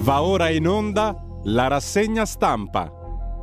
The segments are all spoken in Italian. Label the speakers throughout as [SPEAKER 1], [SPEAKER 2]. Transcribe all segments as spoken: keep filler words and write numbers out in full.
[SPEAKER 1] Va ora in onda la rassegna stampa.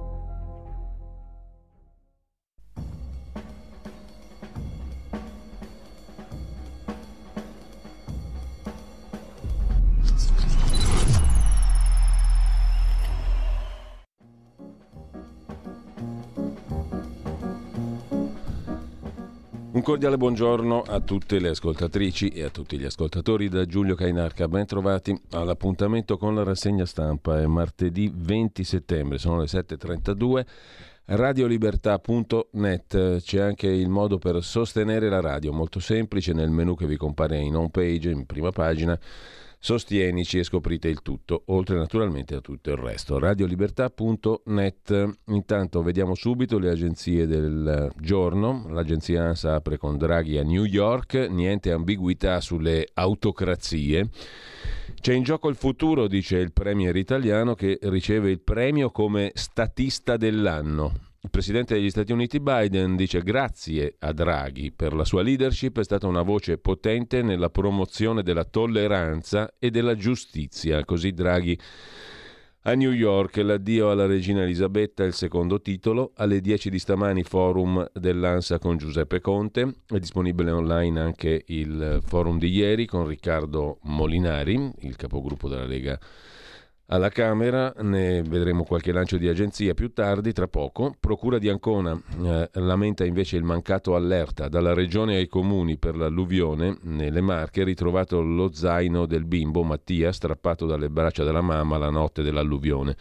[SPEAKER 2] Un cordiale buongiorno a tutte le ascoltatrici e a tutti gli ascoltatori da Giulio Cainarca. Ben trovati all'appuntamento con la rassegna stampa. È martedì venti settembre, sono le sette e trentadue. radiolibertà punto net. C'è anche il modo per sostenere la radio, molto semplice, nel menu che vi compare in home page, in prima pagina. Sostienici e scoprite il tutto, oltre naturalmente a tutto il resto. radiolibertà punto net. Intanto vediamo subito le agenzie del giorno. L'agenzia ANSA apre con Draghi a New York, niente ambiguità sulle autocrazie. C'è in gioco il futuro, dice il premier italiano che riceve il premio come statista dell'anno. Il presidente degli Stati Uniti Biden dice grazie a Draghi per la sua leadership, è stata una voce potente nella promozione della tolleranza e della giustizia. Così Draghi a New York. L'addio alla regina Elisabetta, il secondo titolo. Alle dieci di stamani forum dell'ANSA con Giuseppe Conte. È disponibile online anche il forum di ieri con Riccardo Molinari, il capogruppo della Lega alla Camera. Ne vedremo qualche lancio di agenzia più tardi, tra poco. Procura di Ancona eh, lamenta invece il mancato allerta dalla regione ai comuni per l'alluvione nelle Marche. Ritrovato lo zaino del bimbo Mattia strappato dalle braccia della mamma la notte dell'alluvione.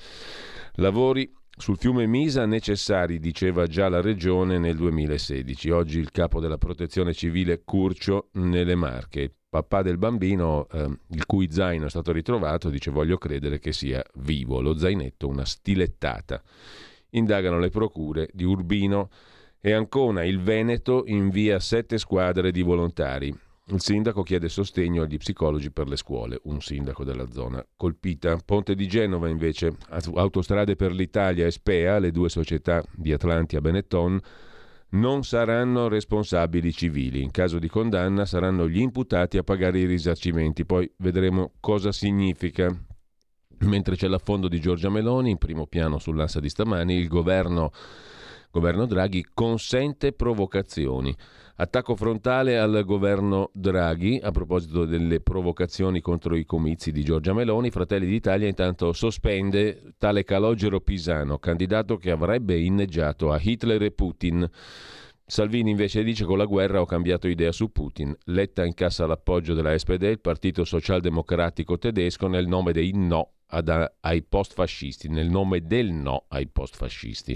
[SPEAKER 2] Lavori sul fiume Misa necessari, diceva già la regione nel duemilasedici. Oggi il capo della protezione civile Curcio nelle Marche. Papà del bambino, eh, il cui zaino è stato ritrovato, dice voglio credere che sia vivo. Lo zainetto una stilettata. Indagano le procure di Urbino e Ancona. Il Veneto invia sette squadre di volontari. Il sindaco chiede sostegno agli psicologi per le scuole, un sindaco della zona colpita. Ponte di Genova invece, Autostrade per l'Italia e Spea, le due società di Atlantia Benetton, non saranno responsabili civili. In caso di condanna saranno gli imputati a pagare i risarcimenti. Poi vedremo cosa significa. Mentre c'è l'affondo di Giorgia Meloni, in primo piano sull'Ansa di stamani, il governo, governo Draghi consente provocazioni. Attacco frontale al governo Draghi a proposito delle provocazioni contro i comizi di Giorgia Meloni. Fratelli d'Italia intanto sospende tale Calogero Pisano, candidato che avrebbe inneggiato a Hitler e Putin. Salvini invece dice con la guerra ho cambiato idea su Putin. Letta incassa l'appoggio della S P D, il partito socialdemocratico tedesco, nel nome dei no ad, ai post-fascisti, nel nome del no ai post-fascisti.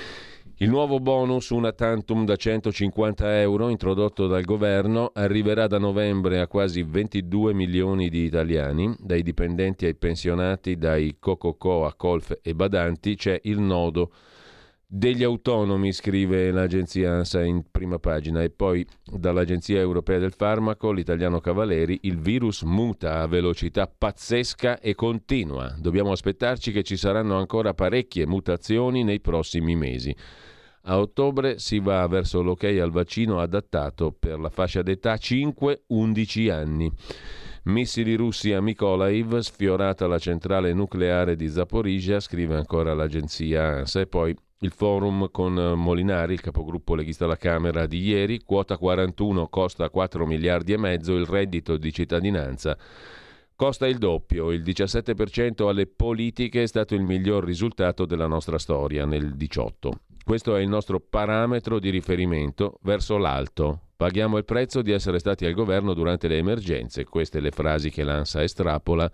[SPEAKER 2] Il nuovo bonus una tantum da centocinquanta euro introdotto dal governo arriverà da novembre a quasi ventidue milioni di italiani, dai dipendenti ai pensionati, dai co-co-co a colf e badanti. C'è il nodo degli autonomi, scrive l'agenzia ANSA in prima pagina, e poi dall'Agenzia Europea del Farmaco, l'italiano Cavaleri, il virus muta a velocità pazzesca e continua. Dobbiamo aspettarci che ci saranno ancora parecchie mutazioni nei prossimi mesi. A ottobre si va verso l'ok al vaccino adattato per la fascia d'età cinque undici anni. Missili russi a Mykolaiv, sfiorata la centrale nucleare di Zaporizhia, scrive ancora l'agenzia ANSA. E poi il forum con Molinari, il capogruppo leghista alla Camera di ieri. Quota quarantuno costa quattro miliardi e mezzo, il reddito di cittadinanza costa il doppio. Il diciassette per cento alle politiche è stato il miglior risultato della nostra storia nel diciotto. Questo è il nostro parametro di riferimento verso l'alto. Paghiamo il prezzo di essere stati al governo durante le emergenze. Queste le frasi che l'ANSA estrapola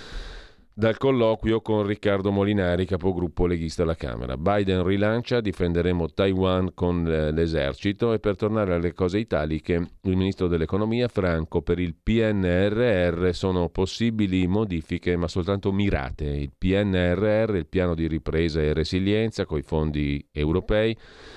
[SPEAKER 2] dal colloquio con Riccardo Molinari, capogruppo leghista alla Camera. Biden rilancia, difenderemo Taiwan con l'esercito. E per tornare alle cose italiche, il ministro dell'economia Franco, per il P N R R sono possibili modifiche ma soltanto mirate. Il P N R R, il piano di ripresa e resilienza coi fondi europei,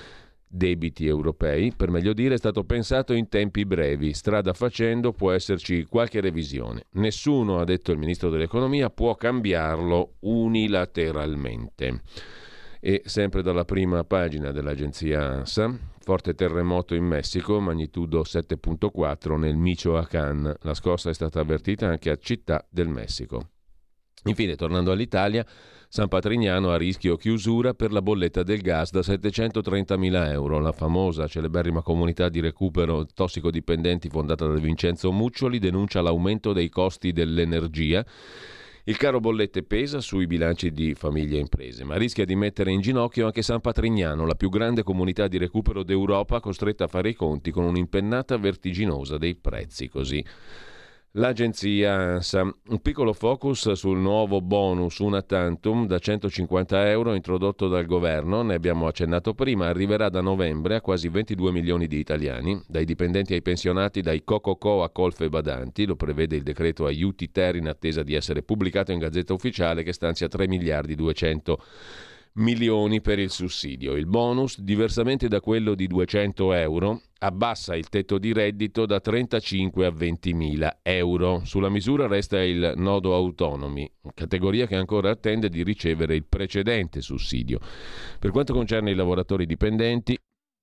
[SPEAKER 2] debiti europei, per meglio dire, è stato pensato in tempi brevi. Strada facendo può esserci qualche revisione. Nessuno, ha detto il ministro dell'economia, può cambiarlo unilateralmente. E sempre dalla prima pagina dell'agenzia ANSA, forte terremoto in Messico, magnitudo sette virgola quattro nel Michoacán. La scossa è stata avvertita anche a Città del Messico. Infine, tornando all'Italia, San Patrignano a rischio chiusura per la bolletta del gas da settecentotrentamila euro. La famosa celeberrima comunità di recupero tossicodipendenti fondata da Vincenzo Muccioli denuncia l'aumento dei costi dell'energia. Il caro bollette pesa sui bilanci di famiglie e imprese, ma rischia di mettere in ginocchio anche San Patrignano, la più grande comunità di recupero d'Europa, costretta a fare i conti con un'impennata vertiginosa dei prezzi. Così l'agenzia ANSA. Un piccolo focus sul nuovo bonus una tantum da centocinquanta euro introdotto dal governo, ne abbiamo accennato prima, arriverà da novembre a quasi ventidue milioni di italiani, dai dipendenti ai pensionati, dai co-co-co a colf e badanti, lo prevede il decreto aiuti ter in attesa di essere pubblicato in Gazzetta Ufficiale che stanzia tre miliardi duecento milioni per il sussidio. Il bonus, diversamente da quello di duecento euro, abbassa il tetto di reddito da trentacinque a ventimila euro. Sulla misura resta il nodo autonomi, categoria che ancora attende di ricevere il precedente sussidio. Per quanto concerne i lavoratori dipendenti,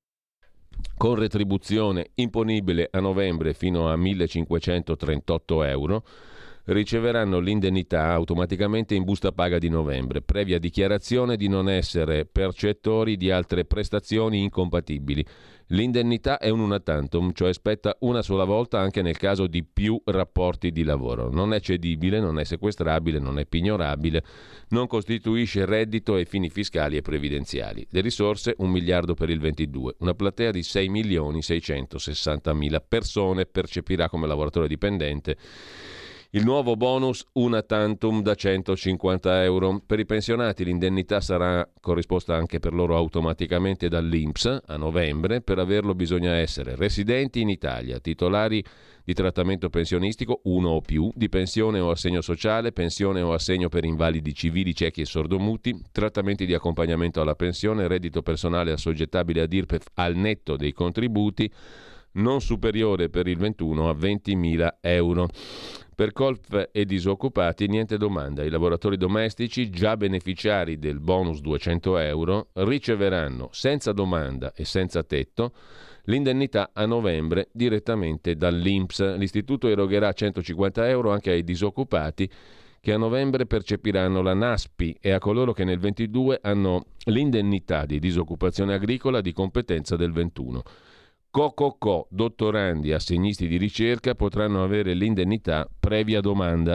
[SPEAKER 2] con retribuzione imponibile a novembre fino a millecinquecentotrentotto euro, riceveranno l'indennità automaticamente in busta paga di novembre, previa dichiarazione di non essere percettori di altre prestazioni incompatibili. L'indennità è un una tantum, cioè spetta una sola volta anche nel caso di più rapporti di lavoro. Non è cedibile, non è sequestrabile, non è pignorabile, non costituisce reddito ai fini fiscali e previdenziali. Le risorse un miliardo per il ventidue. Una platea di sei milioni seicentosessantamila persone percepirà come lavoratore dipendente il nuovo bonus una tantum da centocinquanta euro. Per i pensionati l'indennità sarà corrisposta anche per loro automaticamente dall'I N P S a novembre. Per averlo bisogna essere residenti in Italia, titolari di trattamento pensionistico uno o più, di pensione o assegno sociale, pensione o assegno per invalidi civili, ciechi e sordomuti, trattamenti di accompagnamento alla pensione, reddito personale assoggettabile ad I R P E F al netto dei contributi, non superiore per il ventuno a ventimila euro. Per colf e disoccupati niente domanda. I lavoratori domestici, già beneficiari del bonus duecento euro, riceveranno senza domanda e senza tetto l'indennità a novembre direttamente dall'I N P S. L'istituto erogherà centocinquanta euro anche ai disoccupati che a novembre percepiranno la NASPI e a coloro che nel ventidue hanno l'indennità di disoccupazione agricola di competenza del ventuno. Co-co-co, dottorandi, assegnisti di ricerca potranno avere l'indennità previa domanda,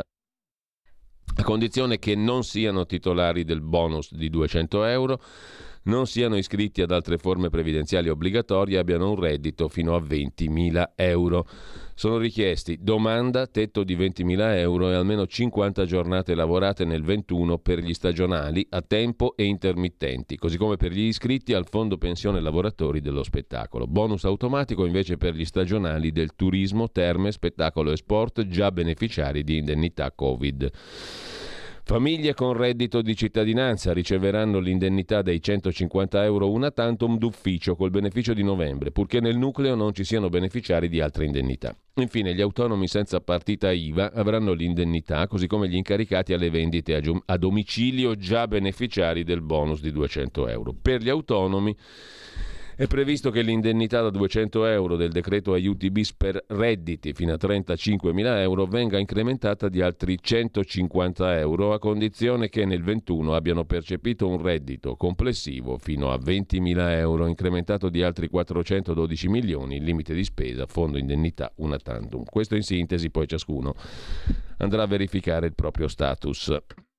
[SPEAKER 2] a condizione che non siano titolari del bonus di duecento euro, non siano iscritti ad altre forme previdenziali obbligatorie e abbiano un reddito fino a ventimila euro. Sono richiesti domanda, tetto di ventimila euro e almeno cinquanta giornate lavorate nel ventuno per gli stagionali a tempo e intermittenti, così come per gli iscritti al Fondo Pensione Lavoratori dello Spettacolo. Bonus automatico invece per gli stagionali del turismo, terme, spettacolo e sport già beneficiari di indennità Covid. Famiglie con reddito di cittadinanza riceveranno l'indennità dei centocinquanta euro una tantum d'ufficio col beneficio di novembre, purché nel nucleo non ci siano beneficiari di altre indennità. Infine, gli autonomi senza partita I V A avranno l'indennità, così come gli incaricati alle vendite a, giu- a domicilio già beneficiari del bonus di duecento euro. Per gli autonomi è previsto che l'indennità da duecento euro del decreto aiuti bis per redditi fino a trentacinquemila euro venga incrementata di altri centocinquanta euro a condizione che nel ventuno abbiano percepito un reddito complessivo fino a ventimila euro, incrementato di altri quattrocentododici milioni, il limite di spesa, fondo indennità una tantum. Questo in sintesi, poi ciascuno andrà a verificare il proprio status.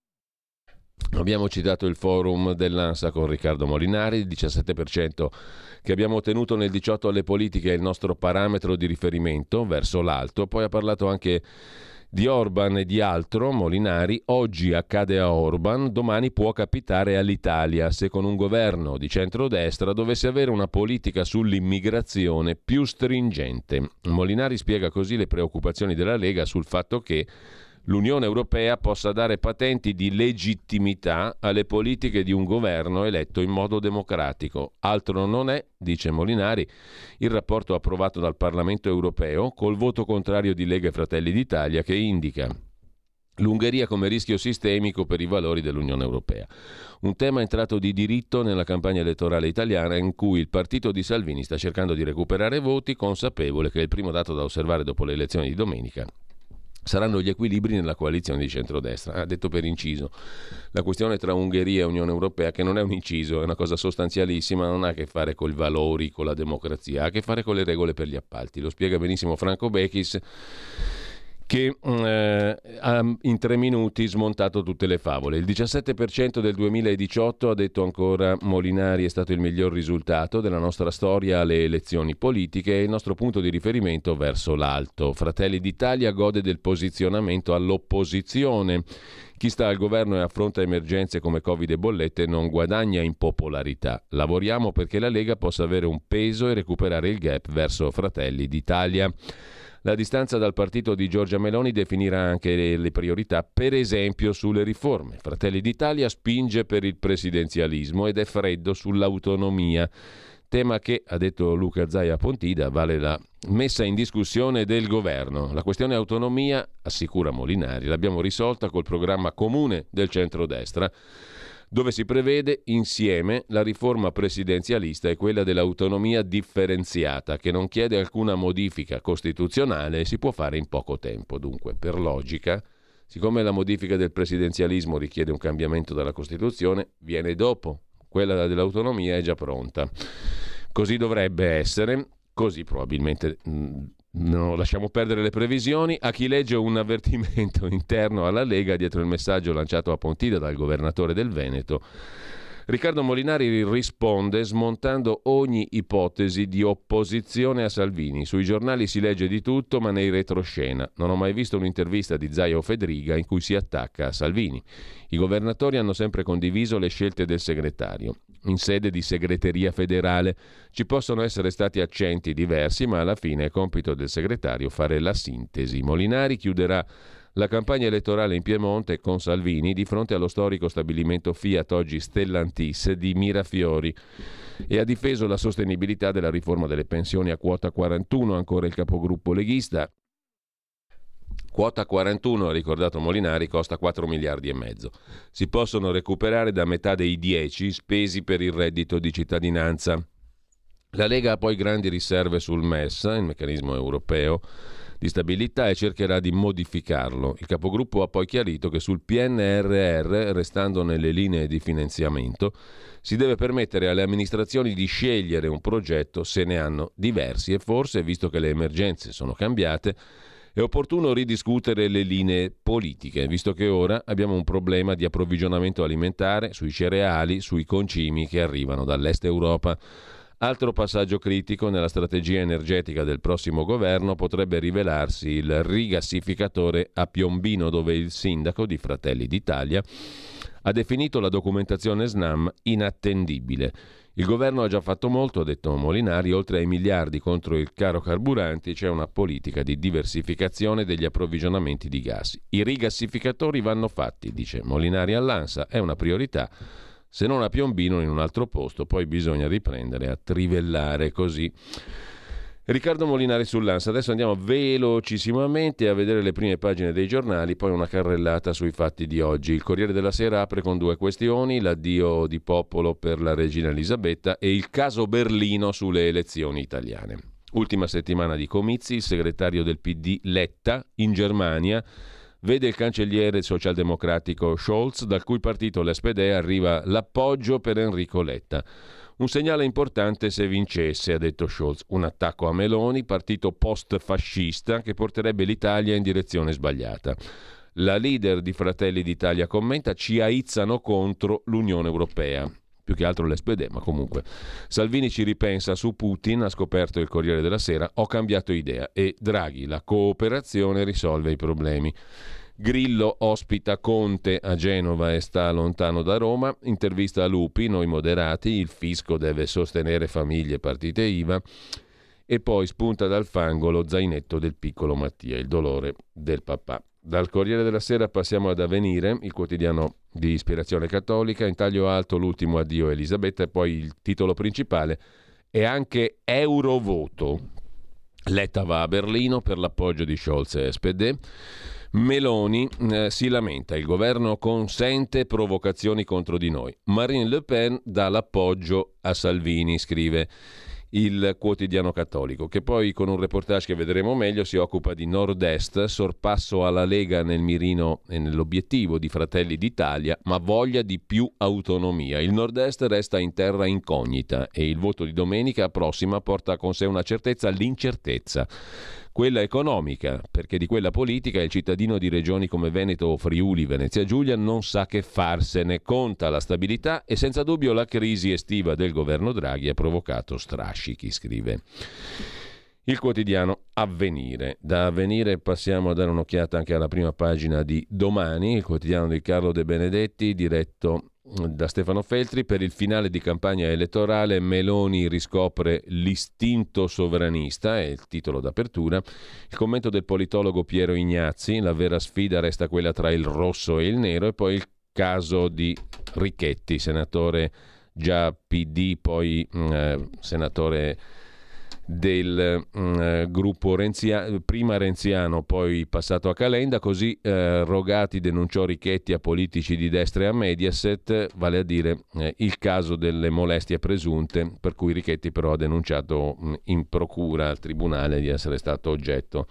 [SPEAKER 2] Abbiamo citato il forum dell'ANSA con Riccardo Molinari, il diciassette per cento che abbiamo ottenuto nel diciotto alle politiche è il nostro parametro di riferimento verso l'alto. Poi ha parlato anche di Orban e di altro. Molinari: oggi accade a Orban, domani può capitare all'Italia se con un governo di centrodestra dovesse avere una politica sull'immigrazione più stringente. Molinari spiega così le preoccupazioni della Lega sul fatto che l'Unione Europea possa dare patenti di legittimità alle politiche di un governo eletto in modo democratico. Altro non è, dice Molinari, il rapporto approvato dal Parlamento Europeo col voto contrario di Lega e Fratelli d'Italia che indica l'Ungheria come rischio sistemico per i valori dell'Unione Europea. Un tema entrato di diritto nella campagna elettorale italiana in cui il partito di Salvini sta cercando di recuperare voti, consapevole che il primo dato da osservare dopo le elezioni di domenica saranno gli equilibri nella coalizione di centrodestra. Ha detto per inciso. La questione tra Ungheria e Unione Europea, che non è un inciso, è una cosa sostanzialissima, non ha a che fare con i valori, con la democrazia, ha a che fare con le regole per gli appalti. Lo spiega benissimo Franco Bechis, che eh, ha in tre minuti smontato tutte le favole. Il diciassette per cento del duemiladiciotto, ha detto ancora Molinari, è stato il miglior risultato della nostra storia alle elezioni politiche e il nostro punto di riferimento verso l'alto. Fratelli d'Italia gode del posizionamento all'opposizione. Chi sta al governo e affronta emergenze come Covid e bollette non guadagna in popolarità. Lavoriamo perché la Lega possa avere un peso e recuperare il gap verso Fratelli d'Italia. La distanza dal partito di Giorgia Meloni definirà anche le, le priorità, per esempio sulle riforme. Fratelli d'Italia spinge per il presidenzialismo ed è freddo sull'autonomia, tema che, ha detto Luca Zaia Pontida, vale la messa in discussione del governo. La questione autonomia, assicura Molinari, l'abbiamo risolta col programma comune del centrodestra, dove si prevede insieme la riforma presidenzialista e quella dell'autonomia differenziata, che non chiede alcuna modifica costituzionale e si può fare in poco tempo. Dunque, per logica, siccome la modifica del presidenzialismo richiede un cambiamento della Costituzione, viene dopo. Quella dell'autonomia è già pronta. Così dovrebbe essere, così probabilmente... Mh, No, lasciamo perdere le previsioni. A chi legge un avvertimento interno alla Lega dietro il messaggio lanciato a Pontida dal governatore del Veneto, Riccardo Molinari risponde smontando ogni ipotesi di opposizione a Salvini. Sui giornali si legge di tutto, ma nei retroscena. Non ho mai visto un'intervista di Zaia o Fedriga in cui si attacca a Salvini. I governatori hanno sempre condiviso le scelte del segretario. In sede di segreteria federale ci possono essere stati accenti diversi, ma alla fine è compito del segretario fare la sintesi. Molinari chiuderà la campagna elettorale in Piemonte con Salvini di fronte allo storico stabilimento Fiat, oggi Stellantis, di Mirafiori, e ha difeso la sostenibilità della riforma delle pensioni a quota quarantuno, ancora il capogruppo leghista. Quota quarantuno, ha ricordato Molinari, costa quattro miliardi e mezzo. Si possono recuperare da metà dei dieci spesi per il reddito di cittadinanza. La Lega ha poi grandi riserve sul M E S, il meccanismo europeo di stabilità, e cercherà di modificarlo. Il capogruppo ha poi chiarito che sul P N R R, restando nelle linee di finanziamento, si deve permettere alle amministrazioni di scegliere un progetto se ne hanno diversi e forse, visto che le emergenze sono cambiate, è opportuno ridiscutere le linee politiche, visto che ora abbiamo un problema di approvvigionamento alimentare sui cereali, sui concimi che arrivano dall'est Europa. Altro passaggio critico nella strategia energetica del prossimo governo potrebbe rivelarsi il rigassificatore a Piombino, dove il sindaco di Fratelli d'Italia ha definito la documentazione SNAM inattendibile. Il governo ha già fatto molto, ha detto Molinari, oltre ai miliardi contro il caro carburanti c'è una politica di diversificazione degli approvvigionamenti di gas. I rigassificatori vanno fatti, dice Molinari all'ANSA, è una priorità. Se non a Piombino, in un altro posto, poi bisogna riprendere a trivellare così. Riccardo Molinari sull'ANSA. Adesso andiamo velocissimamente a vedere le prime pagine dei giornali, poi una carrellata sui fatti di oggi. Il Corriere della Sera apre con due questioni: l'addio di popolo per la regina Elisabetta e il caso Berlino sulle elezioni italiane. Ultima settimana di comizi, il segretario del P D Letta in Germania vede il cancelliere socialdemocratico Scholz, dal cui partito l'S P D arriva l'appoggio per Enrico Letta. Un segnale importante se vincesse, ha detto Scholz, un attacco a Meloni, partito post-fascista che porterebbe l'Italia in direzione sbagliata. La leader di Fratelli d'Italia commenta: ci aizzano contro l'Unione Europea. Più che altro l'S P D, ma comunque. Salvini ci ripensa su Putin, ha scoperto il Corriere della Sera, ho cambiato idea, e Draghi, la cooperazione risolve i problemi. Grillo ospita Conte a Genova e sta lontano da Roma. Intervista a Lupi, noi moderati, il fisco deve sostenere famiglie e partite I V A. E poi spunta dal fango lo zainetto del piccolo Mattia, il dolore del papà. Dal Corriere della Sera passiamo ad Avvenire, il quotidiano di ispirazione cattolica. In taglio alto l'ultimo addio a Elisabetta, e poi il titolo principale è anche Eurovoto. Letta va a Berlino per l'appoggio di Scholz e S P D. Meloni eh, si lamenta, il governo consente provocazioni contro di noi. Marine Le Pen dà l'appoggio a Salvini, scrive il Quotidiano Cattolico, che poi con un reportage che vedremo meglio si occupa di Nord-Est, sorpasso alla Lega nel mirino e nell'obiettivo di Fratelli d'Italia, ma voglia di più autonomia. Il Nord-Est resta in terra incognita e il voto di domenica prossima porta con sé una certezza, l'incertezza. Quella economica, perché di quella politica il cittadino di regioni come Veneto o Friuli, Venezia Giulia non sa che farsene, conta la stabilità e senza dubbio la crisi estiva del governo Draghi ha provocato strascichi, scrive il quotidiano Avvenire. Da Avvenire passiamo a dare un'occhiata anche alla prima pagina di Domani, il quotidiano di Carlo De Benedetti, diretto da Stefano Feltri. Per il finale di campagna elettorale Meloni riscopre l'istinto sovranista, è il titolo d'apertura. Il commento del politologo Piero Ignazzi: la vera sfida resta quella tra il rosso e il nero. E poi il caso di Richetti, senatore già P D, poi eh, senatore del mh, gruppo renziano, prima renziano poi passato a Calenda. Così eh, Rogati denunciò Richetti a politici di destra e a Mediaset, vale a dire eh, il caso delle molestie presunte, per cui Richetti però ha denunciato mh, in procura al tribunale di essere stato oggetto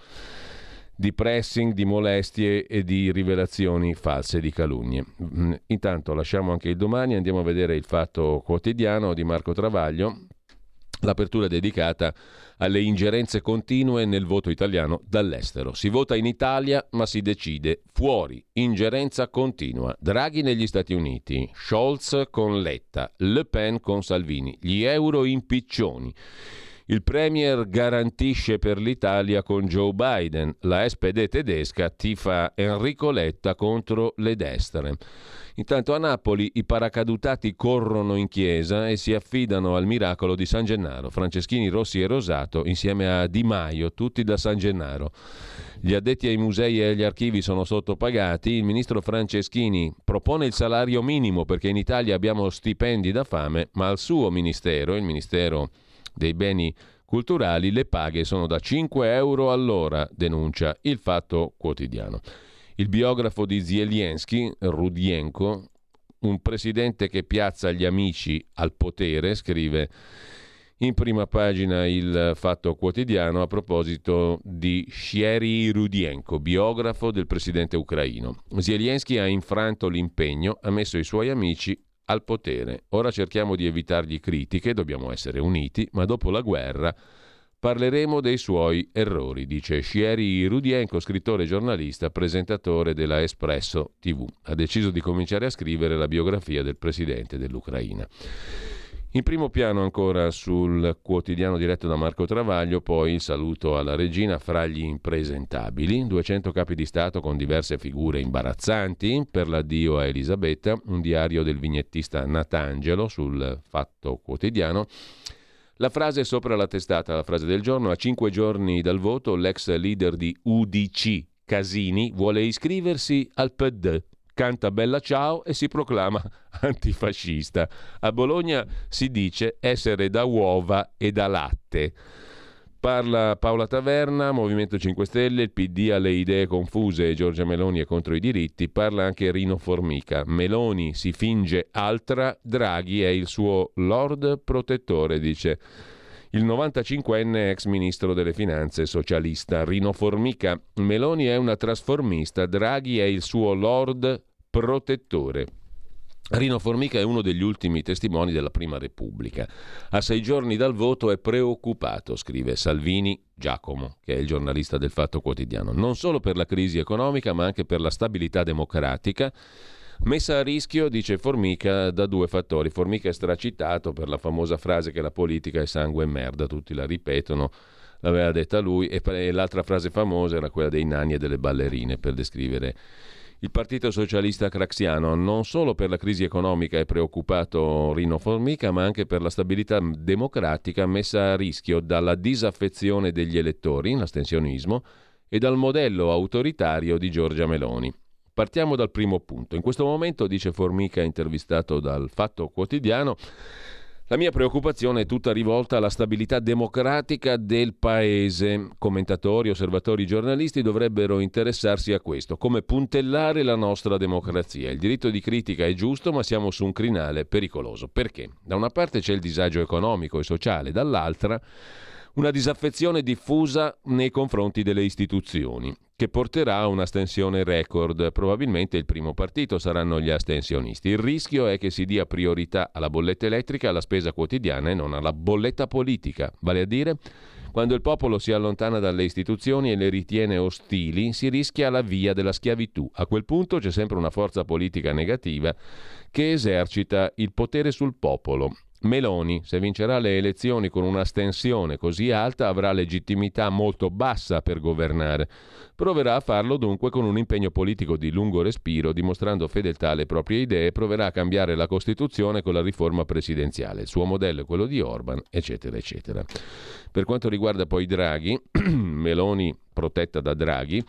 [SPEAKER 2] di pressing, di molestie e di rivelazioni false, di calunnie. Mh, intanto lasciamo anche il Domani, andiamo a vedere il Fatto Quotidiano di Marco Travaglio. L'apertura è dedicata alle ingerenze continue nel voto italiano dall'estero. Si vota in Italia, ma si decide fuori. Ingerenza continua. Draghi negli Stati Uniti, Scholz con Letta, Le Pen con Salvini, gli euro impiccioni. Il premier garantisce per l'Italia con Joe Biden. La S P D tedesca tifa Enrico Letta contro le destre. Intanto a Napoli i paracadutati corrono in chiesa e si affidano al miracolo di San Gennaro. Franceschini, Rossi e Rosato insieme a Di Maio, tutti da San Gennaro. Gli addetti ai musei e agli archivi sono sottopagati. Il ministro Franceschini propone il salario minimo perché in Italia abbiamo stipendi da fame, ma al suo ministero, il Ministero dei Beni Culturali, le paghe sono da cinque euro all'ora, denuncia il Fatto Quotidiano. Il biografo di Zelensky, Rudienko, un presidente che piazza gli amici al potere, scrive in prima pagina il Fatto Quotidiano a proposito di Sheri Rudienko, biografo del presidente ucraino. Zelensky ha infranto l'impegno, ha messo i suoi amici al potere. Ora cerchiamo di evitargli critiche, dobbiamo essere uniti, ma dopo la guerra parleremo dei suoi errori, dice Sheri Rudienko, scrittore, giornalista, presentatore della Espresso tivù. Ha deciso di cominciare a scrivere la biografia del presidente dell'Ucraina. In primo piano ancora sul quotidiano diretto da Marco Travaglio, poi il saluto alla regina fra gli impresentabili, duecento capi di Stato con diverse figure imbarazzanti per l'addio a Elisabetta, un diario del vignettista Natangelo sul Fatto Quotidiano. La frase sopra la testata, la frase del giorno: a cinque giorni dal voto l'ex leader di U D C, Casini, vuole iscriversi al P D. Canta Bella Ciao e si proclama antifascista. A Bologna si dice essere da uova e da latte. Parla Paola Taverna, Movimento cinque Stelle, il P D ha le idee confuse e Giorgia Meloni è contro i diritti. Parla anche Rino Formica. Meloni si finge altra, Draghi è il suo lord protettore, dice il novantacinquenne ex ministro delle finanze socialista. Rino Formica: Meloni è una trasformista, Draghi è il suo lord protettore. Rino Formica è uno degli ultimi testimoni della Prima Repubblica. A sei giorni dal voto è preoccupato, scrive Salvini Giacomo, che è il giornalista del Fatto Quotidiano, non solo per la crisi economica ma anche per la stabilità democratica, messa a rischio, dice Formica, da due fattori. Formica è stracitato per la famosa frase che la politica è sangue e merda, tutti la ripetono, l'aveva detta lui, e l'altra frase famosa era quella dei nani e delle ballerine per descrivere il Partito Socialista Craxiano. Non solo per la crisi economica è preoccupato Rino Formica, ma anche per la stabilità democratica messa a rischio dalla disaffezione degli elettori, l'astensionismo, e dal modello autoritario di Giorgia Meloni. Partiamo dal primo punto. In questo momento, dice Formica, intervistato dal Fatto Quotidiano, La mia preoccupazione è tutta rivolta alla stabilità democratica del paese. Commentatori, osservatori, giornalisti dovrebbero interessarsi a questo, come puntellare la nostra democrazia. Il diritto di critica è giusto, ma siamo su un crinale pericoloso. Perché? Da una parte c'è il disagio economico e sociale, dall'altra una disaffezione diffusa nei confronti delle istituzioni, che porterà a un'astensione record. Probabilmente il primo partito saranno gli astensionisti. Il rischio è che si dia priorità alla bolletta elettrica, alla spesa quotidiana e non alla bolletta politica. Vale a dire, quando il popolo si allontana dalle istituzioni e le ritiene ostili, si rischia la via della schiavitù. A quel punto c'è sempre una forza politica negativa che esercita il potere sul popolo. Meloni, se vincerà le elezioni con un'astensione così alta, avrà legittimità molto bassa per governare. Proverà a farlo dunque con un impegno politico di lungo respiro, dimostrando fedeltà alle proprie idee, e proverà a cambiare la Costituzione con la riforma presidenziale. Il suo modello è quello di Orban, eccetera, eccetera. Per quanto riguarda poi Draghi, Meloni protetta da Draghi,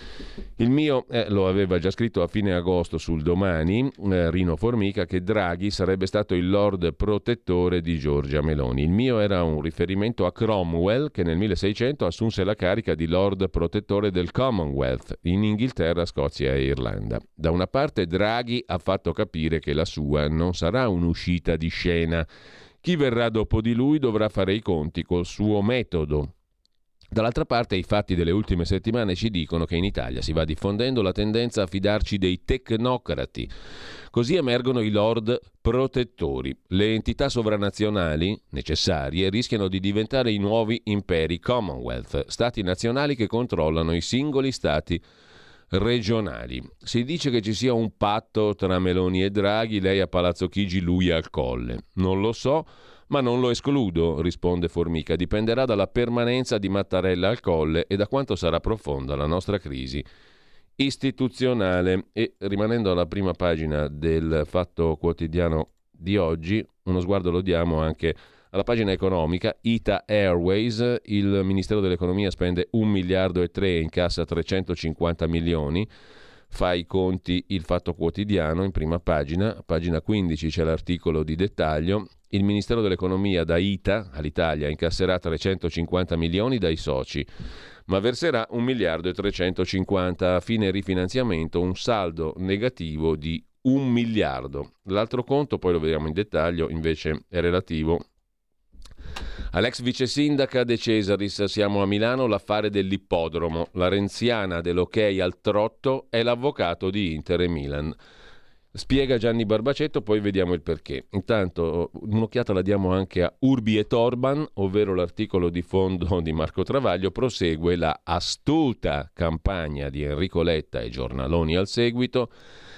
[SPEAKER 2] il mio, eh, lo aveva già scritto a fine agosto sul Domani, eh, Rino Formica, che Draghi sarebbe stato il lord protettore di Giorgia Meloni. Il mio era un riferimento a Cromwell, che nel milleseicento assunse la carica di lord protettore del Commonwealth in Inghilterra, Scozia e Irlanda. Da una parte Draghi ha fatto capire che la sua non sarà un'uscita di scena. Chi verrà dopo di lui dovrà fare i conti col suo metodo. Dall'altra parte i fatti delle ultime settimane ci dicono che in Italia si va diffondendo la tendenza a fidarci dei tecnocrati. Così emergono i lord protettori. Le entità sovranazionali necessarie rischiano di diventare i nuovi imperi Commonwealth, stati nazionali che controllano i singoli stati regionali. Si dice che ci sia un patto tra Meloni e Draghi, lei a Palazzo Chigi, lui al Colle. Non lo so, ma non lo escludo, risponde Formica. Dipenderà dalla permanenza di Mattarella al Colle e da quanto sarà profonda la nostra crisi istituzionale. E rimanendo alla prima pagina del Fatto Quotidiano di oggi, uno sguardo lo diamo anche alla pagina economica. Ita Airways, il Ministero dell'Economia spende un miliardo e tre e incassa trecentocinquanta milioni. Fa i conti il Fatto Quotidiano in prima pagina, pagina quindici c'è l'articolo di dettaglio. Il Ministero dell'Economia da Ita all'Italia incasserà trecentocinquanta milioni dai soci, ma verserà un miliardo e trecentocinquanta a fine rifinanziamento, un saldo negativo di un miliardo. L'altro conto, poi lo vediamo in dettaglio, invece è relativo all'ex vice sindaca De Cesaris. Siamo a Milano, l'affare dell'ippodromo. La renziana dell'ok al trotto è l'avvocato di Inter e Milan. Spiega Gianni Barbacetto, poi vediamo il perché. Intanto un'occhiata la diamo anche a Urbi et Orban, ovvero l'articolo di fondo di Marco Travaglio. Prosegue la astuta campagna di Enrico Letta e giornaloni al seguito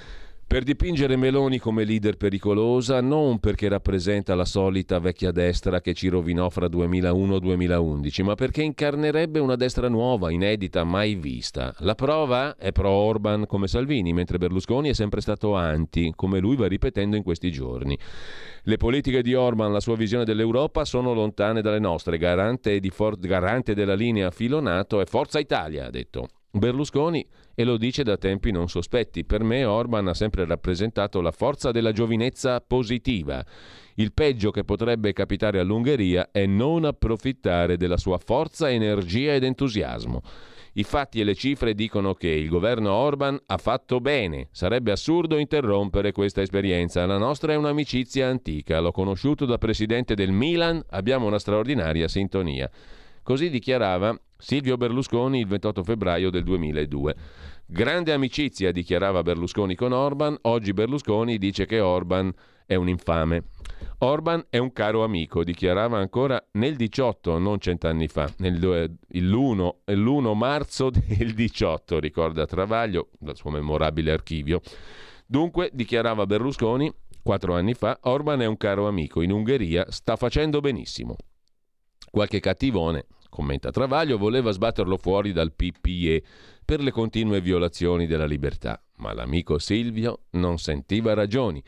[SPEAKER 2] per dipingere Meloni come leader pericolosa, non perché rappresenta la solita vecchia destra che ci rovinò fra duemilauno e duemilaundici, ma perché incarnerebbe una destra nuova, inedita, mai vista. La prova è pro Orban come Salvini, mentre Berlusconi è sempre stato anti, come lui va ripetendo in questi giorni. Le politiche di Orban, la sua visione dell'Europa sono lontane dalle nostre. Garante, di for- garante della linea filo NATO è Forza Italia, ha detto Berlusconi, e lo dice da tempi non sospetti. Per me Orban ha sempre rappresentato la forza della giovinezza positiva. Il peggio che potrebbe capitare all'Ungheria è non approfittare della sua forza, energia ed entusiasmo. I fatti e le cifre dicono che il governo Orban ha fatto bene. Sarebbe assurdo interrompere questa esperienza. La nostra è un'amicizia antica. L'ho conosciuto da presidente del Milan, abbiamo una straordinaria sintonia. Così dichiarava Silvio Berlusconi il ventotto febbraio del duemiladue. Grande amicizia, dichiarava Berlusconi con Orban. Oggi Berlusconi dice che Orban è un infame. Orban è un caro amico, dichiarava ancora nel diciotto, non cent'anni fa, nel, l'uno, l'primo marzo del diciotto, ricorda Travaglio, dal suo memorabile archivio. Dunque, dichiarava Berlusconi, quattro anni fa, Orban è un caro amico, in Ungheria sta facendo benissimo. Qualche cattivone, commenta Travaglio, voleva sbatterlo fuori dal P P E per le continue violazioni della libertà, ma l'amico Silvio non sentiva ragioni.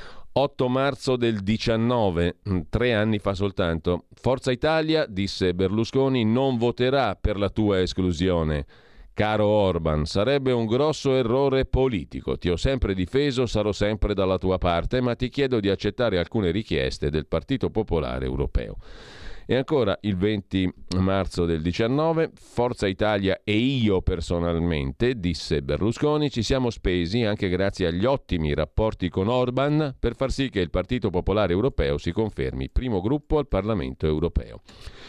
[SPEAKER 2] otto marzo del diciannove, tre anni fa soltanto, Forza Italia, disse Berlusconi, non voterà per la tua esclusione. Caro Orban, sarebbe un grosso errore politico. Ti ho sempre difeso, sarò sempre dalla tua parte, ma ti chiedo di accettare alcune richieste del Partito Popolare Europeo. E ancora il venti marzo del diciannove, Forza Italia e io personalmente, disse Berlusconi, ci siamo spesi anche grazie agli ottimi rapporti con Orban per far sì che il Partito Popolare Europeo si confermi primo gruppo al Parlamento Europeo.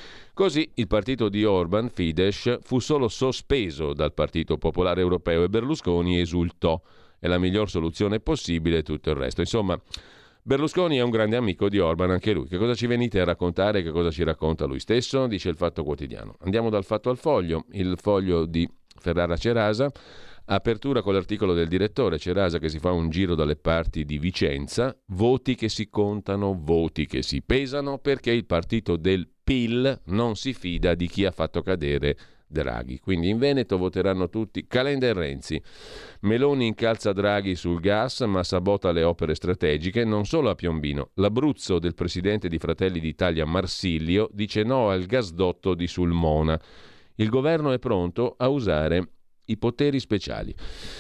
[SPEAKER 2] Così il partito di Orban, Fidesz, fu solo sospeso dal Partito Popolare Europeo e Berlusconi esultò. È la miglior soluzione possibile e tutto il resto. Insomma, Berlusconi è un grande amico di Orban, anche lui. Che cosa ci venite a raccontare? Che cosa ci racconta lui stesso? Dice il Fatto Quotidiano. Andiamo dal Fatto al Foglio. Il Foglio di Ferrara Cerasa. Apertura con l'articolo del direttore Cerasa che si fa un giro dalle parti di Vicenza. Voti che si contano, voti che si pesano, perché il partito del P I L non si fida di chi ha fatto cadere Draghi. Quindi in Veneto voteranno tutti Calenda e Renzi. Meloni incalza Draghi sul gas ma sabota le opere strategiche, non solo a Piombino. L'Abruzzo del presidente di Fratelli d'Italia Marsilio dice no al gasdotto di Sulmona. Il governo è pronto a usare i poteri speciali.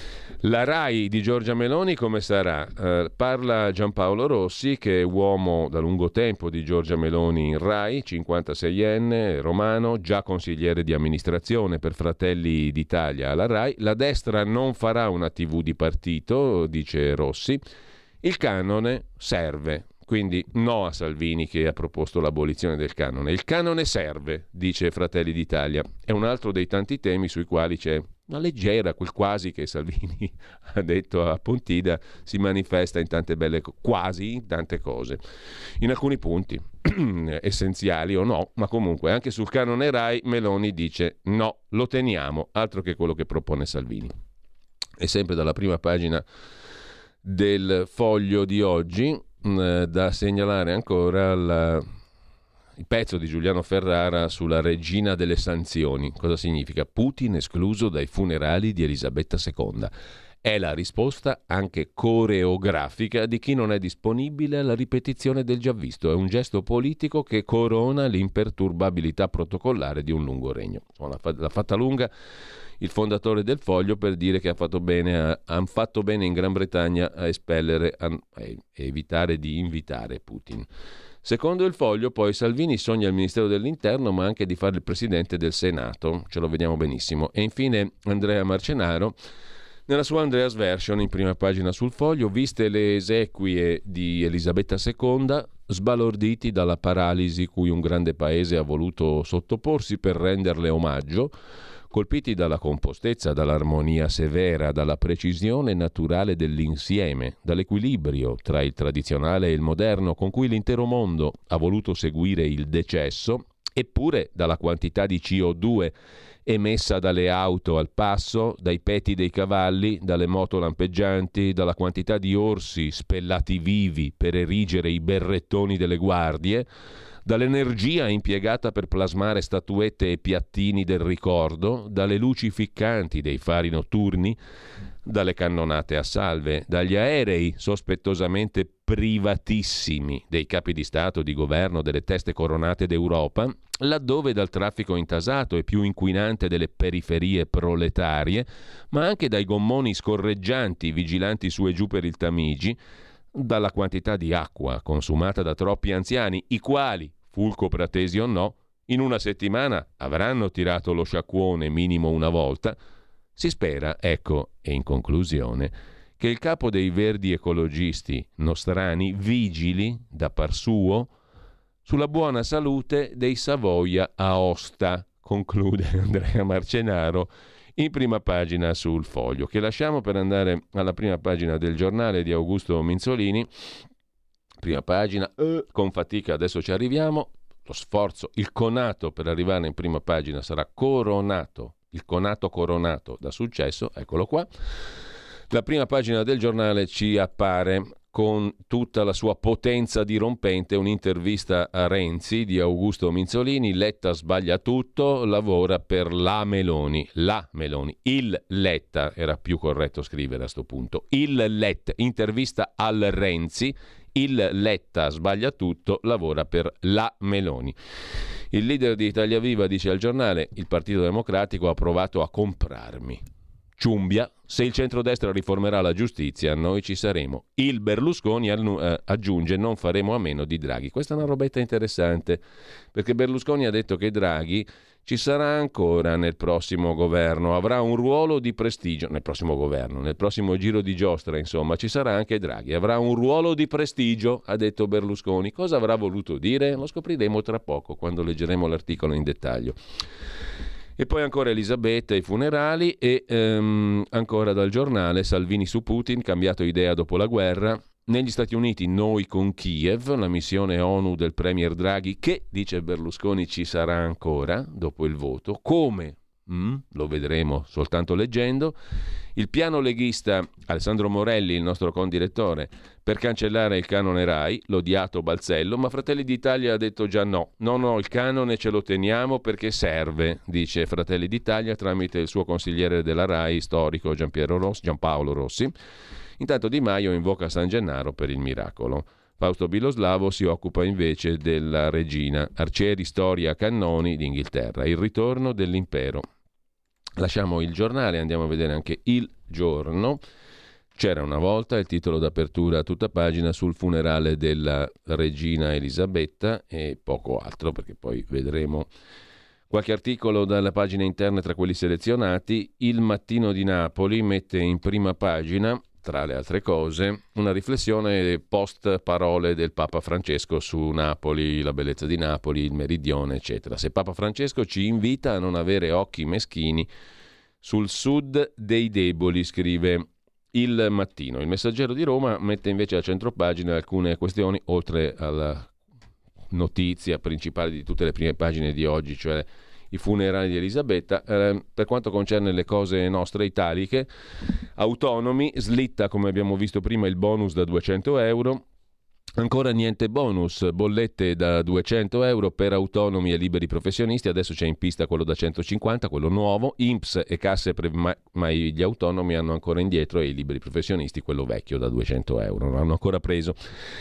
[SPEAKER 2] La RAI di Giorgia Meloni come sarà? Eh, parla Giampaolo Rossi, che è uomo da lungo tempo di Giorgia Meloni in RAI, cinquantaseienne, romano, già consigliere di amministrazione per Fratelli d'Italia alla RAI. La destra non farà una tivù di partito, dice Rossi. Il canone serve. Quindi no a Salvini che ha proposto l'abolizione del canone. Il canone serve, dice Fratelli d'Italia. È un altro dei tanti temi sui quali c'è una leggera, quel quasi che Salvini ha detto a Pontida, si manifesta in tante belle cose, quasi in tante cose. In alcuni punti essenziali o no, ma comunque anche sul canone RAI Meloni dice no, lo teniamo, altro che quello che propone Salvini. E sempre dalla prima pagina del Foglio di oggi, da segnalare ancora la, il pezzo di Giuliano Ferrara sulla regina delle sanzioni. Cosa significa? Putin escluso dai funerali di Elisabetta seconda. È la risposta anche coreografica di chi non è disponibile alla ripetizione del già visto. È un gesto politico che corona l'imperturbabilità protocollare di un lungo regno. Insomma, l'ha fatta lunga il fondatore del Foglio per dire che ha fatto bene a, hanno fatto bene in Gran Bretagna a espellere, a, a evitare di invitare Putin. Secondo il Foglio, poi, Salvini sogna il Ministero dell'Interno, ma anche di fare il Presidente del Senato. Ce lo vediamo benissimo. E infine Andrea Marcenaro, nella sua Andreas Version, in prima pagina sul Foglio, viste le esequie di Elisabetta seconda, sbalorditi dalla paralisi cui un grande paese ha voluto sottoporsi per renderle omaggio, colpiti dalla compostezza, dall'armonia severa, dalla precisione naturale dell'insieme, dall'equilibrio tra il tradizionale e il moderno con cui l'intero mondo ha voluto seguire il decesso, eppure dalla quantità di C O due emessa dalle auto al passo, dai peti dei cavalli, dalle moto lampeggianti, dalla quantità di orsi spellati vivi per erigere i berrettoni delle guardie, dall'energia impiegata per plasmare statuette e piattini del ricordo, dalle luci ficcanti dei fari notturni, dalle cannonate a salve, dagli aerei sospettosamente privatissimi dei capi di Stato, di governo, delle teste coronate d'Europa, laddove dal traffico intasato e più inquinante delle periferie proletarie, ma anche dai gommoni scorreggianti vigilanti su e giù per il Tamigi, dalla quantità di acqua consumata da troppi anziani, i quali, Fulco Pratesi o no, in una settimana avranno tirato lo sciacquone minimo una volta. Si spera, ecco, e in conclusione, che il capo dei Verdi ecologisti nostrani vigili, da par suo, sulla buona salute dei Savoia Aosta, conclude Andrea Marcenaro in prima pagina sul Foglio, che lasciamo per andare alla prima pagina del Giornale di Augusto Minzolini. Prima pagina, eh, con fatica adesso ci arriviamo, lo sforzo, il conato per arrivare in prima pagina sarà coronato, il conato coronato da successo, eccolo qua. La prima pagina del Giornale ci appare con tutta la sua potenza dirompente un'intervista a Renzi di Augusto Minzolini. Letta sbaglia tutto, lavora per la Meloni, la Meloni, il Letta, era più corretto scrivere a sto punto, il Letta, intervista al Renzi, il Letta sbaglia tutto, lavora per la Meloni. Il leader di Italia Viva dice al giornale: il Partito Democratico ha provato a comprarmi. Ciumbia: se il centrodestra riformerà la giustizia, noi ci saremo. Il Berlusconi aggiunge: non faremo a meno di Draghi. Questa è una robetta interessante, perché Berlusconi ha detto che Draghi ci sarà ancora nel prossimo governo, avrà un ruolo di prestigio nel prossimo governo, nel prossimo giro di giostra, insomma, ci sarà anche Draghi, avrà un ruolo di prestigio, ha detto Berlusconi. Cosa avrà voluto dire? Lo scopriremo tra poco, quando leggeremo l'articolo in dettaglio. E poi ancora Elisabetta, i funerali e ehm, ancora dal giornale: Salvini su Putin, cambiato idea dopo la guerra. Negli Stati Uniti noi con Kiev, la missione ONU del premier Draghi, che, dice Berlusconi, ci sarà ancora dopo il voto. Come? Mm, lo vedremo soltanto leggendo. Il piano leghista Alessandro Morelli, il nostro condirettore, per cancellare il canone Rai, l'odiato balzello, ma Fratelli d'Italia ha detto già no. No, no, il canone ce lo teniamo perché serve, dice Fratelli d'Italia tramite il suo consigliere della Rai storico Giampiero Rossi, Giampaolo Rossi. Intanto Di Maio invoca San Gennaro per il miracolo. Fausto Biloslavo si occupa invece della regina. Arcieri, storia, cannoni d'Inghilterra. Il ritorno dell'impero. Lasciamo il giornale, andiamo a vedere anche Il Giorno. C'era una volta, il titolo d'apertura a tutta pagina sul funerale della regina Elisabetta e poco altro, perché poi vedremo qualche articolo dalle pagine interne tra quelli selezionati. Il Mattino di Napoli mette in prima pagina, tra le altre cose, una riflessione post parole del Papa Francesco su Napoli, la bellezza di Napoli, il meridione, eccetera. Se Papa Francesco ci invita a non avere occhi meschini sul sud dei deboli, scrive Il Mattino. Il Messaggero di Roma mette invece a centropagina alcune questioni, oltre alla notizia principale di tutte le prime pagine di oggi, cioè i funerali di Elisabetta. Eh, per quanto concerne le cose nostre italiche, autonomi, slitta come abbiamo visto prima il bonus da duecento euro, ancora niente bonus, bollette da duecento euro per autonomi e liberi professionisti, adesso c'è in pista quello da centocinquanta, quello nuovo. I N P S e casse, pre- ma, ma gli autonomi hanno ancora indietro, e i liberi professionisti quello vecchio da duecento euro, non hanno ancora preso.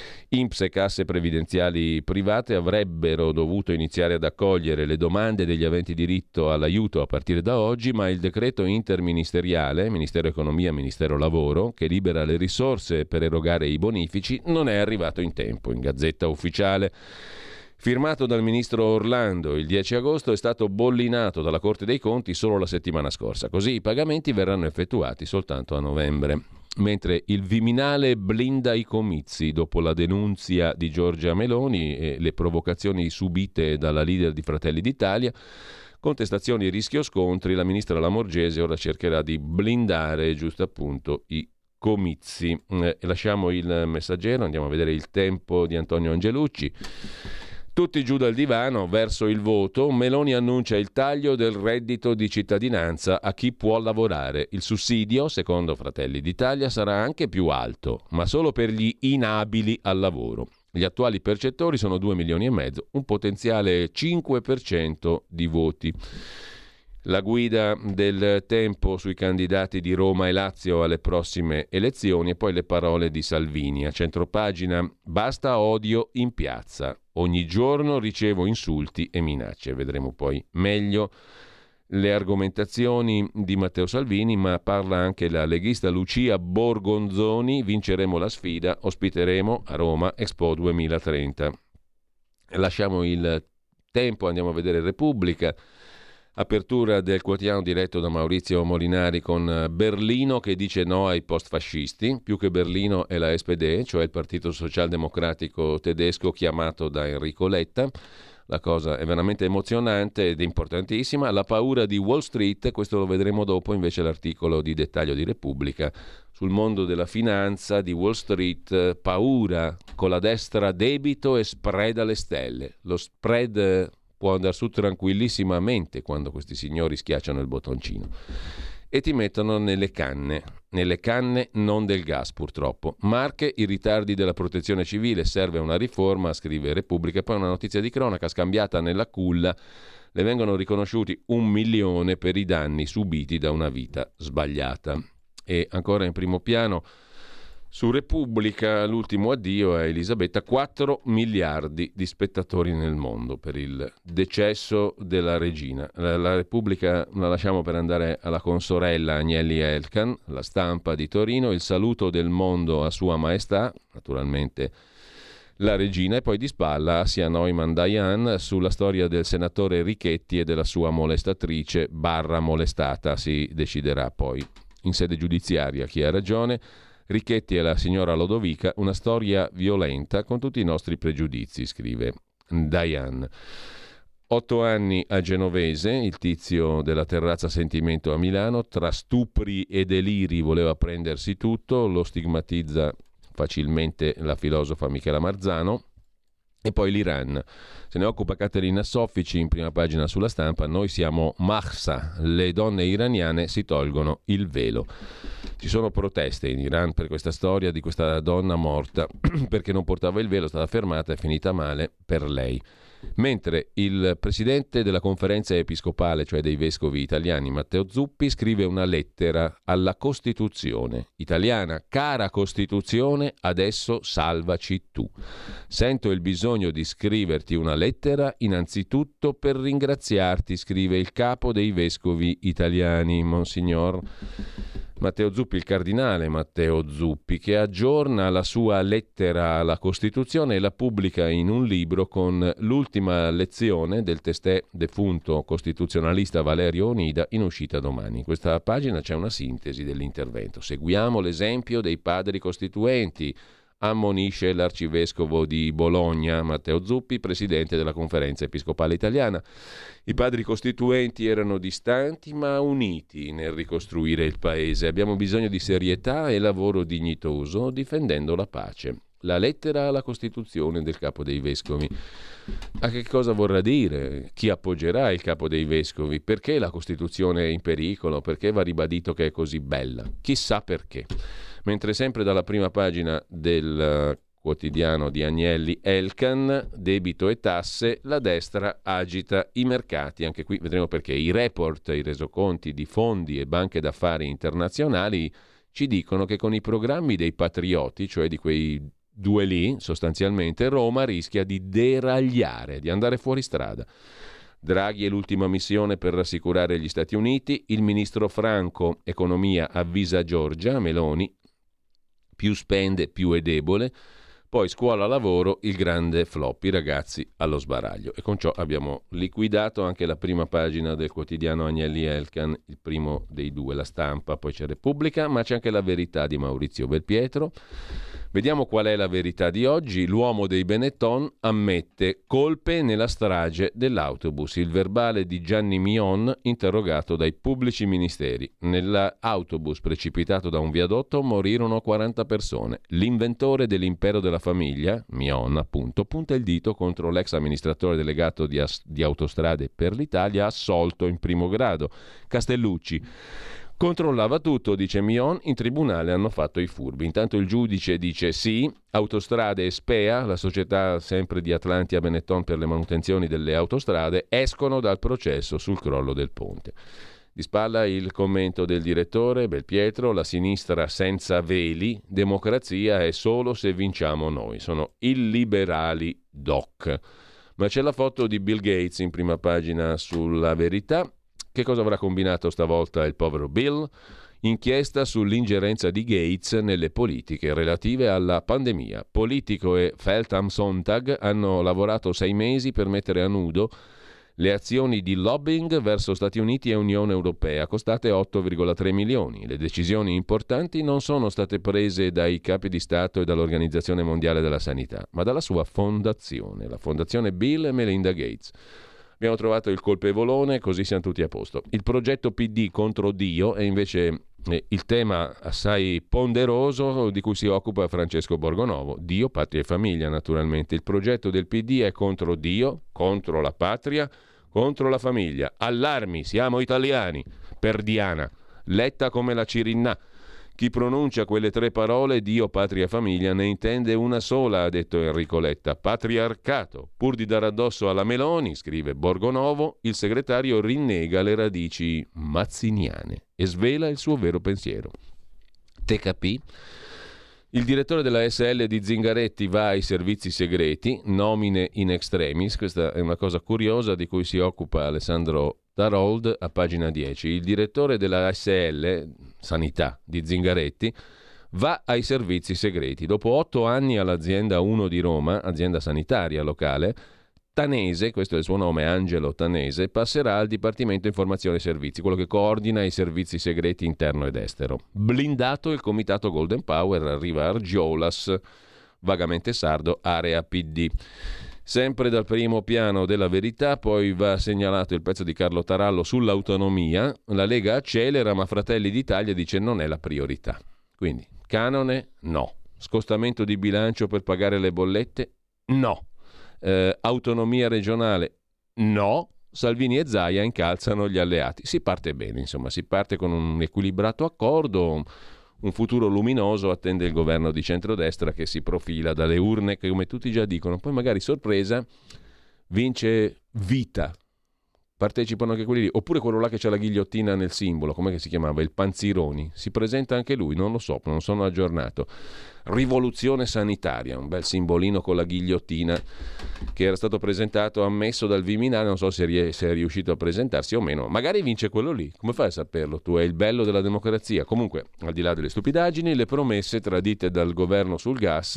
[SPEAKER 2] I N P S e casse previdenziali private avrebbero dovuto iniziare ad accogliere le domande degli aventi diritto all'aiuto a partire da oggi, ma il decreto interministeriale, Ministero Economia, Ministero Lavoro, che libera le risorse per erogare i bonifici, non è arrivato in tempo. In Gazzetta Ufficiale, firmato dal ministro Orlando il dieci agosto, è stato bollinato dalla Corte dei Conti solo la settimana scorsa. Così i pagamenti verranno effettuati soltanto a novembre. Mentre il Viminale blinda i comizi dopo la denunzia di Giorgia Meloni e le provocazioni subite dalla leader di Fratelli d'Italia, contestazioni, rischio scontri, la ministra Lamorgese ora cercherà di blindare giusto appunto i comizi. Eh, lasciamo il Messaggero, andiamo a vedere Il Tempo di Antonio Angelucci. Tutti giù dal divano verso il voto. Meloni annuncia il taglio del reddito di cittadinanza a chi può lavorare. Il sussidio, secondo Fratelli d'Italia, sarà anche più alto, ma solo per gli inabili al lavoro. Gli attuali percettori sono due milioni e mezzo, un potenziale cinque per cento di voti. La guida del Tempo sui candidati di Roma e Lazio alle prossime elezioni, e poi le parole di Salvini. A centropagina: basta odio in piazza. Ogni giorno ricevo insulti e minacce. Vedremo poi meglio le argomentazioni di Matteo Salvini, ma parla anche la leghista Lucia Borgonzoni. Vinceremo la sfida, ospiteremo a Roma Expo duemilatrenta. Lasciamo il Tempo, andiamo a vedere Repubblica. Apertura del quotidiano diretto da Maurizio Molinari con Berlino che dice no ai post-fascisti. Più che Berlino è la S P D, cioè il Partito Socialdemocratico tedesco chiamato da Enrico Letta. La cosa è veramente emozionante ed importantissima. La paura di Wall Street, questo lo vedremo dopo, invece l'articolo di dettaglio di Repubblica sul mondo della finanza di Wall Street. Paura, con la destra debito e spread alle stelle. Lo spread può andare su tranquillissimamente quando questi signori schiacciano il bottoncino e ti mettono nelle canne, nelle canne non del gas purtroppo. Marche, i ritardi della protezione civile, serve una riforma, scrive Repubblica. Poi una notizia di cronaca scambiata nella culla, le vengono riconosciuti un milione per i danni subiti da una vita sbagliata. E ancora in primo piano Su Repubblica l'ultimo addio a Elisabetta, quattro miliardi di spettatori nel mondo per il decesso della regina. La, la Repubblica la lasciamo per andare alla consorella Agnelli Elkann, La Stampa di Torino, il saluto del mondo a Sua Maestà, naturalmente la regina, e poi di spalla Asia Neumann Dayan sulla storia del senatore Richetti e della sua molestatrice barra molestata. Si deciderà poi in sede giudiziaria chi ha ragione. Richetti e la signora Lodovica, una storia violenta con tutti i nostri pregiudizi, scrive Dayan. Otto anni a Genovese, il tizio della terrazza Sentimento a Milano, tra stupri e deliri voleva prendersi tutto, lo stigmatizza facilmente la filosofa Michela Marzano. E poi l'Iran. Se ne occupa Caterina Soffici in prima pagina sulla Stampa. Noi siamo Mahsa, le donne iraniane si tolgono il velo. Ci sono proteste in Iran per questa storia di questa donna morta perché non portava il velo, è stata fermata, è finita male per lei. Mentre il presidente della conferenza episcopale, cioè dei vescovi italiani, Matteo Zuppi, scrive una lettera alla Costituzione italiana. Cara Costituzione, adesso salvaci tu. Sento il bisogno di scriverti una lettera innanzitutto per ringraziarti, scrive il capo dei vescovi italiani, Monsignor Matteo Zuppi, il cardinale Matteo Zuppi, che aggiorna la sua lettera alla Costituzione e la pubblica in un libro con l'ultima lezione del testè defunto costituzionalista Valerio Onida, in uscita domani. In questa pagina c'è una sintesi dell'intervento. Seguiamo l'esempio dei padri costituenti, ammonisce l'arcivescovo di Bologna Matteo Zuppi, presidente della Conferenza Episcopale Italiana. I padri costituenti erano distanti ma uniti nel ricostruire il paese. Abbiamo bisogno di serietà e lavoro dignitoso difendendo la pace. La lettera alla Costituzione del capo dei vescovi. A che cosa vorrà dire? Chi appoggerà il capo dei vescovi? Perché la Costituzione è in pericolo? Perché va ribadito che è così bella? Chissà perché. Mentre sempre dalla prima pagina del quotidiano di Agnelli Elkann, debito e tasse, la destra agita i mercati. Anche qui vedremo perché. I report, i resoconti di fondi e banche d'affari internazionali ci dicono che con i programmi dei patrioti, cioè di quei due lì, sostanzialmente, Roma rischia di deragliare, di andare fuori strada. Draghi è l'ultima missione per rassicurare gli Stati Uniti. Il ministro Franco, economia, avvisa Giorgia Meloni, più spende più è debole. Poi scuola lavoro, il grande flop, i ragazzi allo sbaraglio. E con ciò abbiamo liquidato anche la prima pagina del quotidiano Agnelli Elkann, il primo dei due, La Stampa, poi c'è Repubblica, ma c'è anche La Verità di Maurizio Belpietro. Vediamo qual è la verità di oggi. L'uomo dei Benetton ammette colpe nella strage dell'autobus. Il verbale di Gianni Mion, interrogato dai pubblici ministeri. Nell'autobus precipitato da un viadotto morirono quaranta persone. L'inventore dell'impero della famiglia, Mion appunto, punta il dito contro l'ex amministratore delegato di, As- di Autostrade per l'Italia, assolto in primo grado, Castellucci. Controllava tutto, dice Mion, in tribunale hanno fatto i furbi. Intanto il giudice dice sì, Autostrade e Spea, la società sempre di Atlantia Benetton per le manutenzioni delle autostrade, escono dal processo sul crollo del ponte. Di spalla il commento del direttore Belpietro, la sinistra senza veli, democrazia è solo se vinciamo noi, sono illiberali doc. Ma c'è la foto di Bill Gates in prima pagina sulla Verità. Che cosa avrà combinato stavolta il povero Bill? Inchiesta sull'ingerenza di Gates nelle politiche relative alla pandemia. Politico e Feltham Sontag hanno lavorato sei mesi per mettere a nudo le azioni di lobbying verso Stati Uniti e Unione Europea, costate otto virgola tre milioni. Le decisioni importanti non sono state prese dai capi di Stato e dall'Organizzazione Mondiale della Sanità, ma dalla sua fondazione, la Fondazione Bill e Melinda Gates. Abbiamo trovato il colpevolone, così siamo tutti a posto. Il progetto P D contro Dio è invece eh, il tema assai ponderoso di cui si occupa Francesco Borgonovo. Dio, patria e famiglia, naturalmente. Il progetto del P D è contro Dio, contro la patria, contro la famiglia. Allarmi, siamo italiani. Per Diana, letta come la Cirinna. Chi pronuncia quelle tre parole, Dio, patria e famiglia, ne intende una sola, ha detto Enrico Letta, patriarcato. Pur di dare addosso alla Meloni, scrive Borgonovo, il segretario rinnega le radici mazziniane e svela il suo vero pensiero. Te capì? Il direttore della S L di Zingaretti va ai servizi segreti, nomine in extremis, questa è una cosa curiosa di cui si occupa Alessandro Darold a pagina dieci. Il direttore della S L, Sanità, di Zingaretti, va ai servizi segreti. Dopo otto anni all'azienda uno di Roma, azienda sanitaria locale, Tanese, questo è il suo nome, Angelo Tanese, passerà al Dipartimento Informazione e Servizi, quello che coordina i servizi segreti interno ed estero. Blindato il comitato Golden Power, arriva Argiolas, vagamente sardo, area P D. Sempre dal primo piano della Verità, poi va segnalato il pezzo di Carlo Tarallo sull'autonomia. La Lega accelera, ma Fratelli d'Italia dice non è la priorità. Quindi, canone, no. Scostamento di bilancio per pagare le bollette, no. Eh, autonomia regionale, no. Salvini e Zaia incalzano gli alleati. Si parte bene, insomma, si parte con un equilibrato accordo. Un futuro luminoso attende il governo di centrodestra che si profila dalle urne, che come tutti già dicono, poi magari sorpresa vince Vita. Partecipano anche quelli lì, oppure quello là che c'ha la ghigliottina nel simbolo, com'è che si chiamava? Il Panzironi. Si presenta anche lui, non lo so, non sono aggiornato. Rivoluzione sanitaria, un bel simbolino con la ghigliottina che era stato presentato, ammesso dal Viminale, non so se, rie- se è riuscito a presentarsi o meno. Magari vince quello lì, come fai a saperlo? Tu è il bello della democrazia. Comunque, al di là delle stupidaggini, le promesse tradite dal governo sul gas,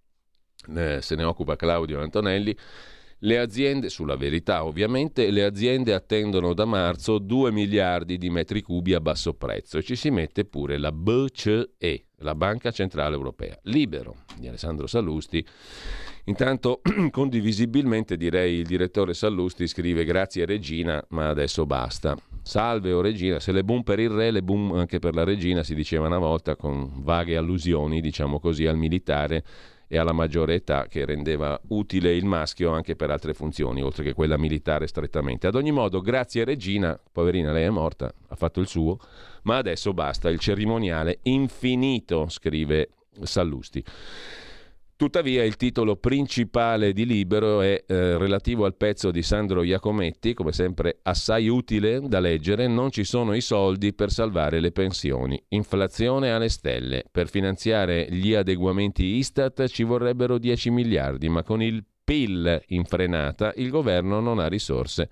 [SPEAKER 2] eh, se ne occupa Claudio Antonelli. Le aziende, sulla Verità ovviamente, le aziende attendono da marzo due miliardi di metri cubi a basso prezzo e ci si mette pure la B C E, la Banca Centrale Europea. Libero, di Alessandro Sallusti. Intanto, condivisibilmente direi, il direttore Sallusti scrive grazie Regina, ma adesso basta. Salve o Regina, se le boom per il re, le boom anche per la regina, si diceva una volta con vaghe allusioni, diciamo così, al militare e alla maggiore età che rendeva utile il maschio anche per altre funzioni, oltre che quella militare strettamente. Ad ogni modo, grazie Regina, poverina, lei è morta, ha fatto il suo, ma adesso basta, il cerimoniale infinito, scrive Sallusti. Tuttavia il titolo principale di Libero è eh, relativo al pezzo di Sandro Iacometti, come sempre assai utile da leggere. Non ci sono i soldi per salvare le pensioni. Inflazione alle stelle. Per finanziare gli adeguamenti Istat ci vorrebbero dieci miliardi, ma con il P I L in frenata il governo non ha risorse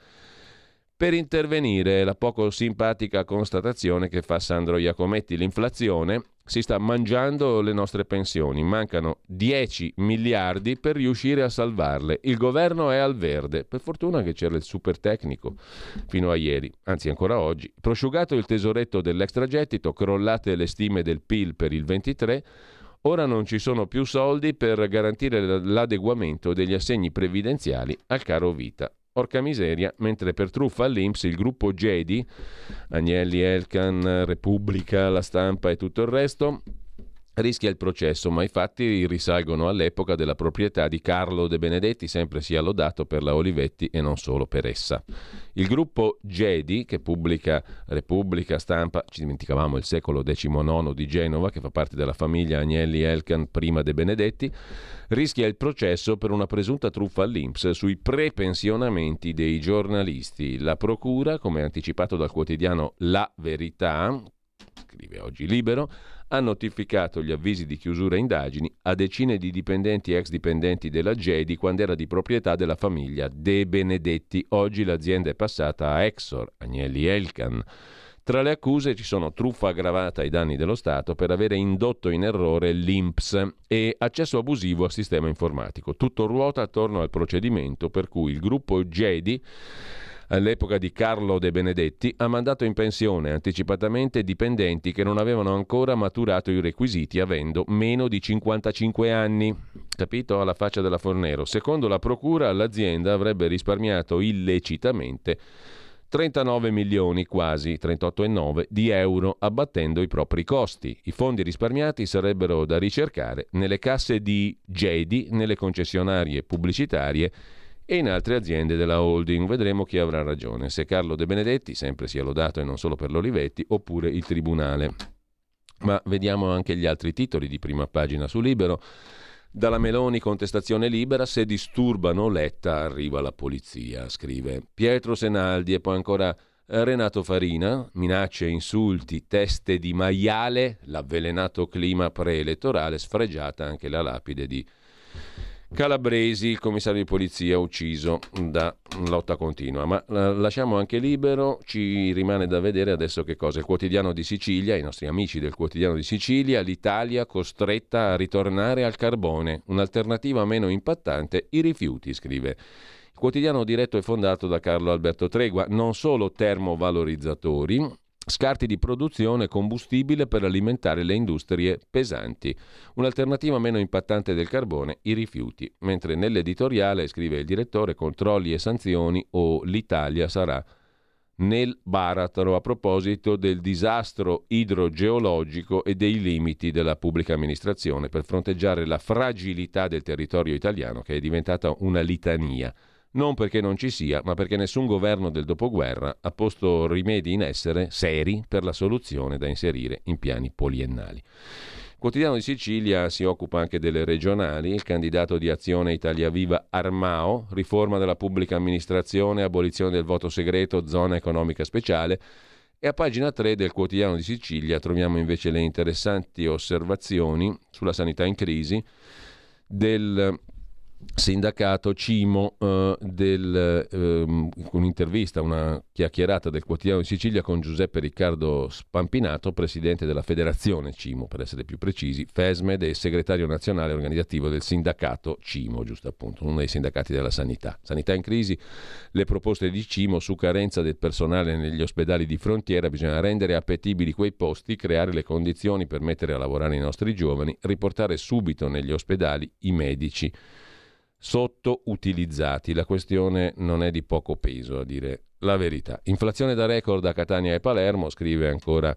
[SPEAKER 2] per intervenire. La poco simpatica constatazione che fa Sandro Iacometti: l'inflazione si sta mangiando le nostre pensioni, mancano dieci miliardi per riuscire a salvarle. Il governo è al verde, per fortuna che c'era il super tecnico fino a ieri, anzi ancora oggi. Prosciugato il tesoretto dell'extragettito, crollate le stime del P I L per il ventitré, ora non ci sono più soldi per garantire l'adeguamento degli assegni previdenziali al caro vita. Orca miseria, mentre per truffa all'I N P S il gruppo Gedi, Agnelli, Elkan, Repubblica, La Stampa e tutto il resto, rischia il processo, ma i fatti risalgono all'epoca della proprietà di Carlo De Benedetti, sempre sia lodato per la Olivetti e non solo per essa. Il gruppo Gedi, che pubblica Repubblica, Stampa, ci dimenticavamo il secolo diciannove di Genova, che fa parte della famiglia Agnelli Elkan prima De Benedetti, rischia il processo per una presunta truffa all'I N P S sui prepensionamenti dei giornalisti. La procura, come anticipato dal quotidiano La Verità, scrive oggi Libero, ha notificato gli avvisi di chiusura indagini a decine di dipendenti e ex dipendenti della Gedi quando era di proprietà della famiglia De Benedetti. Oggi l'azienda è passata a Exor, Agnelli Elkan. Tra le accuse ci sono truffa aggravata ai danni dello Stato per avere indotto in errore l'I N P S e accesso abusivo al sistema informatico. Tutto ruota attorno al procedimento per cui il gruppo Gedi, all'epoca di Carlo De Benedetti, ha mandato in pensione anticipatamente dipendenti che non avevano ancora maturato i requisiti, avendo meno di cinquantacinque anni. Capito? Alla faccia della Fornero. Secondo la procura, l'azienda avrebbe risparmiato illecitamente trentanove milioni, quasi trentotto virgola nove di euro, abbattendo i propri costi. I fondi risparmiati sarebbero da ricercare nelle casse di Gedi, nelle concessionarie pubblicitarie e in altre aziende della holding. Vedremo chi avrà ragione, se Carlo De Benedetti, sempre sia lodato e non solo per l'Olivetti, oppure il Tribunale. Ma vediamo anche gli altri titoli di prima pagina su Libero. Dalla Meloni contestazione libera, se disturbano Letta arriva la polizia, scrive Pietro Senaldi, e poi ancora Renato Farina, minacce, insulti, teste di maiale, l'avvelenato clima preelettorale, sfregiata anche la lapide di Calabresi, il commissario di polizia ucciso da lotta continua. Ma lasciamo anche libero, ci rimane da vedere adesso che cosa. Il Quotidiano di Sicilia, i nostri amici del Quotidiano di Sicilia, l'Italia costretta a ritornare al carbone, un'alternativa meno impattante, i rifiuti, scrive. Il quotidiano diretto e fondato da Carlo Alberto Tregua, non solo termovalorizzatori, scarti di produzione, combustibile per alimentare le industrie pesanti. Un'alternativa meno impattante del carbone, i rifiuti. Mentre nell'editoriale, scrive il direttore, controlli e sanzioni o l'Italia sarà nel baratro a proposito del disastro idrogeologico e dei limiti della pubblica amministrazione per fronteggiare la fragilità del territorio italiano, che è diventata una litania. Non perché non ci sia, ma perché nessun governo del dopoguerra ha posto rimedi in essere seri per la soluzione da inserire in piani poliennali. Il Quotidiano di Sicilia si occupa anche delle regionali. Il candidato di Azione Italia Viva Armao, riforma della pubblica amministrazione, abolizione del voto segreto, zona economica speciale. E a pagina tre del Quotidiano di Sicilia troviamo invece le interessanti osservazioni sulla sanità in crisi del sindacato Cimo, eh, del, eh, un'intervista, una chiacchierata del Quotidiano di Sicilia con Giuseppe Riccardo Spampinato, presidente della federazione Cimo, per essere più precisi, FESMED, e segretario nazionale organizzativo del sindacato Cimo, giusto appunto, uno dei sindacati della sanità. Sanità in crisi, le proposte di Cimo su carenza del personale negli ospedali di frontiera, bisogna rendere appetibili quei posti, creare le condizioni per mettere a lavorare i nostri giovani, riportare subito negli ospedali i medici sottoutilizzati. La questione non è di poco peso, a dire la verità. Inflazione da record a Catania e Palermo, scrive ancora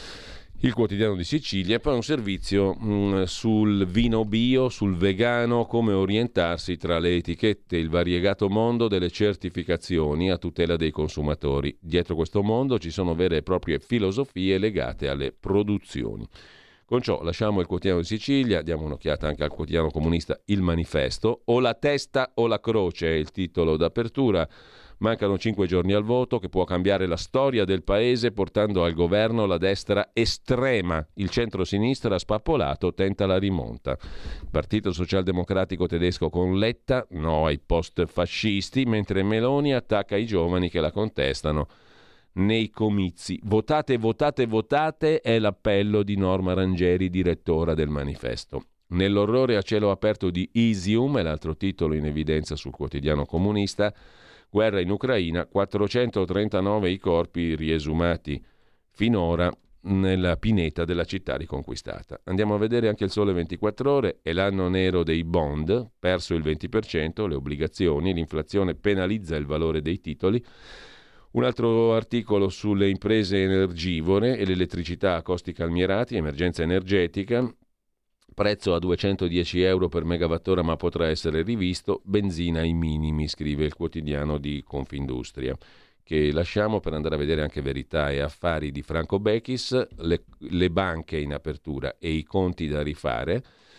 [SPEAKER 2] il Quotidiano di Sicilia, e poi un servizio mh, sul vino bio, sul vegano, come orientarsi tra le etichette, il variegato mondo delle certificazioni a tutela dei consumatori. Dietro questo mondo ci sono vere e proprie filosofie legate alle produzioni. Con ciò lasciamo il Quotidiano di Sicilia, diamo un'occhiata anche al quotidiano comunista Il Manifesto. O la testa o la croce è il titolo d'apertura. Mancano cinque giorni al voto, che può cambiare la storia del paese portando al governo la destra estrema. Il centro-sinistra spappolato tenta la rimonta. Il Partito Socialdemocratico tedesco con Letta, no ai post-fascisti, mentre Meloni attacca i giovani che la contestano nei comizi. Votate, votate, votate è l'appello di Norma Rangieri, direttora del Manifesto. Nell'orrore a cielo aperto di Isium, è l'altro titolo in evidenza sul quotidiano comunista, guerra in Ucraina, quattrocentotrentanove i corpi riesumati finora nella pineta della città riconquistata. Andiamo a vedere anche il Sole ventiquattro Ore, è l'anno nero dei bond, perso il venti per cento, le obbligazioni, l'inflazione penalizza il valore dei titoli. Un altro articolo sulle imprese energivore e l'elettricità a costi calmierati, emergenza energetica, prezzo a duecentodieci euro per megawattora ma potrà essere rivisto, benzina ai minimi, scrive il quotidiano di Confindustria, che lasciamo per andare a vedere anche Verità e Affari di Franco Bechis, le, le banche in apertura e i conti da rifare.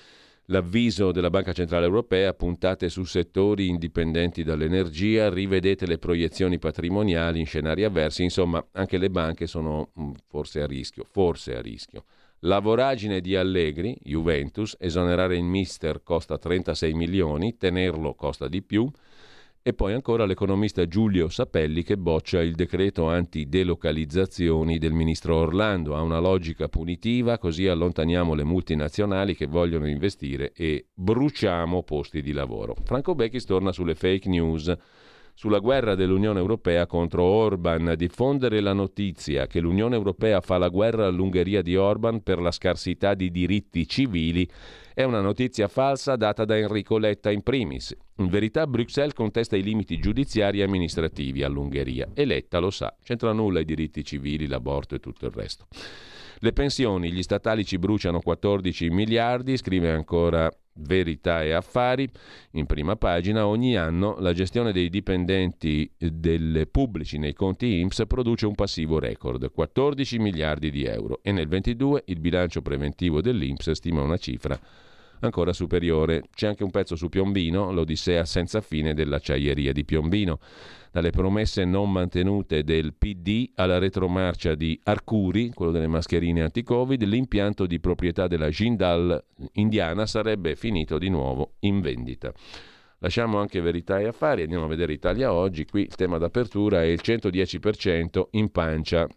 [SPEAKER 2] L'avviso della Banca Centrale Europea, puntate su settori indipendenti dall'energia, rivedete le proiezioni patrimoniali in scenari avversi, insomma anche le banche sono mh, forse a rischio, forse a rischio. La voragine di Allegri, Juventus, esonerare il mister costa trentasei milioni, tenerlo costa di più. E poi ancora l'economista Giulio Sapelli che boccia il decreto antidelocalizzazioni del ministro Orlando. Ha una logica punitiva, così allontaniamo le multinazionali che vogliono investire e bruciamo posti di lavoro. Franco Bechis torna sulle fake news, sulla guerra dell'Unione Europea contro Orban. Diffondere la notizia che l'Unione Europea fa la guerra all'Ungheria di Orban per la scarsità di diritti civili è una notizia falsa data da Enrico Letta in primis. In verità Bruxelles contesta i limiti giudiziari e amministrativi all'Ungheria e Letta lo sa, c'entra nulla i diritti civili, l'aborto e tutto il resto. Le pensioni, gli statali ci bruciano quattordici miliardi, scrive ancora Verità e Affari in prima pagina. Ogni anno la gestione dei dipendenti delle pubblici nei conti I N P S produce un passivo record, quattordici miliardi di euro, e nel ventidue il bilancio preventivo dell'I N P S stima una cifra ancora superiore. C'è anche un pezzo su Piombino, l'odissea senza fine dell'acciaieria di Piombino. Dalle promesse non mantenute del P D alla retromarcia di Arcuri, quello delle mascherine anti-Covid, l'impianto di proprietà della Jindal indiana sarebbe finito di nuovo in vendita. Lasciamo anche Verità e Affari, andiamo a vedere Italia Oggi. Qui il tema d'apertura è il centodieci per cento in pancia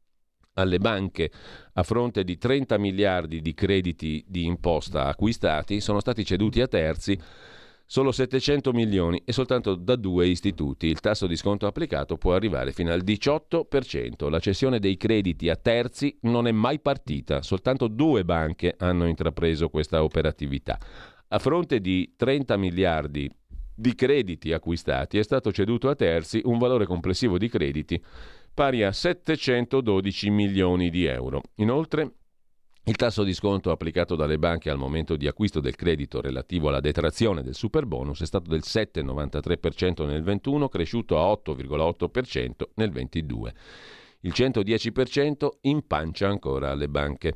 [SPEAKER 2] alle banche. A fronte di trenta miliardi di crediti di imposta acquistati, sono stati ceduti a terzi solo settecento milioni e soltanto da due istituti. Il tasso di sconto applicato può arrivare fino al diciotto per cento. La cessione dei crediti a terzi non è mai partita, soltanto due banche hanno intrapreso questa operatività. A fronte di trenta miliardi di crediti acquistati è stato ceduto a terzi un valore complessivo di crediti pari a settecentododici milioni di euro. Inoltre, il tasso di sconto applicato dalle banche al momento di acquisto del credito relativo alla detrazione del superbonus è stato del sette virgola novantatré per cento nel ventuno, cresciuto a otto virgola otto per cento nel ventidue. Il centodieci per cento impancia ancora alle banche.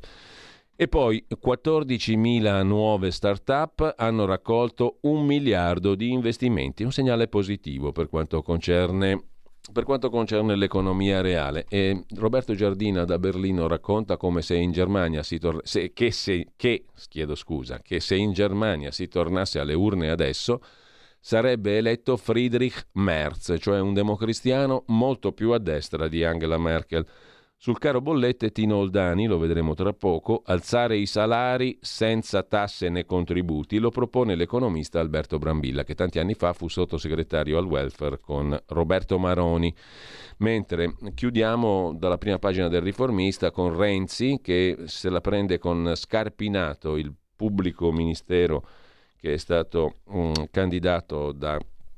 [SPEAKER 2] E poi quattordicimila nuove start-up hanno raccolto un miliardo di investimenti, un segnale positivo per quanto concerne Per quanto concerne l'economia reale. E Roberto Giardina da Berlino racconta come se in Germania si tor- se, che, se, che, chiedo scusa, che se in Germania si tornasse alle urne adesso sarebbe eletto Friedrich Merz, cioè un democristiano molto più a destra di Angela Merkel. Sul caro bollette Tino Oldani, lo vedremo tra poco, alzare i salari senza tasse né contributi, lo propone l'economista Alberto Brambilla, che tanti anni fa fu sottosegretario al welfare con Roberto Maroni. Mentre chiudiamo dalla prima pagina del Riformista con Renzi, che se la prende con Scarpinato, il pubblico ministero che è stato um, candidato da...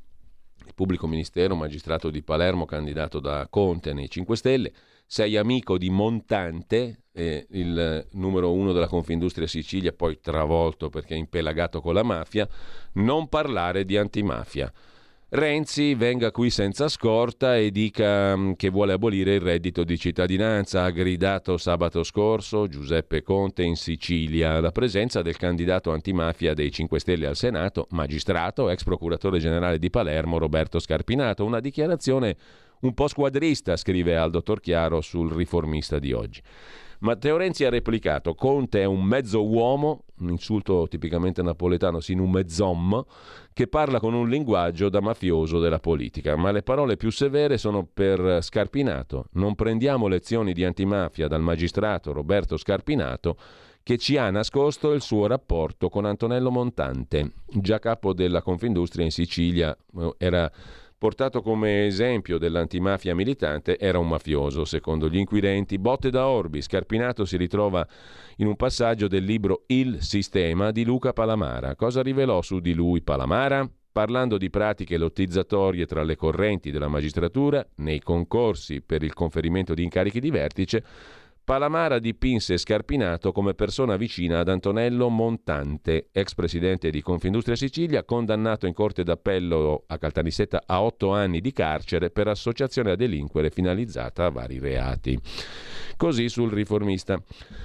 [SPEAKER 2] il pubblico ministero, magistrato di Palermo, candidato da Conte nei cinque Stelle. Sei amico di Montante, eh, il numero uno della Confindustria Sicilia, poi travolto perché è impelagato con la mafia, non parlare di antimafia. Renzi venga qui senza scorta e dica che vuole abolire il reddito di cittadinanza, ha gridato sabato scorso Giuseppe Conte in Sicilia, alla presenza del candidato antimafia dei cinque Stelle al Senato, magistrato, ex procuratore generale di Palermo Roberto Scarpinato. Una dichiarazione un po' squadrista, scrive Aldo Torchiaro sul Riformista di oggi. Matteo Renzi ha replicato: Conte è un mezzo uomo, un insulto tipicamente napoletano, sin un mezzom, che parla con un linguaggio da mafioso della politica. Ma le parole più severe sono per Scarpinato. Non prendiamo lezioni di antimafia dal magistrato Roberto Scarpinato, che ci ha nascosto il suo rapporto con Antonello Montante, già capo della Confindustria in Sicilia. Era portato come esempio dell'antimafia militante, era un mafioso, secondo gli inquirenti. Botte da Orbi, Scarpinato si ritrova in un passaggio del libro Il Sistema di Luca Palamara. Cosa rivelò su di lui Palamara? Parlando di pratiche lottizzatorie tra le correnti della magistratura, nei concorsi per il conferimento di incarichi di vertice, Palamara dipinse Scarpinato come persona vicina ad Antonello Montante, ex presidente di Confindustria Sicilia, condannato in corte d'appello a Caltanissetta a otto anni di carcere per associazione a delinquere finalizzata a vari reati. Così sul Riformista.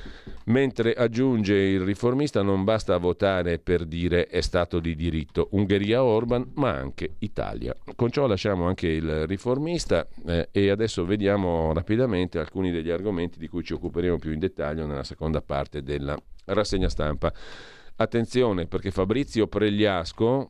[SPEAKER 2] Mentre aggiunge il Riformista, non basta votare per dire è stato di diritto Ungheria Orban, ma anche Italia. Con ciò lasciamo anche il Riformista eh, e adesso vediamo rapidamente alcuni degli argomenti di cui ci occuperemo più in dettaglio nella seconda parte della rassegna stampa. Attenzione, perché Fabrizio Pregliasco,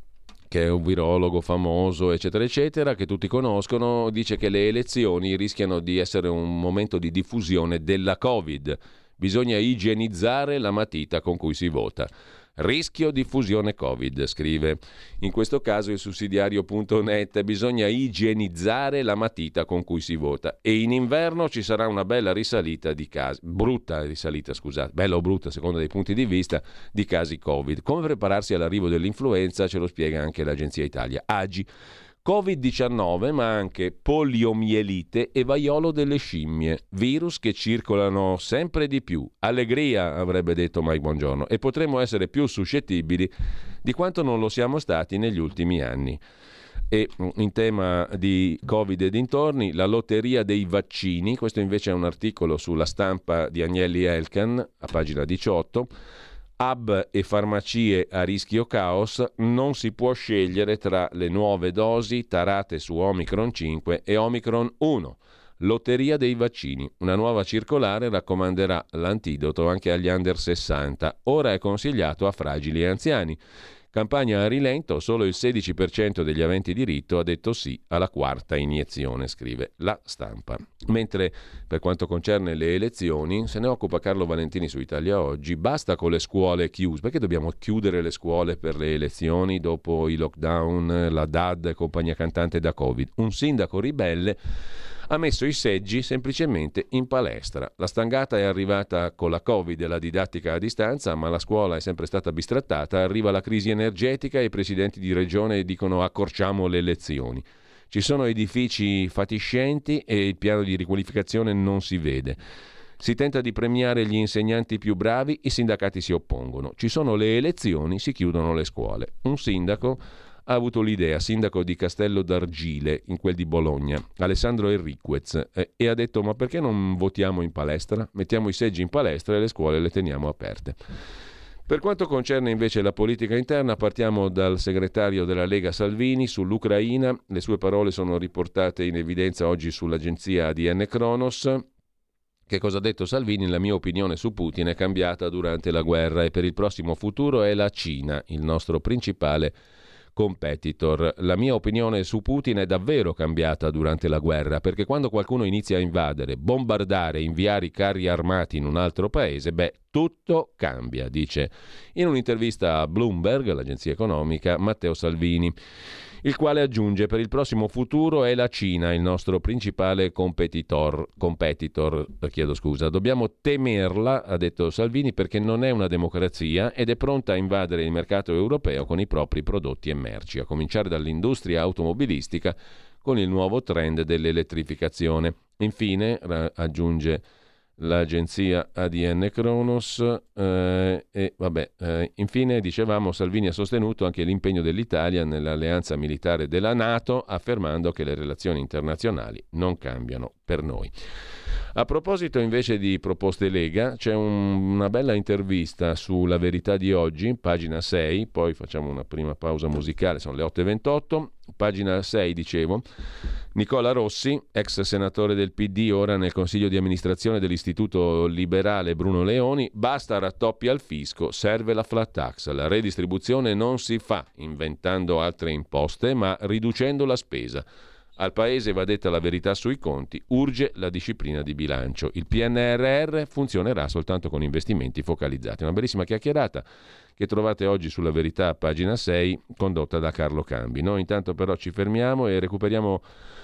[SPEAKER 2] che è un virologo famoso, eccetera, eccetera, che tutti conoscono, dice che le elezioni rischiano di essere un momento di diffusione della Covid. Bisogna igienizzare la matita con cui si vota. Rischio diffusione Covid, scrive in questo caso il sussidiario punto net. Bisogna igienizzare la matita con cui si vota e in inverno ci sarà una bella risalita di casi, brutta risalita scusate, bella o brutta a seconda dei punti di vista, di casi Covid. Come prepararsi all'arrivo dell'influenza ce lo spiega anche l'Agenzia Italia Agi. covid diciannove, ma anche poliomielite e vaiolo delle scimmie, virus che circolano sempre di più. Allegria, avrebbe detto Mike Bongiorno, e potremmo essere più suscettibili di quanto non lo siamo stati negli ultimi anni. E in tema di Covid e dintorni, la lotteria dei vaccini, questo invece è un articolo sulla Stampa di Agnelli Elkan, a pagina diciotto. hub e farmacie a rischio caos, non si può scegliere tra le nuove dosi tarate su Omicron cinque e Omicron uno. Lotteria dei vaccini. Una nuova circolare raccomanderà l'antidoto anche agli under sessanta. Ora è consigliato a fragili e anziani. Campagna a rilento, solo il sedici per cento degli aventi diritto ha detto sì alla quarta iniezione, scrive La Stampa. Mentre per quanto concerne le elezioni, se ne occupa Carlo Valentini su Italia Oggi. Basta con le scuole chiuse. Perché dobbiamo chiudere le scuole per le elezioni dopo i lockdown, la D A D e compagnia cantante da Covid? Un sindaco ribelle ha messo i seggi semplicemente in palestra. La stangata è arrivata con la Covid e la didattica a distanza, ma la scuola è sempre stata bistrattata. Arriva la crisi energetica e i presidenti di regione dicono accorciamo le lezioni. Ci sono edifici fatiscenti e il piano di riqualificazione non si vede. Si tenta di premiare gli insegnanti più bravi, i sindacati si oppongono. Ci sono le elezioni, si chiudono le scuole. Un sindaco ha avuto l'idea, sindaco di Castello d'Argile, in quel di Bologna, Alessandro Enriquez, eh, e ha detto ma perché non votiamo in palestra? Mettiamo i seggi in palestra e le scuole le teniamo aperte. Per quanto concerne invece la politica interna, partiamo dal segretario della Lega Salvini sull'Ucraina. Le sue parole sono riportate in evidenza oggi sull'agenzia A D N Kronos. Che cosa ha detto Salvini? La mia opinione su Putin è cambiata durante la guerra e per il prossimo futuro è la Cina, il nostro principale competitor. La mia opinione su Putin è davvero cambiata durante la guerra, perché quando qualcuno inizia a invadere, bombardare, inviare i carri armati in un altro paese, beh, tutto cambia, dice in un'intervista a Bloomberg, l'agenzia economica, Matteo Salvini, il quale aggiunge: per il prossimo futuro è la Cina il nostro principale competitor, competitor, chiedo scusa. Dobbiamo temerla, ha detto Salvini, perché non è una democrazia ed è pronta a invadere il mercato europeo con i propri prodotti e merci, a cominciare dall'industria automobilistica con il nuovo trend dell'elettrificazione. Infine, ra- aggiunge l'agenzia A D N Kronos eh, e vabbè, eh, infine dicevamo Salvini ha sostenuto anche l'impegno dell'Italia nell'alleanza militare della NATO, affermando che le relazioni internazionali non cambiano per noi. A proposito invece di proposte Lega, c'è un, una bella intervista sulla Verità di oggi, pagina sei, poi facciamo una prima pausa musicale, sono le otto e ventotto, pagina sei dicevo, Nicola Rossi, ex senatore del P D, ora nel consiglio di amministrazione dell'Istituto Liberale Bruno Leoni, basta rattoppi al fisco, serve la flat tax, la redistribuzione non si fa inventando altre imposte ma riducendo la spesa. Al Paese va detta la verità sui conti, urge la disciplina di bilancio. Il P N R R funzionerà soltanto con investimenti focalizzati. Una bellissima chiacchierata che trovate oggi sulla Verità, pagina sei, condotta da Carlo Cambi. Noi intanto però ci fermiamo e recuperiamo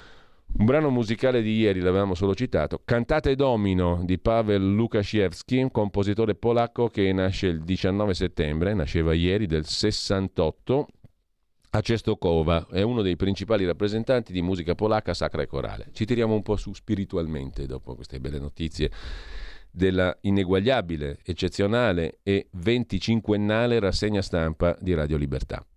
[SPEAKER 2] un brano musicale di ieri, l'avevamo solo citato, Cantate Domino di Paweł Lukasiewski, un compositore polacco che nasce il diciannove settembre, nasceva ieri del sessantotto, a Częstochowa, è uno dei principali rappresentanti di musica polacca sacra e corale. Ci tiriamo un po' su spiritualmente dopo queste belle notizie della ineguagliabile, eccezionale e venticinquennale rassegna stampa di Radio Libertà.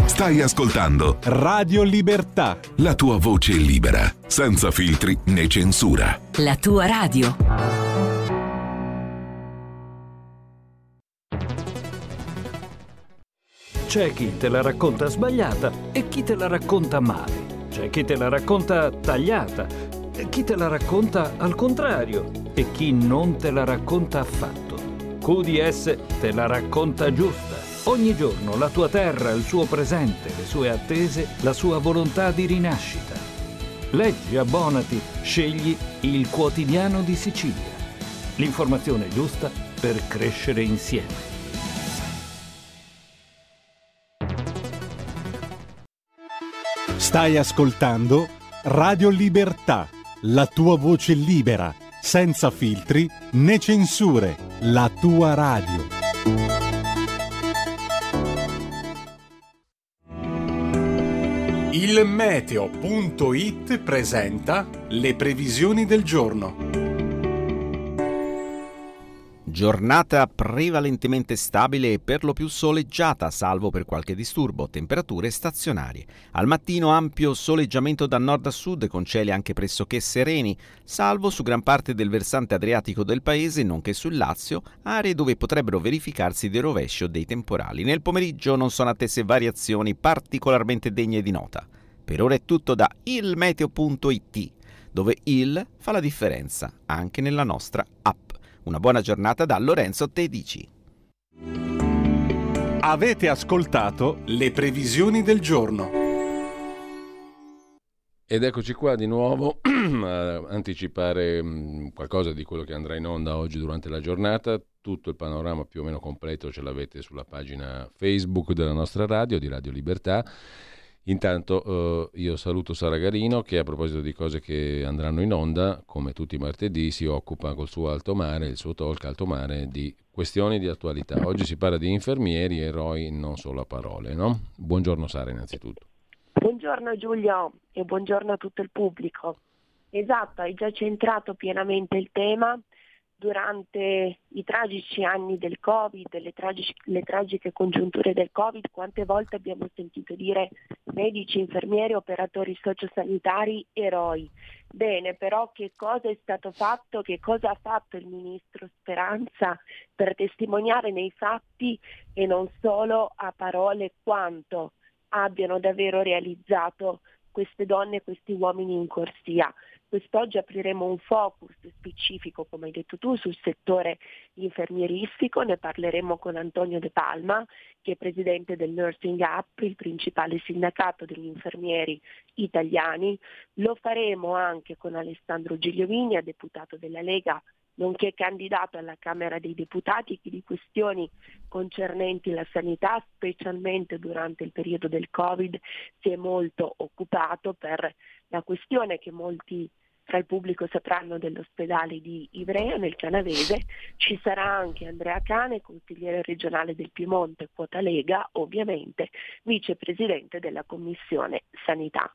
[SPEAKER 3] Stai ascoltando
[SPEAKER 1] Radio Libertà.
[SPEAKER 3] La tua voce libera, senza filtri né censura.
[SPEAKER 4] La tua radio.
[SPEAKER 5] C'è chi te la racconta sbagliata e chi te la racconta male. C'è chi te la racconta tagliata e chi te la racconta al contrario e chi non te la racconta affatto. Q D S te la racconta giusta. Ogni giorno la tua terra, il suo presente, le sue attese, la sua volontà di rinascita. Leggi, abbonati, scegli Il Quotidiano di Sicilia. L'informazione giusta per crescere insieme.
[SPEAKER 1] Stai ascoltando Radio Libertà, la tua voce libera, senza filtri né censure, la tua radio. Il meteo punto it presenta le previsioni del giorno.
[SPEAKER 6] Giornata prevalentemente stabile e per lo più soleggiata, salvo per qualche disturbo, temperature stazionarie. Al mattino ampio soleggiamento da nord a sud con cieli anche pressoché sereni, salvo su gran parte del versante adriatico del paese, nonché sul Lazio, aree dove potrebbero verificarsi dei rovesci o dei temporali. Nel pomeriggio non sono attese variazioni particolarmente degne di nota. Per ora è tutto da il meteo punto it, dove il fa la differenza anche nella nostra app. Una buona giornata da Lorenzo Tedici.
[SPEAKER 1] Avete ascoltato le previsioni del giorno.
[SPEAKER 2] Ed eccoci qua di nuovo a anticipare mh, qualcosa di quello che andrà in onda oggi durante la giornata. Tutto il panorama più o meno completo ce l'avete sulla pagina Facebook della nostra radio, di Radio Libertà. Intanto eh, io saluto Sara Garino, che a proposito di cose che andranno in onda, come tutti i martedì, si occupa col suo Alto Mare, il suo talk Alto Mare, di questioni di attualità. Oggi si parla di infermieri, eroi, non solo a parole, no? Buongiorno Sara innanzitutto.
[SPEAKER 7] Buongiorno Giulio e buongiorno a tutto il pubblico. Esatto, hai già centrato pienamente il tema. Durante i tragici anni del Covid, le, tragici, le tragiche congiunture del Covid, quante volte abbiamo sentito dire medici, infermieri, operatori sociosanitari, eroi. Bene, però che cosa è stato fatto, che cosa ha fatto il ministro Speranza per testimoniare nei fatti e non solo a parole quanto abbiano davvero realizzato queste donne e questi uomini in corsia. Quest'oggi apriremo un focus specifico, come hai detto tu, sul settore infermieristico. Ne parleremo con Antonio De Palma, che è presidente del Nursing Up, il principale sindacato degli infermieri italiani. Lo faremo anche con Alessandro Gigliovini, deputato della Lega, nonché candidato alla Camera dei Deputati, che di questioni concernenti la sanità, specialmente durante il periodo del Covid, si è molto occupato per la questione che molti tra il pubblico sapranno dell'ospedale di Ivrea nel Canavese. Ci sarà anche Andrea Cane, consigliere regionale del Piemonte, quota Lega, ovviamente vicepresidente della Commissione Sanità.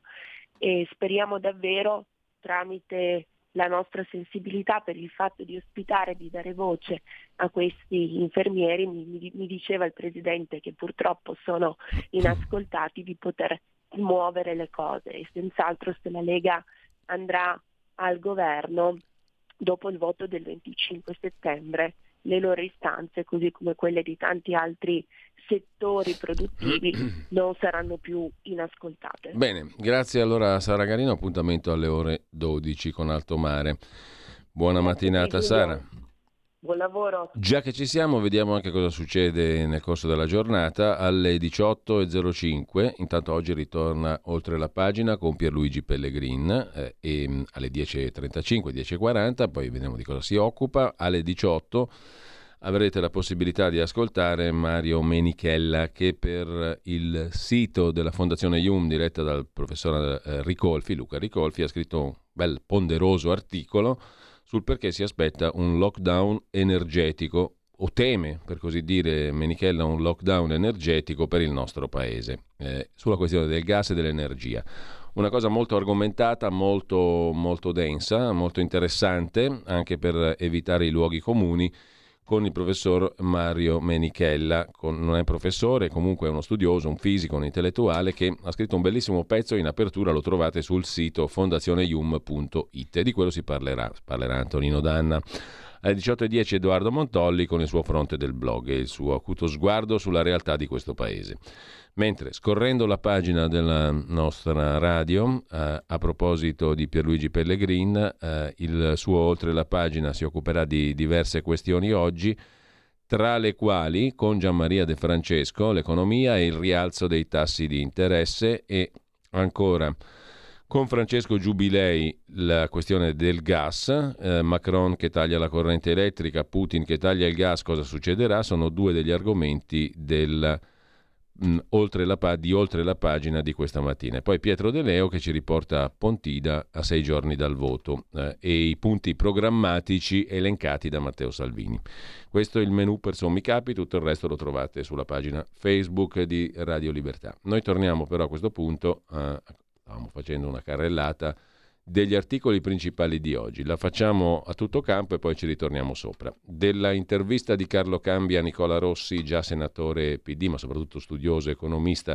[SPEAKER 7] E speriamo davvero, tramite la nostra sensibilità per il fatto di ospitare, di dare voce a questi infermieri, mi, mi diceva il Presidente che purtroppo sono inascoltati, di poter muovere le cose. E senz'altro, se la Lega andrà al governo dopo il voto del venticinque settembre, le loro istanze, così come quelle di tanti altri settori produttivi, non saranno più inascoltate.
[SPEAKER 2] Bene, grazie allora a Sara Garino, appuntamento alle ore dodici con Alto Mare. Buona grazie mattinata Sara.
[SPEAKER 7] Buon lavoro.
[SPEAKER 2] Già che ci siamo, vediamo anche cosa succede nel corso della giornata. Alle diciotto e zero cinque, intanto oggi ritorna Oltre la pagina con Pierluigi Pellegrin, eh, e alle dieci e trentacinque, dieci e quaranta, poi vediamo di cosa si occupa. Alle diciotto avrete la possibilità di ascoltare Mario Menichella, che per il sito della Fondazione Ium, diretta dal professor Ricolfi, Luca Ricolfi, ha scritto un bel ponderoso articolo sul perché si aspetta un lockdown energetico, o teme, per così dire, Menichella, un lockdown energetico per il nostro paese, eh, sulla questione del gas e dell'energia. Una cosa molto argomentata, molto, molto densa, molto interessante, anche per evitare i luoghi comuni, con il professor Mario Menichella. Con, non è professore, comunque è uno studioso, un fisico, un intellettuale che ha scritto un bellissimo pezzo, in apertura lo trovate sul sito fondazione ium punto it, e di quello si parlerà, parlerà Antonino Danna. Alle diciotto e dieci Edoardo Montolli con il suo fronte del blog e il suo acuto sguardo sulla realtà di questo paese. Mentre, scorrendo la pagina della nostra radio, eh, a proposito di Pierluigi Pellegrin, eh, il suo Oltre la pagina si occuperà di diverse questioni oggi, tra le quali, con Gianmaria De Francesco, l'economia e il rialzo dei tassi di interesse, e ancora con Francesco Giubilei la questione del gas, eh, Macron che taglia la corrente elettrica, Putin che taglia il gas, cosa succederà? Sono due degli argomenti del mh, oltre la, di oltre la pagina di questa mattina. E poi Pietro De Leo che ci riporta a Pontida a sei giorni dal voto eh, e i punti programmatici elencati da Matteo Salvini. Questo è il menù per Sommi Capi, tutto il resto lo trovate sulla pagina Facebook di Radio Libertà. Noi torniamo però a questo punto a Stavamo facendo una carrellata degli articoli principali di oggi. La facciamo a tutto campo e poi ci ritorniamo sopra. Della intervista di Carlo Cambi a Nicola Rossi, già senatore P D, ma soprattutto studioso economista,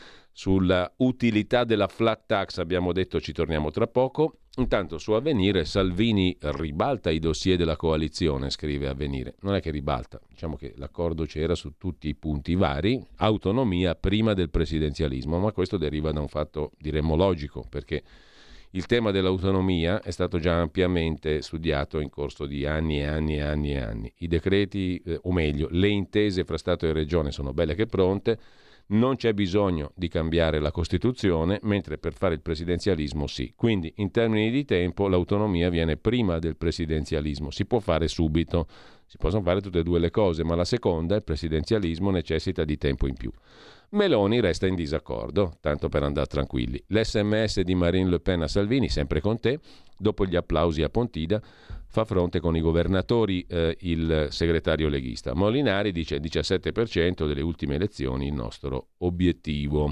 [SPEAKER 2] sulla utilità della flat tax, abbiamo detto ci torniamo tra poco. Intanto su Avvenire, Salvini ribalta i dossier della coalizione, scrive Avvenire. Non è che ribalta, diciamo che l'accordo c'era su tutti i punti vari, autonomia prima del presidenzialismo, ma questo deriva da un fatto, diremmo, logico, perché il tema dell'autonomia è stato già ampiamente studiato in corso di anni e anni e anni e anni. I decreti, eh, o meglio, le intese fra Stato e Regione sono belle che pronte. Non c'è bisogno di cambiare la Costituzione, mentre per fare il presidenzialismo sì. Quindi, in termini di tempo, l'autonomia viene prima del presidenzialismo. Si può fare subito, si possono fare tutte e due le cose, ma la seconda, il presidenzialismo, necessita di tempo in più. Meloni resta in disaccordo, tanto per andare tranquilli. L'esse emme esse di Marine Le Pen a Salvini, sempre con te, dopo gli applausi a Pontida, fa fronte con i governatori eh, il segretario leghista. Molinari dice diciassette per cento delle ultime elezioni il nostro obiettivo.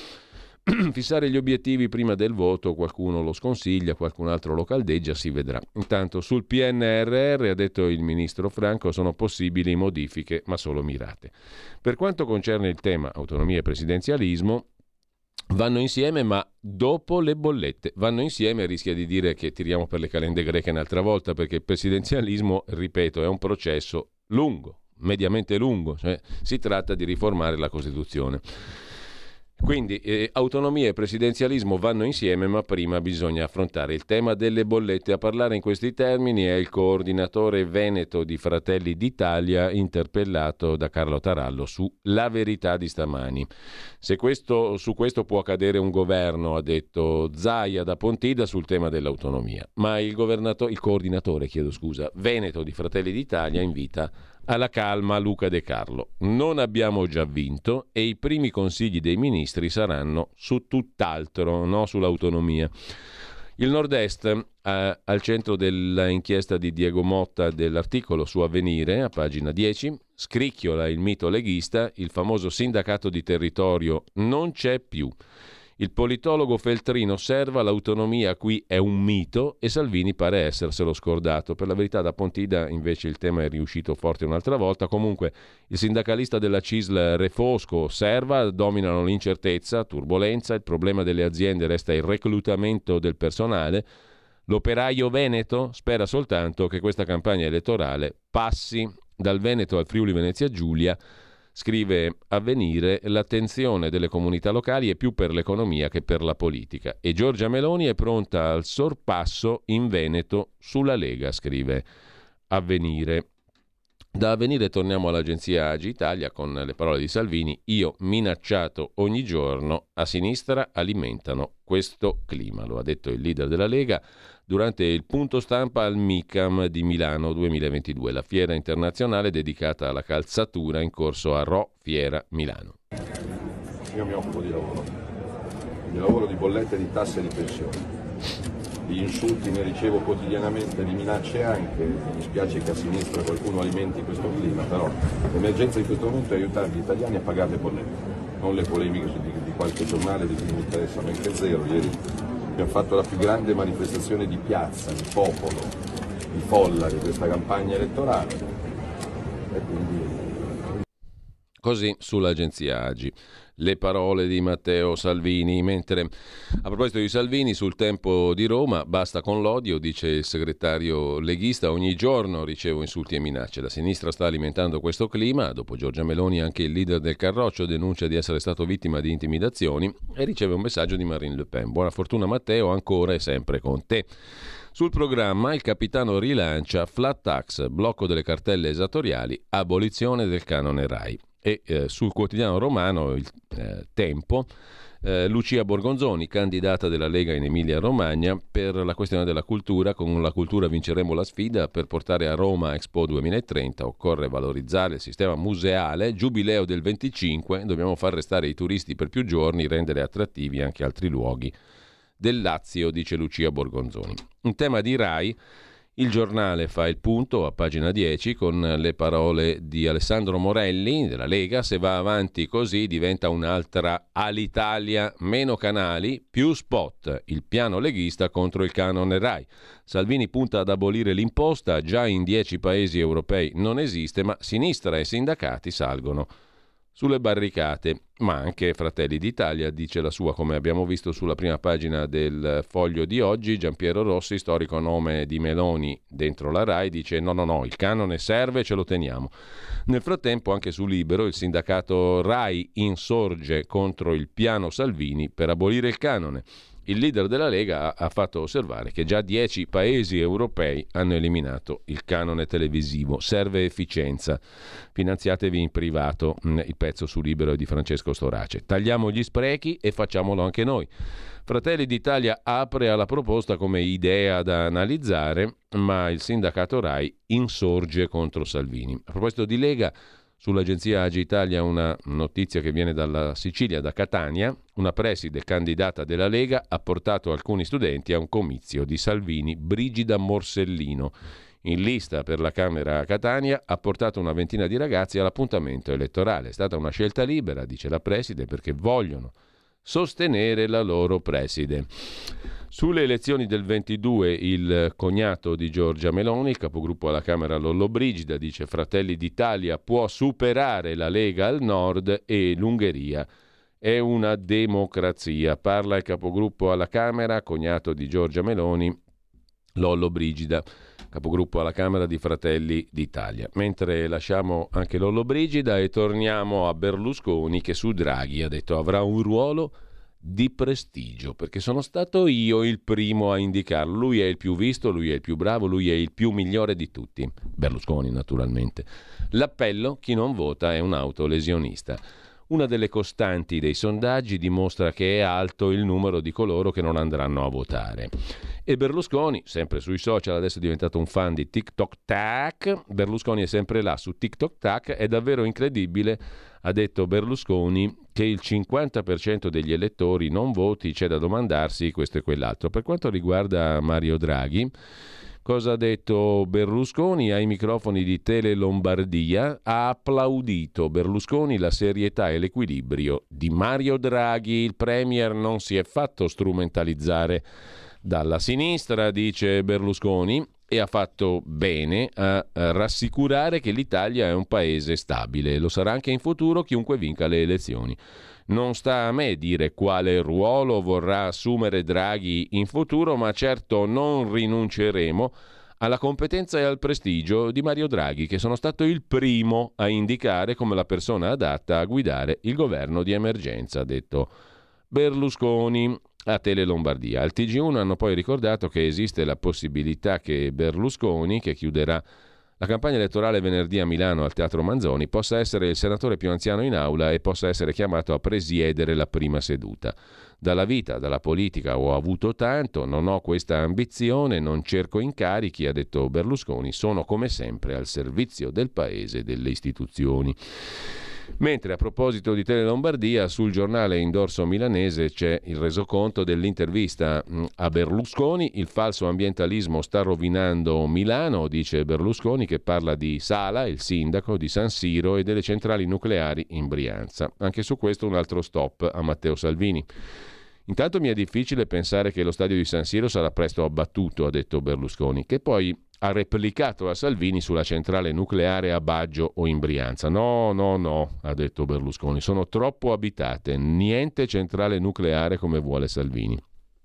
[SPEAKER 2] Fissare gli obiettivi prima del voto, qualcuno lo sconsiglia, qualcun altro lo caldeggia, si vedrà. Intanto sul P N R R, ha detto il ministro Franco, sono possibili modifiche, ma solo mirate. Per quanto concerne il tema autonomia e presidenzialismo, vanno insieme, ma dopo le bollette. Vanno insieme rischia di dire che tiriamo per le calende greche un'altra volta, perché il presidenzialismo, ripeto, è un processo lungo, mediamente lungo, cioè si tratta di riformare la Costituzione. Quindi eh, autonomia e presidenzialismo vanno insieme, ma prima bisogna affrontare il tema delle bollette. A parlare in questi termini è il coordinatore veneto di Fratelli d'Italia, interpellato da Carlo Tarallo su La Verità di stamani. Se questo, su questo può cadere un governo, ha detto Zaia da Pontida sul tema dell'autonomia, ma il, governato- il coordinatore chiedo scusa, veneto di Fratelli d'Italia invita alla calma Luca De Carlo. Non abbiamo già vinto e i primi consigli dei ministri saranno su tutt'altro, no sull'autonomia. Il Nord-Est, eh, al centro dell'inchiesta di Diego Motta dell'articolo su Avvenire, a pagina dieci, scricchiola il mito leghista, il famoso sindacato di territorio non c'è più. Il politologo Feltrin osserva l'autonomia qui è un mito e Salvini pare esserselo scordato. Per la verità da Pontida invece il tema è riuscito forte un'altra volta. Comunque il sindacalista della C I S L Refosco osserva, dominano l'incertezza, turbolenza, il problema delle aziende resta il reclutamento del personale. L'operaio veneto spera soltanto che questa campagna elettorale passi dal Veneto al Friuli Venezia Giulia. Scrive Avvenire, l'attenzione delle comunità locali è più per l'economia che per la politica e Giorgia Meloni è pronta al sorpasso in Veneto sulla Lega, scrive Avvenire. Da Avvenire torniamo all'agenzia Agi Italia con le parole di Salvini, io minacciato ogni giorno, a sinistra alimentano questo clima, lo ha detto il leader della Lega durante il punto stampa al MICAM di Milano duemilaventidue, la fiera internazionale dedicata alla calzatura in corso a Ro Fiera Milano.
[SPEAKER 4] Io mi occupo di lavoro, mi lavoro di bollette, di tasse e di pensioni. Di insulti ne ricevo quotidianamente, di minacce anche, mi spiace che a sinistra qualcuno alimenti questo clima, però l'emergenza in questo momento è aiutare gli italiani a pagare le bollette, non le polemiche di, di qualche giornale di cui mi interessa men che zero. Ieri abbiamo fatto la più grande manifestazione di piazza, di popolo, di folla di questa campagna elettorale E quindi...
[SPEAKER 2] Così sull'agenzia Agi le parole di Matteo Salvini. Mentre a proposito di Salvini, sul Tempo di Roma, basta con l'odio, dice il segretario leghista, ogni giorno ricevo insulti e minacce. La sinistra sta alimentando questo clima, dopo Giorgia Meloni anche il leader del Carroccio denuncia di essere stato vittima di intimidazioni e riceve un messaggio di Marine Le Pen. Buona fortuna Matteo, ancora e sempre con te. Sul programma il capitano rilancia flat tax, blocco delle cartelle esattoriali, abolizione del canone RAI. E eh, sul quotidiano romano Il eh, Tempo, eh, Lucia Borgonzoni, candidata della Lega in Emilia-Romagna per la questione della cultura. Con la cultura vinceremo la sfida. Per portare a Roma Expo duemilatrenta occorre valorizzare il sistema museale. Giubileo del venticinque, dobbiamo far restare i turisti per più giorni, rendere attrattivi anche altri luoghi del Lazio, dice Lucia Borgonzoni. In tema di RAI, il Giornale fa il punto a pagina dieci con le parole di Alessandro Morelli della Lega: se va avanti così diventa un'altra Alitalia, meno canali, più spot, il piano leghista contro il canone RAI. Salvini punta ad abolire l'imposta, già in dieci paesi europei non esiste, ma sinistra e sindacati salgono sulle barricate, ma anche Fratelli d'Italia dice la sua, come abbiamo visto sulla prima pagina del Foglio di oggi. Giampiero Rossi, storico nome di Meloni dentro la RAI, dice no no no, il canone serve, ce lo teniamo. Nel frattempo anche su Libero il sindacato RAI insorge contro il piano Salvini per abolire il canone. Il leader della Lega ha fatto osservare che già dieci paesi europei hanno eliminato il canone televisivo. Serve efficienza. Finanziatevi in privato. Il pezzo su Libero è di Francesco Storace. Tagliamo gli sprechi e facciamolo anche noi. Fratelli d'Italia apre alla proposta come idea da analizzare, ma il sindacato RAI insorge contro Salvini. A proposito di Lega, sull'agenzia Agi Italia una notizia che viene dalla Sicilia, da Catania. Una preside candidata della Lega ha portato alcuni studenti a un comizio di Salvini. Brigida Morsellino, in lista per la Camera a Catania, ha portato una ventina di ragazzi all'appuntamento elettorale. È stata una scelta libera, dice la preside, perché vogliono sostenere la loro preside. Sulle elezioni del ventidue il cognato di Giorgia Meloni, il capogruppo alla Camera Lollobrigida, dice Fratelli d'Italia può superare la Lega al nord e l'Ungheria è una democrazia. Parla il capogruppo alla Camera, cognato di Giorgia Meloni, Lollobrigida, capogruppo alla Camera di Fratelli d'Italia. Mentre lasciamo anche Lollobrigida e torniamo a Berlusconi, che su Draghi ha detto avrà un ruolo di prestigio, perché sono stato io il primo a indicarlo. Lui è il più visto, lui è il più bravo, lui è il più migliore di tutti. Berlusconi, naturalmente. L'appello: chi non vota è un autolesionista. Una delle costanti dei sondaggi dimostra che è alto il numero di coloro che non andranno a votare. E Berlusconi, sempre sui social, adesso è diventato un fan di TikTok Tac. Berlusconi è sempre là su TikTok Tac. È davvero incredibile, ha detto Berlusconi, che il cinquanta per cento degli elettori non voti. C'è da domandarsi questo e quell'altro. Per quanto riguarda Mario Draghi, cosa ha detto Berlusconi ai microfoni di Tele Lombardia? Ha applaudito Berlusconi la serietà e l'equilibrio di Mario Draghi. Il premier non si è fatto strumentalizzare dalla sinistra, dice Berlusconi, e ha fatto bene a rassicurare che l'Italia è un paese stabile. Lo sarà anche in futuro chiunque vinca le elezioni. Non sta a me dire quale ruolo vorrà assumere Draghi in futuro, ma certo non rinunceremo alla competenza e al prestigio di Mario Draghi, che sono stato il primo a indicare come la persona adatta a guidare il governo di emergenza, ha detto Berlusconi a Tele Lombardia. Al T G uno hanno poi ricordato che esiste la possibilità che Berlusconi, che chiuderà la campagna elettorale venerdì a Milano al Teatro Manzoni, possa essere il senatore più anziano in aula e possa essere chiamato a presiedere la prima seduta. Dalla vita, dalla politica ho avuto tanto, non ho questa ambizione, non cerco incarichi, ha detto Berlusconi, sono come sempre al servizio del paese e delle istituzioni. Mentre a proposito di Tele Lombardia, sul giornale in dorso milanese c'è il resoconto dell'intervista a Berlusconi. Il falso ambientalismo sta rovinando Milano, dice Berlusconi, che parla di Sala, il sindaco, di San Siro e delle centrali nucleari in Brianza. Anche su questo un altro stop a Matteo Salvini. Intanto mi è difficile pensare che lo stadio di San Siro sarà presto abbattuto, ha detto Berlusconi, che poi ha replicato a Salvini sulla centrale nucleare a Baggio o in Brianza. No, no, no, ha detto Berlusconi, sono troppo abitate, niente centrale nucleare come vuole Salvini.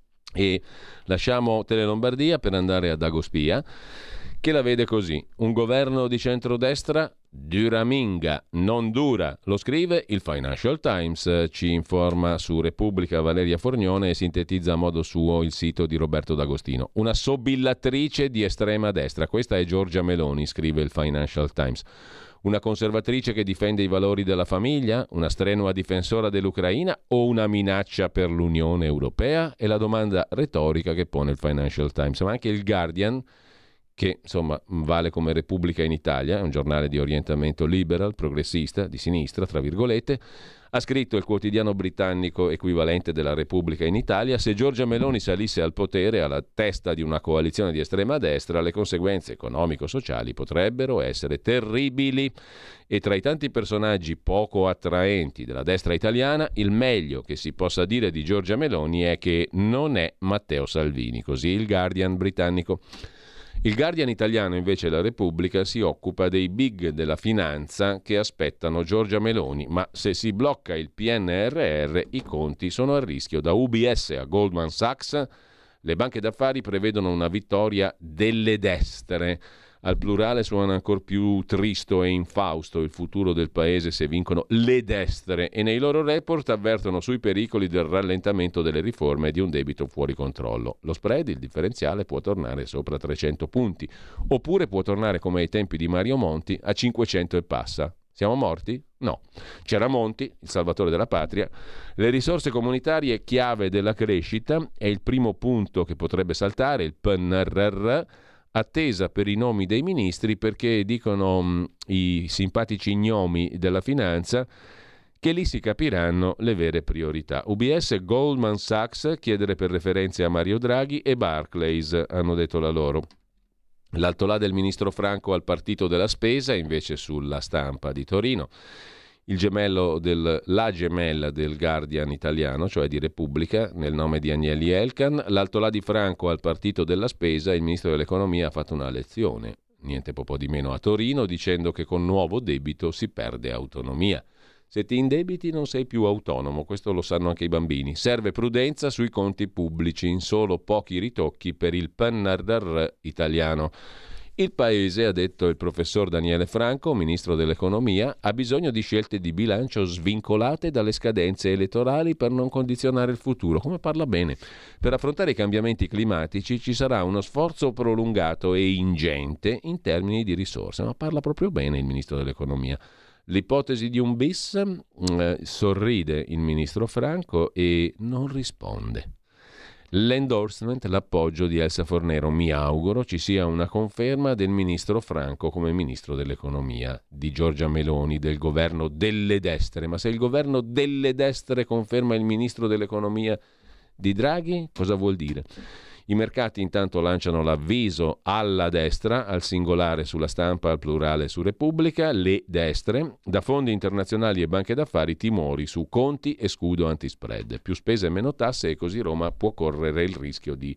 [SPEAKER 2] E lasciamo Telelombardia per andare a Dagospia, che la vede così: un governo di centrodestra duraminga, non dura, lo scrive il Financial Times, ci informa su Repubblica Valeria Fornione e sintetizza a modo suo il sito di Roberto D'Agostino. Una sobillatrice di estrema destra, questa è Giorgia Meloni, scrive il Financial Times. Una conservatrice che difende i valori della famiglia, una strenua difensora dell'Ucraina o una minaccia per l'Unione Europea? È la domanda retorica che pone il Financial Times, ma anche il Guardian, che insomma vale come Repubblica in Italia, è un giornale di orientamento liberal, progressista, di sinistra, tra virgolette, ha scritto il quotidiano britannico equivalente della Repubblica in Italia: se Giorgia Meloni salisse al potere alla testa di una coalizione di estrema destra, le conseguenze economico-sociali potrebbero essere terribili. E tra i tanti personaggi poco attraenti della destra italiana, il meglio che si possa dire di Giorgia Meloni è che non è Matteo Salvini, così il Guardian britannico. Il Guardian italiano, invece, la Repubblica, si occupa dei big della finanza che aspettano Giorgia Meloni, ma se si blocca il P N R R i conti sono a rischio. Da U B S a Goldman Sachs le banche d'affari prevedono una vittoria delle destre. Al plurale suona ancora più tristo e infausto il futuro del paese se vincono le destre, e nei loro report avvertono sui pericoli del rallentamento delle riforme e di un debito fuori controllo. Lo spread, il differenziale, può tornare sopra trecento punti, oppure può tornare come ai tempi di Mario Monti a cinquecento e passa. Siamo morti? No. C'era Monti, il salvatore della patria. Le risorse comunitarie chiave della crescita è il primo punto che potrebbe saltare, il P N R R, attesa per i nomi dei ministri, perché dicono mh, i simpatici gnomi della finanza che lì si capiranno le vere priorità. U B S, Goldman Sachs, chiedere per referenze a Mario Draghi, e Barclays hanno detto la loro. L'altolà del ministro Franco al partito della spesa, invece, sulla Stampa di Torino. Il gemello del, la gemella del Guardian italiano, cioè di Repubblica, nel nome di Agnelli Elkan. L'altolà di Franco al partito della spesa, il ministro dell'economia ha fatto una lezione, niente po' di meno, a Torino, dicendo che con nuovo debito si perde autonomia. Se ti indebiti non sei più autonomo, questo lo sanno anche i bambini. Serve prudenza sui conti pubblici, in solo pochi ritocchi per il P N R R italiano. Il Paese, ha detto il professor Daniele Franco, ministro dell'economia, ha bisogno di scelte di bilancio svincolate dalle scadenze elettorali per non condizionare il futuro. Come parla bene. Per affrontare i cambiamenti climatici ci sarà uno sforzo prolungato e ingente in termini di risorse. Ma parla proprio bene il ministro dell'economia. L'ipotesi di un bis, eh, sorride il ministro Franco e non risponde. L'endorsement, l'appoggio di Elsa Fornero. Mi auguro ci sia una conferma del ministro Franco come ministro dell'economia, di Giorgia Meloni, del governo delle destre. Ma se il governo delle destre conferma il ministro dell'economia di Draghi, cosa vuol dire? I mercati intanto lanciano l'avviso alla destra, al singolare sulla Stampa, al plurale su Repubblica, le destre, da fondi internazionali e banche d'affari timori su conti e scudo antispread. Più spese e meno tasse, e così Roma può correre il rischio di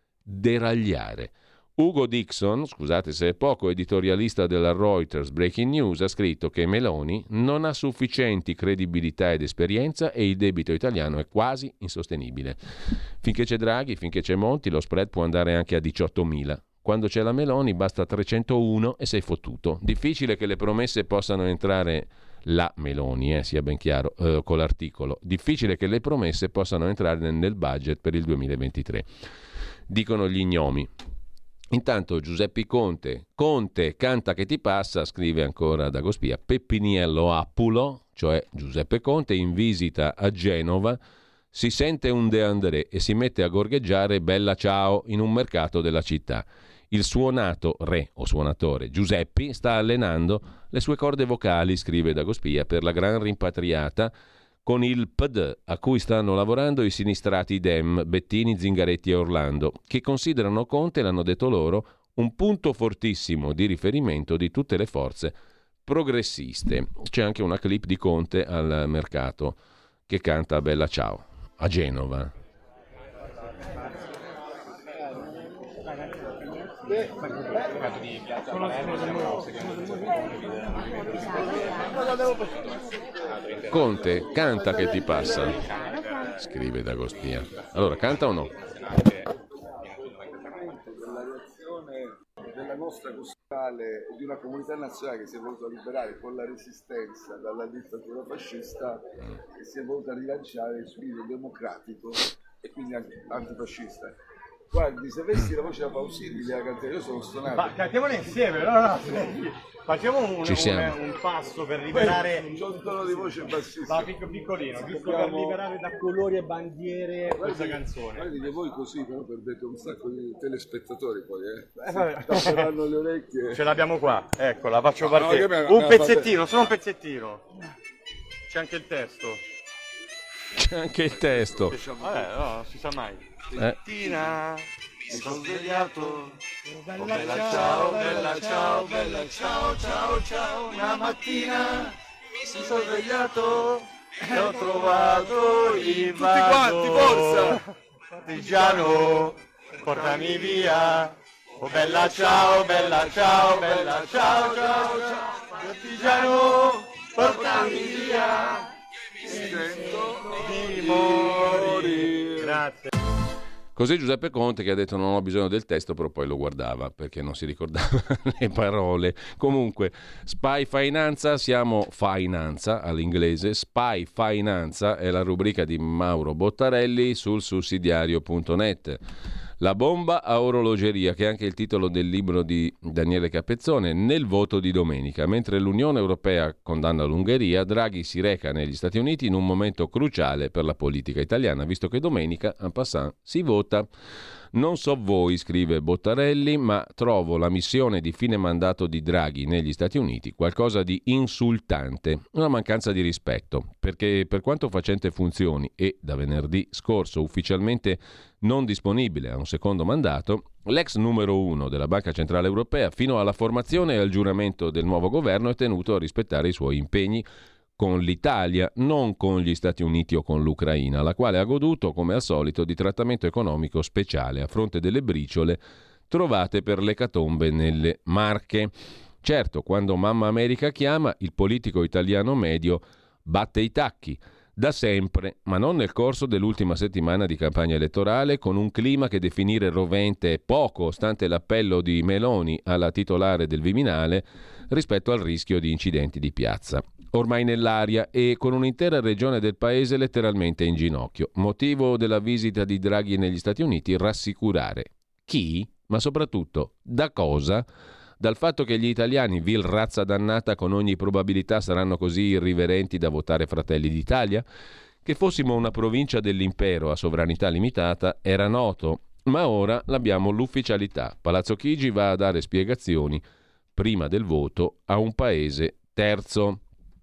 [SPEAKER 2] deragliare. Ugo Dixon, scusate se è poco, editorialista della Reuters Breaking News, ha scritto che Meloni non ha sufficienti credibilità ed esperienza e il debito italiano è quasi insostenibile. Finché c'è Draghi, finché c'è Monti, lo spread può andare anche a diciottomila. Quando c'è la Meloni basta trecentouno e sei fottuto. Difficile che le promesse possano entrare, la Meloni, eh, sia ben chiaro, eh, con l'articolo. Difficile che le promesse possano entrare nel budget per il duemilaventitré. Dicono gli gnomi. Intanto Giuseppe Conte, Conte canta che ti passa, scrive ancora Dagospia, Peppiniello Appulo, cioè Giuseppe Conte, in visita a Genova, si sente un De André e si mette a gorgheggiare Bella Ciao in un mercato della città. Il suonato re o suonatore Giuseppe sta allenando le sue corde vocali, scrive Dagospia, per la gran rimpatriata con il P D a cui stanno lavorando i sinistrati Dem, Bettini, Zingaretti e Orlando, che considerano Conte, l'hanno detto loro, un punto fortissimo di riferimento di tutte le forze progressiste. C'è anche una clip di Conte al mercato che canta Bella Ciao a Genova. Conte, canta che ti passa, scrive D'Agostia. Allora, canta o no?
[SPEAKER 8] Della reazione della nostra costituzionale e di una comunità nazionale che si è voluta liberare con la resistenza dalla dittatura fascista, che si è voluta rilanciare il spirito democratico e quindi anche antifascista. Guardi, se avessi la voce da Pausini la canterei, io sono stonato. Ma
[SPEAKER 9] cantiamola insieme, no, no, facciamo un, un, un passo per liberare.
[SPEAKER 8] C'è un tono di voce bassissimo.
[SPEAKER 9] Ma picco, piccolino, giusto per liberare da colori e bandiere guardi, questa canzone.
[SPEAKER 8] Guardi che voi così però perdete un sacco di telespettatori poi, eh. Tapperanno le orecchie.
[SPEAKER 9] Ce l'abbiamo qua, ecco, la faccio partire. No, no, un pezzettino, solo un pezzettino. C'è anche il testo.
[SPEAKER 2] C'è anche il testo.
[SPEAKER 9] Vabbè, no, non si sa mai. Mattina mi sono svegliato, oh, bella, bella ciao, bella ciao, bella ciao, ciao, ciao. Una mattina mi sono svegliato e ho trovato il vaso. Tutti quanti, forza! Partigiano, portami via. Oh bella ciao, bella ciao, bella ciao, ciao, ciao. Partigiano, portami via. Mi sento di morire. Grazie.
[SPEAKER 2] Così Giuseppe Conte, che ha detto non ho bisogno del testo, però poi lo guardava perché non si ricordava le parole. Comunque, Spy Finanza, siamo Finanza all'inglese. Spy Finanza è la rubrica di Mauro Bottarelli sul sussidiario punto net. La bomba a orologeria, che è anche il titolo del libro di Daniele Capezzone, nel voto di domenica. Mentre l'Unione Europea condanna l'Ungheria, Draghi si reca negli Stati Uniti in un momento cruciale per la politica italiana, visto che domenica, en passant, si vota. Non so voi, scrive Bottarelli, ma trovo la missione di fine mandato di Draghi negli Stati Uniti qualcosa di insultante, una mancanza di rispetto, perché per quanto facente funzioni e da venerdì scorso ufficialmente non disponibile a un secondo mandato, l'ex numero uno della Banca Centrale Europea fino alla formazione e al giuramento del nuovo governo è tenuto a rispettare i suoi impegni con l'Italia, non con gli Stati Uniti o con l'Ucraina, la quale ha goduto, come al solito, di trattamento economico speciale a fronte delle briciole trovate per l'ecatombe nelle Marche. Certo, quando Mamma America chiama, il politico italiano medio batte i tacchi, da sempre, ma non nel corso dell'ultima settimana di campagna elettorale, con un clima che definire rovente è poco, stante l'appello di Meloni alla titolare del Viminale rispetto al rischio di incidenti di piazza. Ormai nell'aria e con un'intera regione del paese letteralmente in ginocchio. Motivo della visita di Draghi negli Stati Uniti? Rassicurare. Chi? Ma soprattutto da cosa? Dal fatto che gli italiani, vil razza dannata, con ogni probabilità saranno così irriverenti da votare Fratelli d'Italia? Che fossimo una provincia dell'impero a sovranità limitata era noto, ma ora l'abbiamo l'ufficialità. Palazzo Chigi va a dare spiegazioni prima del voto a un paese terzo.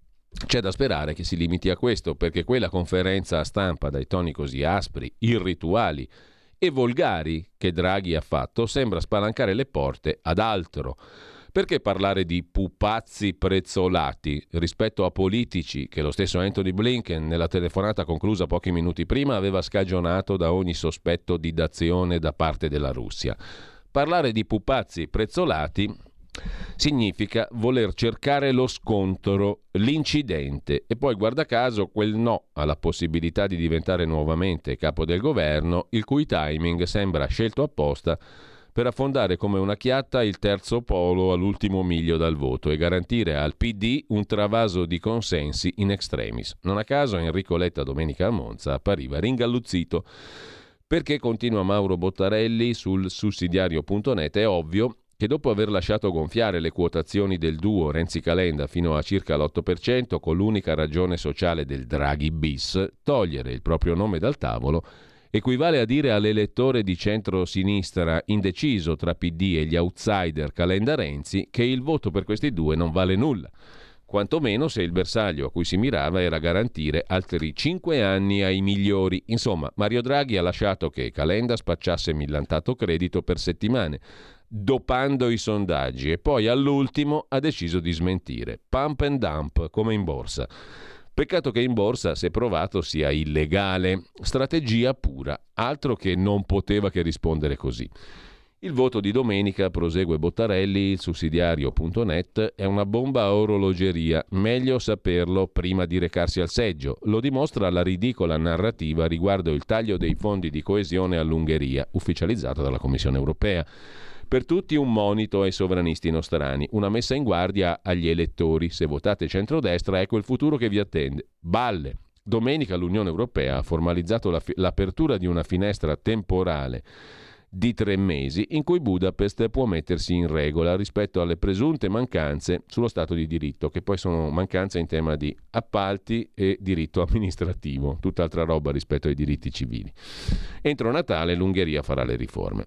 [SPEAKER 2] C'è da sperare che si limiti a questo, perché quella conferenza a stampa dai toni così aspri, irrituali e volgari che Draghi ha fatto sembra spalancare le porte ad altro. Perché parlare di pupazzi prezzolati rispetto a politici che lo stesso Anthony Blinken, nella telefonata conclusa pochi minuti prima, aveva scagionato da ogni sospetto di dazione da parte della Russia? Parlare di pupazzi prezzolati significa voler cercare lo scontro, l'incidente e poi, guarda caso, quel no alla possibilità di diventare nuovamente capo del governo, il cui timing sembra scelto apposta per affondare come una chiatta il terzo polo all'ultimo miglio dal voto e garantire al P D un travaso di consensi in extremis. Non a caso Enrico Letta domenica a Monza appariva ringalluzzito. Perché, continua Mauro Bottarelli sul sussidiario punto net, è ovvio che dopo aver lasciato gonfiare le quotazioni del duo Renzi-Calenda fino a circa l'otto per cento con l'unica ragione sociale del Draghi bis, togliere il proprio nome dal tavolo equivale a dire all'elettore di centro-sinistra indeciso tra P D e gli outsider Calenda-Renzi che il voto per questi due non vale nulla, quantomeno se il bersaglio a cui si mirava era garantire altri cinque anni ai migliori. Insomma, Mario Draghi ha lasciato che Calenda spacciasse millantato credito per settimane, dopando i sondaggi, e poi all'ultimo ha deciso di smentire. Pump and dump, come in borsa. Peccato che in borsa, se provato, sia illegale. Strategia pura, altro che non poteva che rispondere così. Il voto di domenica, prosegue Bottarelli, il sussidiario punto net, è una bomba a orologeria, meglio saperlo prima di recarsi al seggio. Lo dimostra la ridicola narrativa riguardo il taglio dei fondi di coesione all'Ungheria, ufficializzata dalla Commissione europea. Per tutti un monito ai sovranisti nostrani, una messa in guardia agli elettori. Se votate centrodestra, ecco il futuro che vi attende. Balle. Domenica l'Unione Europea ha formalizzato la fi- l'apertura di una finestra temporale di tre mesi in cui Budapest può mettersi in regola rispetto alle presunte mancanze sullo Stato di diritto, che poi sono mancanze in tema di appalti e diritto amministrativo, tutt'altra roba rispetto ai diritti civili. Entro Natale l'Ungheria farà le riforme.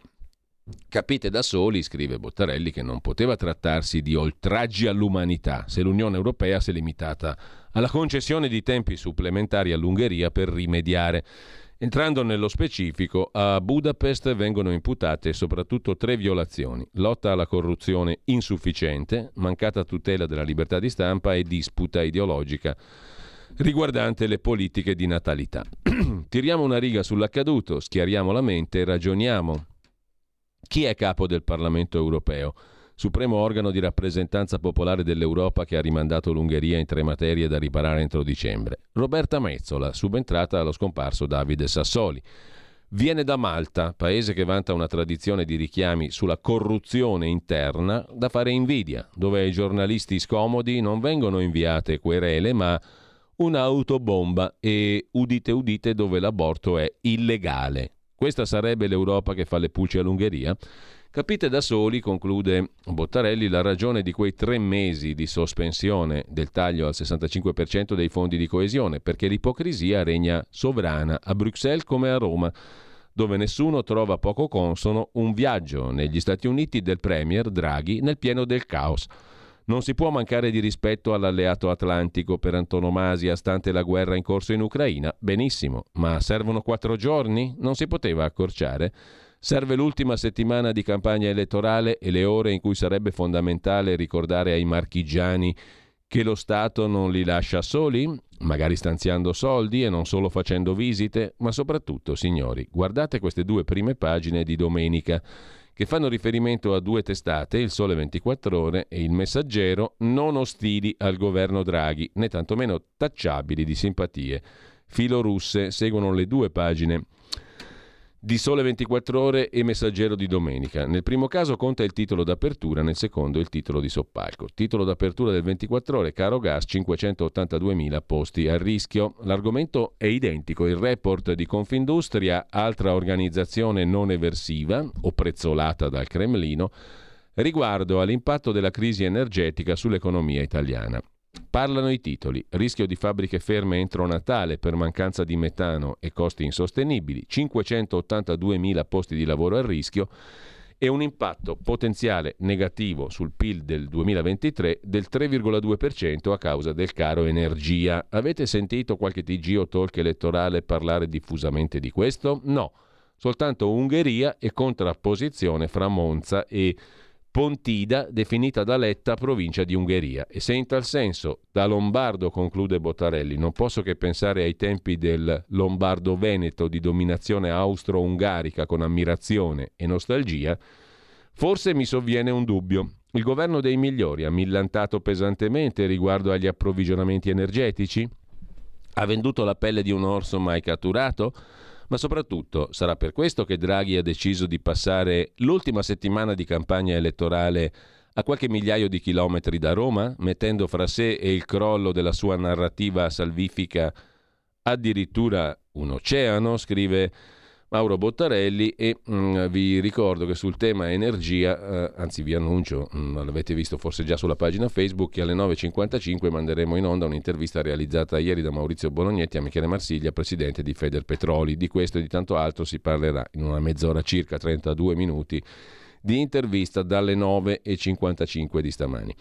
[SPEAKER 2] Capite da soli, scrive Bottarelli, che non poteva trattarsi di oltraggi all'umanità se l'Unione Europea si è limitata alla concessione di tempi supplementari all'Ungheria per rimediare. Entrando nello specifico, a Budapest vengono imputate soprattutto tre violazioni: lotta alla corruzione insufficiente, mancata tutela della libertà di stampa e disputa ideologica riguardante le politiche di natalità. Tiriamo una riga sull'accaduto, schiariamo la mente e ragioniamo. Chi è capo del Parlamento europeo? Supremo organo di rappresentanza popolare dell'Europa che ha rimandato l'Ungheria in tre materie da riparare entro dicembre. Roberta Metsola, subentrata allo scomparso Davide Sassoli. Viene da Malta, paese che vanta una tradizione di richiami sulla corruzione interna da fare invidia, dove ai giornalisti scomodi non vengono inviate querele, ma un'autobomba e, udite udite, dove l'aborto è illegale. Questa sarebbe l'Europa che fa le pulci all'Ungheria? Capite da soli, conclude Bottarelli, la ragione di quei tre mesi di sospensione del taglio al sessantacinque per cento dei fondi di coesione, perché l'ipocrisia regna sovrana a Bruxelles come a Roma, dove nessuno trova poco consono un viaggio negli Stati Uniti del premier Draghi nel pieno del caos. Non si può mancare di rispetto all'alleato atlantico per antonomasia, stante la guerra in corso in Ucraina. Benissimo, ma servono quattro giorni? Non si poteva accorciare? Serve l'ultima settimana di campagna elettorale e le ore in cui sarebbe fondamentale ricordare ai marchigiani che lo Stato non li lascia soli, magari stanziando soldi e non solo facendo visite, ma soprattutto, signori, guardate queste due prime pagine di domenica, che fanno riferimento a due testate, Il Sole ventiquattro Ore e Il Messaggero, non ostili al governo Draghi, né tantomeno tacciabili di simpatie filorusse. Seguono le due pagine di Sole ventiquattro Ore e Messaggero di domenica. Nel primo caso conta il titolo d'apertura, nel secondo il titolo di soppalco. Titolo d'apertura del ventiquattro Ore: caro gas, cinquecentottantaduemila posti a rischio. L'argomento è identico, il report di Confindustria, altra organizzazione non eversiva o prezzolata dal Cremlino, riguardo all'impatto della crisi energetica sull'economia italiana. Parlano i titoli: rischio di fabbriche ferme entro Natale per mancanza di metano e costi insostenibili, cinquecentottantaduemila posti di lavoro a rischio e un impatto potenziale negativo sul P I L del duemilaventitré del tre virgola due per cento a causa del caro energia. Avete sentito qualche T G o talk elettorale parlare diffusamente di questo? No, soltanto Ungheria e contrapposizione fra Monza e Pontida, definita da Letta provincia di Ungheria. E se in tal senso, da lombardo, conclude Bottarelli, non posso che pensare ai tempi del Lombardo-Veneto di dominazione austro-ungarica con ammirazione e nostalgia, forse mi sovviene un dubbio. Il governo dei migliori ha millantato pesantemente riguardo agli approvvigionamenti energetici? Ha venduto la pelle di un orso mai catturato? Ma soprattutto, sarà per questo che Draghi ha deciso di passare l'ultima settimana di campagna elettorale a qualche migliaio di chilometri da Roma, mettendo fra sé e il crollo della sua narrativa salvifica addirittura un oceano, scrive Mauro Bottarelli. E mh, vi ricordo che sul tema energia, eh, anzi vi annuncio, mh, l'avete visto forse già sulla pagina Facebook, che alle nove e cinquantacinque manderemo in onda un'intervista realizzata ieri da Maurizio Bolognetti a Michele Marsiglia, presidente di Federpetroli. Di questo e di tanto altro si parlerà in una mezz'ora circa, trentadue minuti di intervista dalle nove e cinquantacinque di stamani.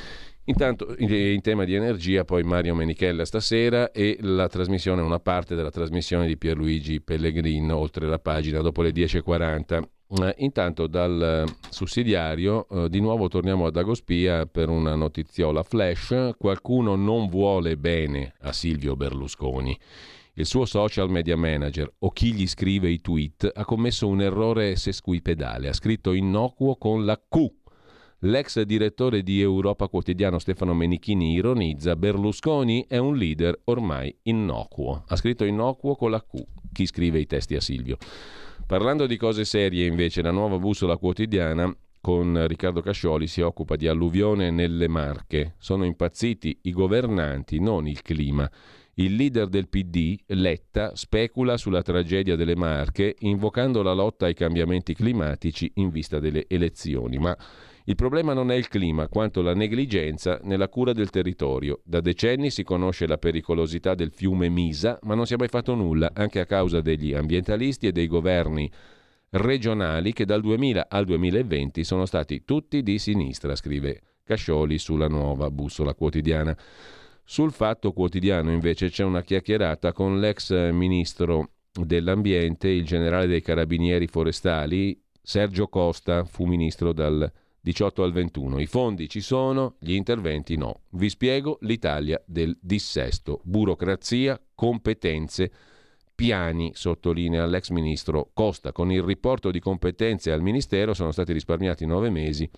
[SPEAKER 2] Intanto in tema di energia poi Mario Menichella stasera e la trasmissione, una parte della trasmissione di Pierluigi Pellegrin oltre la pagina dopo le dieci e quaranta. Eh, intanto dal sussidiario eh, di nuovo torniamo ad Agospia per una notiziola flash. Qualcuno non vuole bene a Silvio Berlusconi. Il suo social media manager, o chi gli scrive i tweet, ha commesso un errore sesquipedale. Ha scritto innocuo con la Q. L'ex direttore di Europa Quotidiano Stefano Menichini ironizza: Berlusconi è un leader ormai innocuo. Ha scritto innocuo con la Q. Chi scrive i testi a Silvio. Parlando di cose serie, invece, la Nuova Bussola Quotidiana con Riccardo Cascioli si occupa di alluvione nelle Marche. Sono impazziti i governanti, non il clima. Il leader del P D, Letta, specula sulla tragedia delle Marche, invocando la lotta ai cambiamenti climatici in vista delle elezioni. Ma il problema non è il clima, quanto la negligenza nella cura del territorio. Da decenni si conosce la pericolosità del fiume Misa, ma non si è mai fatto nulla, anche a causa degli ambientalisti e dei governi regionali che dal duemila al duemilaventi sono stati tutti di sinistra, scrive Cascioli sulla Nuova Bussola Quotidiana. Sul Fatto Quotidiano invece c'è una chiacchierata con l'ex ministro dell'ambiente, il generale dei carabinieri forestali, Sergio Costa, fu ministro dal diciotto al ventuno. I fondi ci sono, gli interventi no. Vi spiego l'Italia del dissesto. Burocrazia, competenze, piani, sottolinea l'ex ministro Costa. Con il riporto di competenze al ministero sono stati risparmiati nove mesi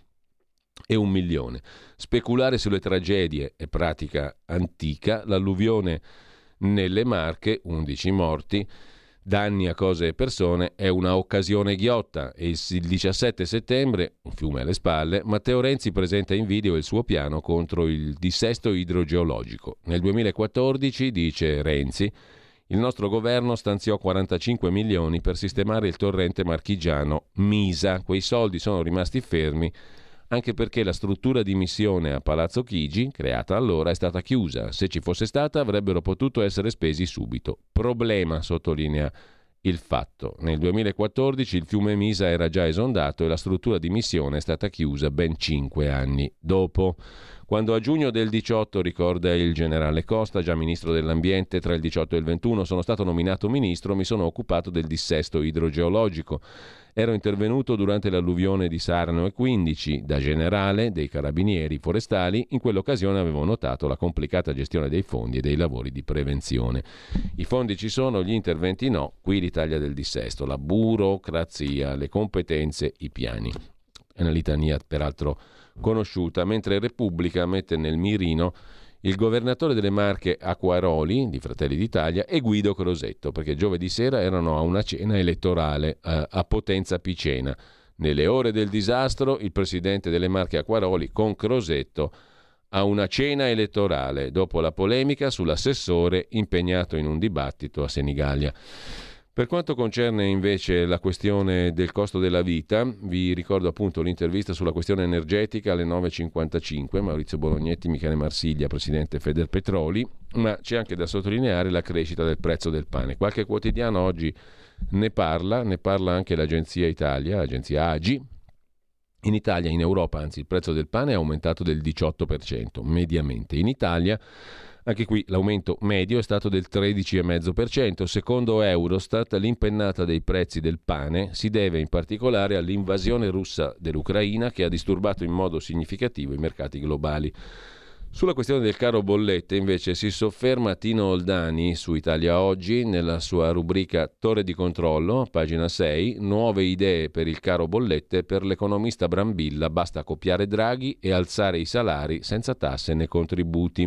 [SPEAKER 2] e un milione. Speculare sulle tragedie è pratica antica. L'alluvione nelle Marche, undici morti, danni a cose e persone, è una occasione ghiotta. E il diciassette settembre, un fiume alle spalle, Matteo Renzi presenta in video il suo piano contro il dissesto idrogeologico. Nel duemilaquattordici, dice Renzi, il nostro governo stanziò quarantacinque milioni per sistemare il torrente marchigiano Misa. Quei soldi sono rimasti fermi anche perché la struttura di missione a Palazzo Chigi, creata allora, è stata chiusa. Se ci fosse stata avrebbero potuto essere spesi subito. Problema, sottolinea il Fatto. Nel duemilaquattordici il fiume Misa era già esondato e la struttura di missione è stata chiusa ben cinque anni dopo. Quando a giugno del diciotto, ricorda il generale Costa, già ministro dell'ambiente, tra il diciotto e il ventuno sono stato nominato ministro, mi sono occupato del dissesto idrogeologico. Ero intervenuto durante l'alluvione di Sarno e quindici, da generale dei carabinieri forestali. In quell'occasione avevo notato la complicata gestione dei fondi e dei lavori di prevenzione. I fondi ci sono, gli interventi no. Qui l'Italia del dissesto, la burocrazia, le competenze, i piani. È una litania peraltro conosciuta, mentre Repubblica mette nel mirino il governatore delle Marche Acquaroli, di Fratelli d'Italia, e Guido Crosetto, perché giovedì sera erano a una cena elettorale a, a Potenza Picena. Nelle ore del disastro, il presidente delle Marche Acquaroli con Crosetto a una cena elettorale, dopo la polemica sull'assessore impegnato in un dibattito a Senigallia. Per quanto concerne invece la questione del costo della vita, vi ricordo appunto l'intervista sulla questione energetica alle nove e cinquantacinque, Maurizio Bolognetti, Michele Marsiglia, presidente Federpetroli, ma c'è anche da sottolineare la crescita del prezzo del pane. Qualche quotidiano oggi ne parla, ne parla anche l'Agenzia Italia, l'Agenzia Agi. In Italia, in Europa, anzi, il prezzo del pane è aumentato del diciotto per cento mediamente. In Italia anche qui l'aumento medio è stato del tredici virgola cinque per cento. Secondo Eurostat, l'impennata dei prezzi del pane si deve in particolare all'invasione russa dell'Ucraina, che ha disturbato in modo significativo i mercati globali. Sulla questione del caro bollette invece si sofferma Tino Oldani su Italia Oggi nella sua rubrica Torre di controllo, pagina sei, nuove idee per il caro bollette. Per l'economista Brambilla basta copiare Draghi e alzare i salari senza tasse né contributi.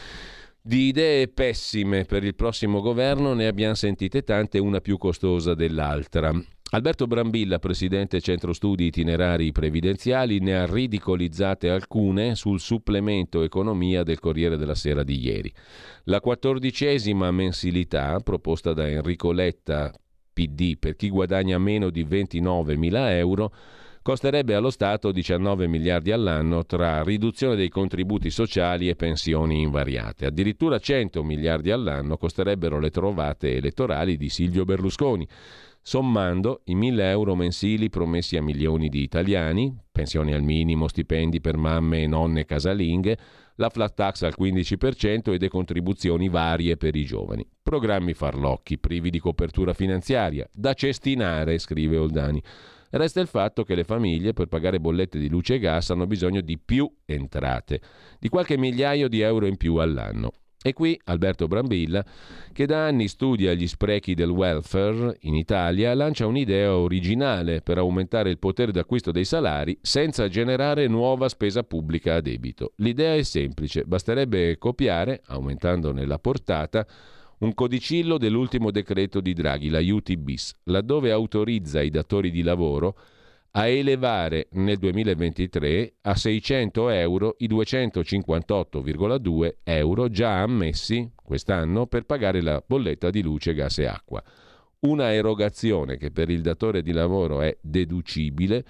[SPEAKER 2] Di idee pessime per il prossimo governo ne abbiamo sentite tante, una più costosa dell'altra. Alberto Brambilla, presidente Centro Studi Itinerari Previdenziali, ne ha ridicolizzate alcune sul supplemento economia del Corriere della Sera di ieri. La quattordicesima mensilità proposta da Enrico Letta, P D, per chi guadagna meno di ventinovemila euro, costerebbe allo Stato diciannove miliardi all'anno tra riduzione dei contributi sociali e pensioni invariate. Addirittura cento miliardi all'anno costerebbero le trovate elettorali di Silvio Berlusconi. Sommando i mille euro mensili promessi a milioni di italiani, pensioni al minimo, stipendi per mamme e nonne casalinghe, la flat tax al quindici per cento e decontribuzioni varie per i giovani. Programmi farlocchi, privi di copertura finanziaria, da cestinare, scrive Oldani. Resta il fatto che le famiglie per pagare bollette di luce e gas hanno bisogno di più entrate, di qualche migliaio di euro in più all'anno. E qui Alberto Brambilla, che da anni studia gli sprechi del welfare in Italia, lancia un'idea originale per aumentare il potere d'acquisto dei salari senza generare nuova spesa pubblica a debito. L'idea è semplice, basterebbe copiare, aumentandone la portata, un codicillo dell'ultimo decreto di Draghi, l'aiuti bis, laddove autorizza i datori di lavoro a elevare nel duemilaventitré a seicento euro i duecentocinquantotto virgola due euro già ammessi quest'anno per pagare la bolletta di luce, gas e acqua. Una erogazione che per il datore di lavoro è deducibile,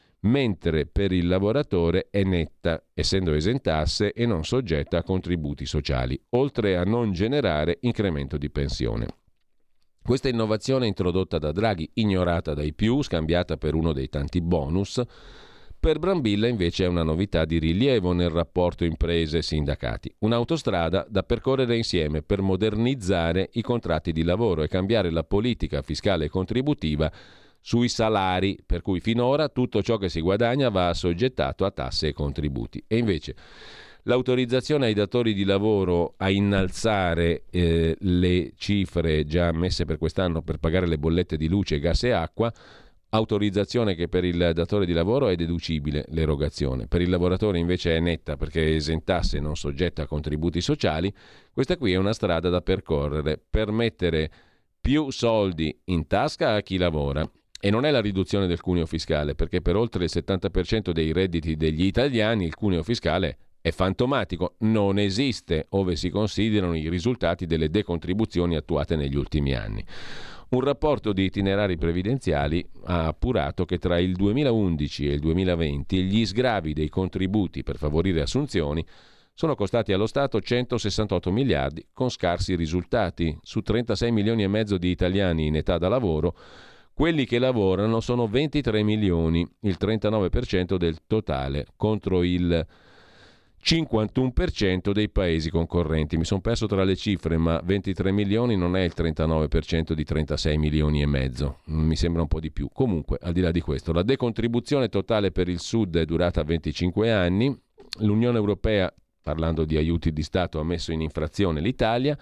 [SPEAKER 2] mentre per il lavoratore è netta, essendo esentasse e non soggetta a contributi sociali, oltre a non generare incremento di pensione. Questa innovazione introdotta da Draghi, ignorata dai più, scambiata per uno dei tanti bonus, per Brambilla invece è una novità di rilievo nel rapporto imprese-sindacati. Un'autostrada da percorrere insieme per modernizzare i contratti di lavoro e cambiare la politica fiscale e contributiva sui salari, per cui finora tutto ciò che si guadagna va assoggettato a tasse e contributi. E invece l'autorizzazione ai datori di lavoro a innalzare eh, le cifre già ammesse per quest'anno per pagare le bollette di luce, gas e acqua, autorizzazione che per il datore di lavoro è deducibile l'erogazione, per il lavoratore invece è netta perché è esentasse e non soggetta a contributi sociali. Questa qui è una strada da percorrere per mettere più soldi in tasca a chi lavora. E non è la riduzione del cuneo fiscale, perché per oltre il settanta per cento dei redditi degli italiani il cuneo fiscale è fantomatico, non esiste ove si considerano i risultati delle decontribuzioni attuate negli ultimi anni. Un rapporto di itinerari previdenziali ha appurato che tra il duemilaundici e il duemilaventi gli sgravi dei contributi per favorire assunzioni sono costati allo Stato centosessantotto miliardi, con scarsi risultati. Su trentasei milioni e mezzo di italiani in età da lavoro, quelli che lavorano sono ventitré milioni, il trentanove per cento del totale, contro il cinquantuno per cento dei paesi concorrenti. Mi sono perso tra le cifre, ma ventitré milioni non è il trentanove per cento di trentasei milioni e mezzo. Mi sembra un po' di più. Comunque, al di là di questo, la decontribuzione totale per il Sud è durata venticinque anni. L'Unione Europea, parlando di aiuti di Stato, ha messo in infrazione l'Italia.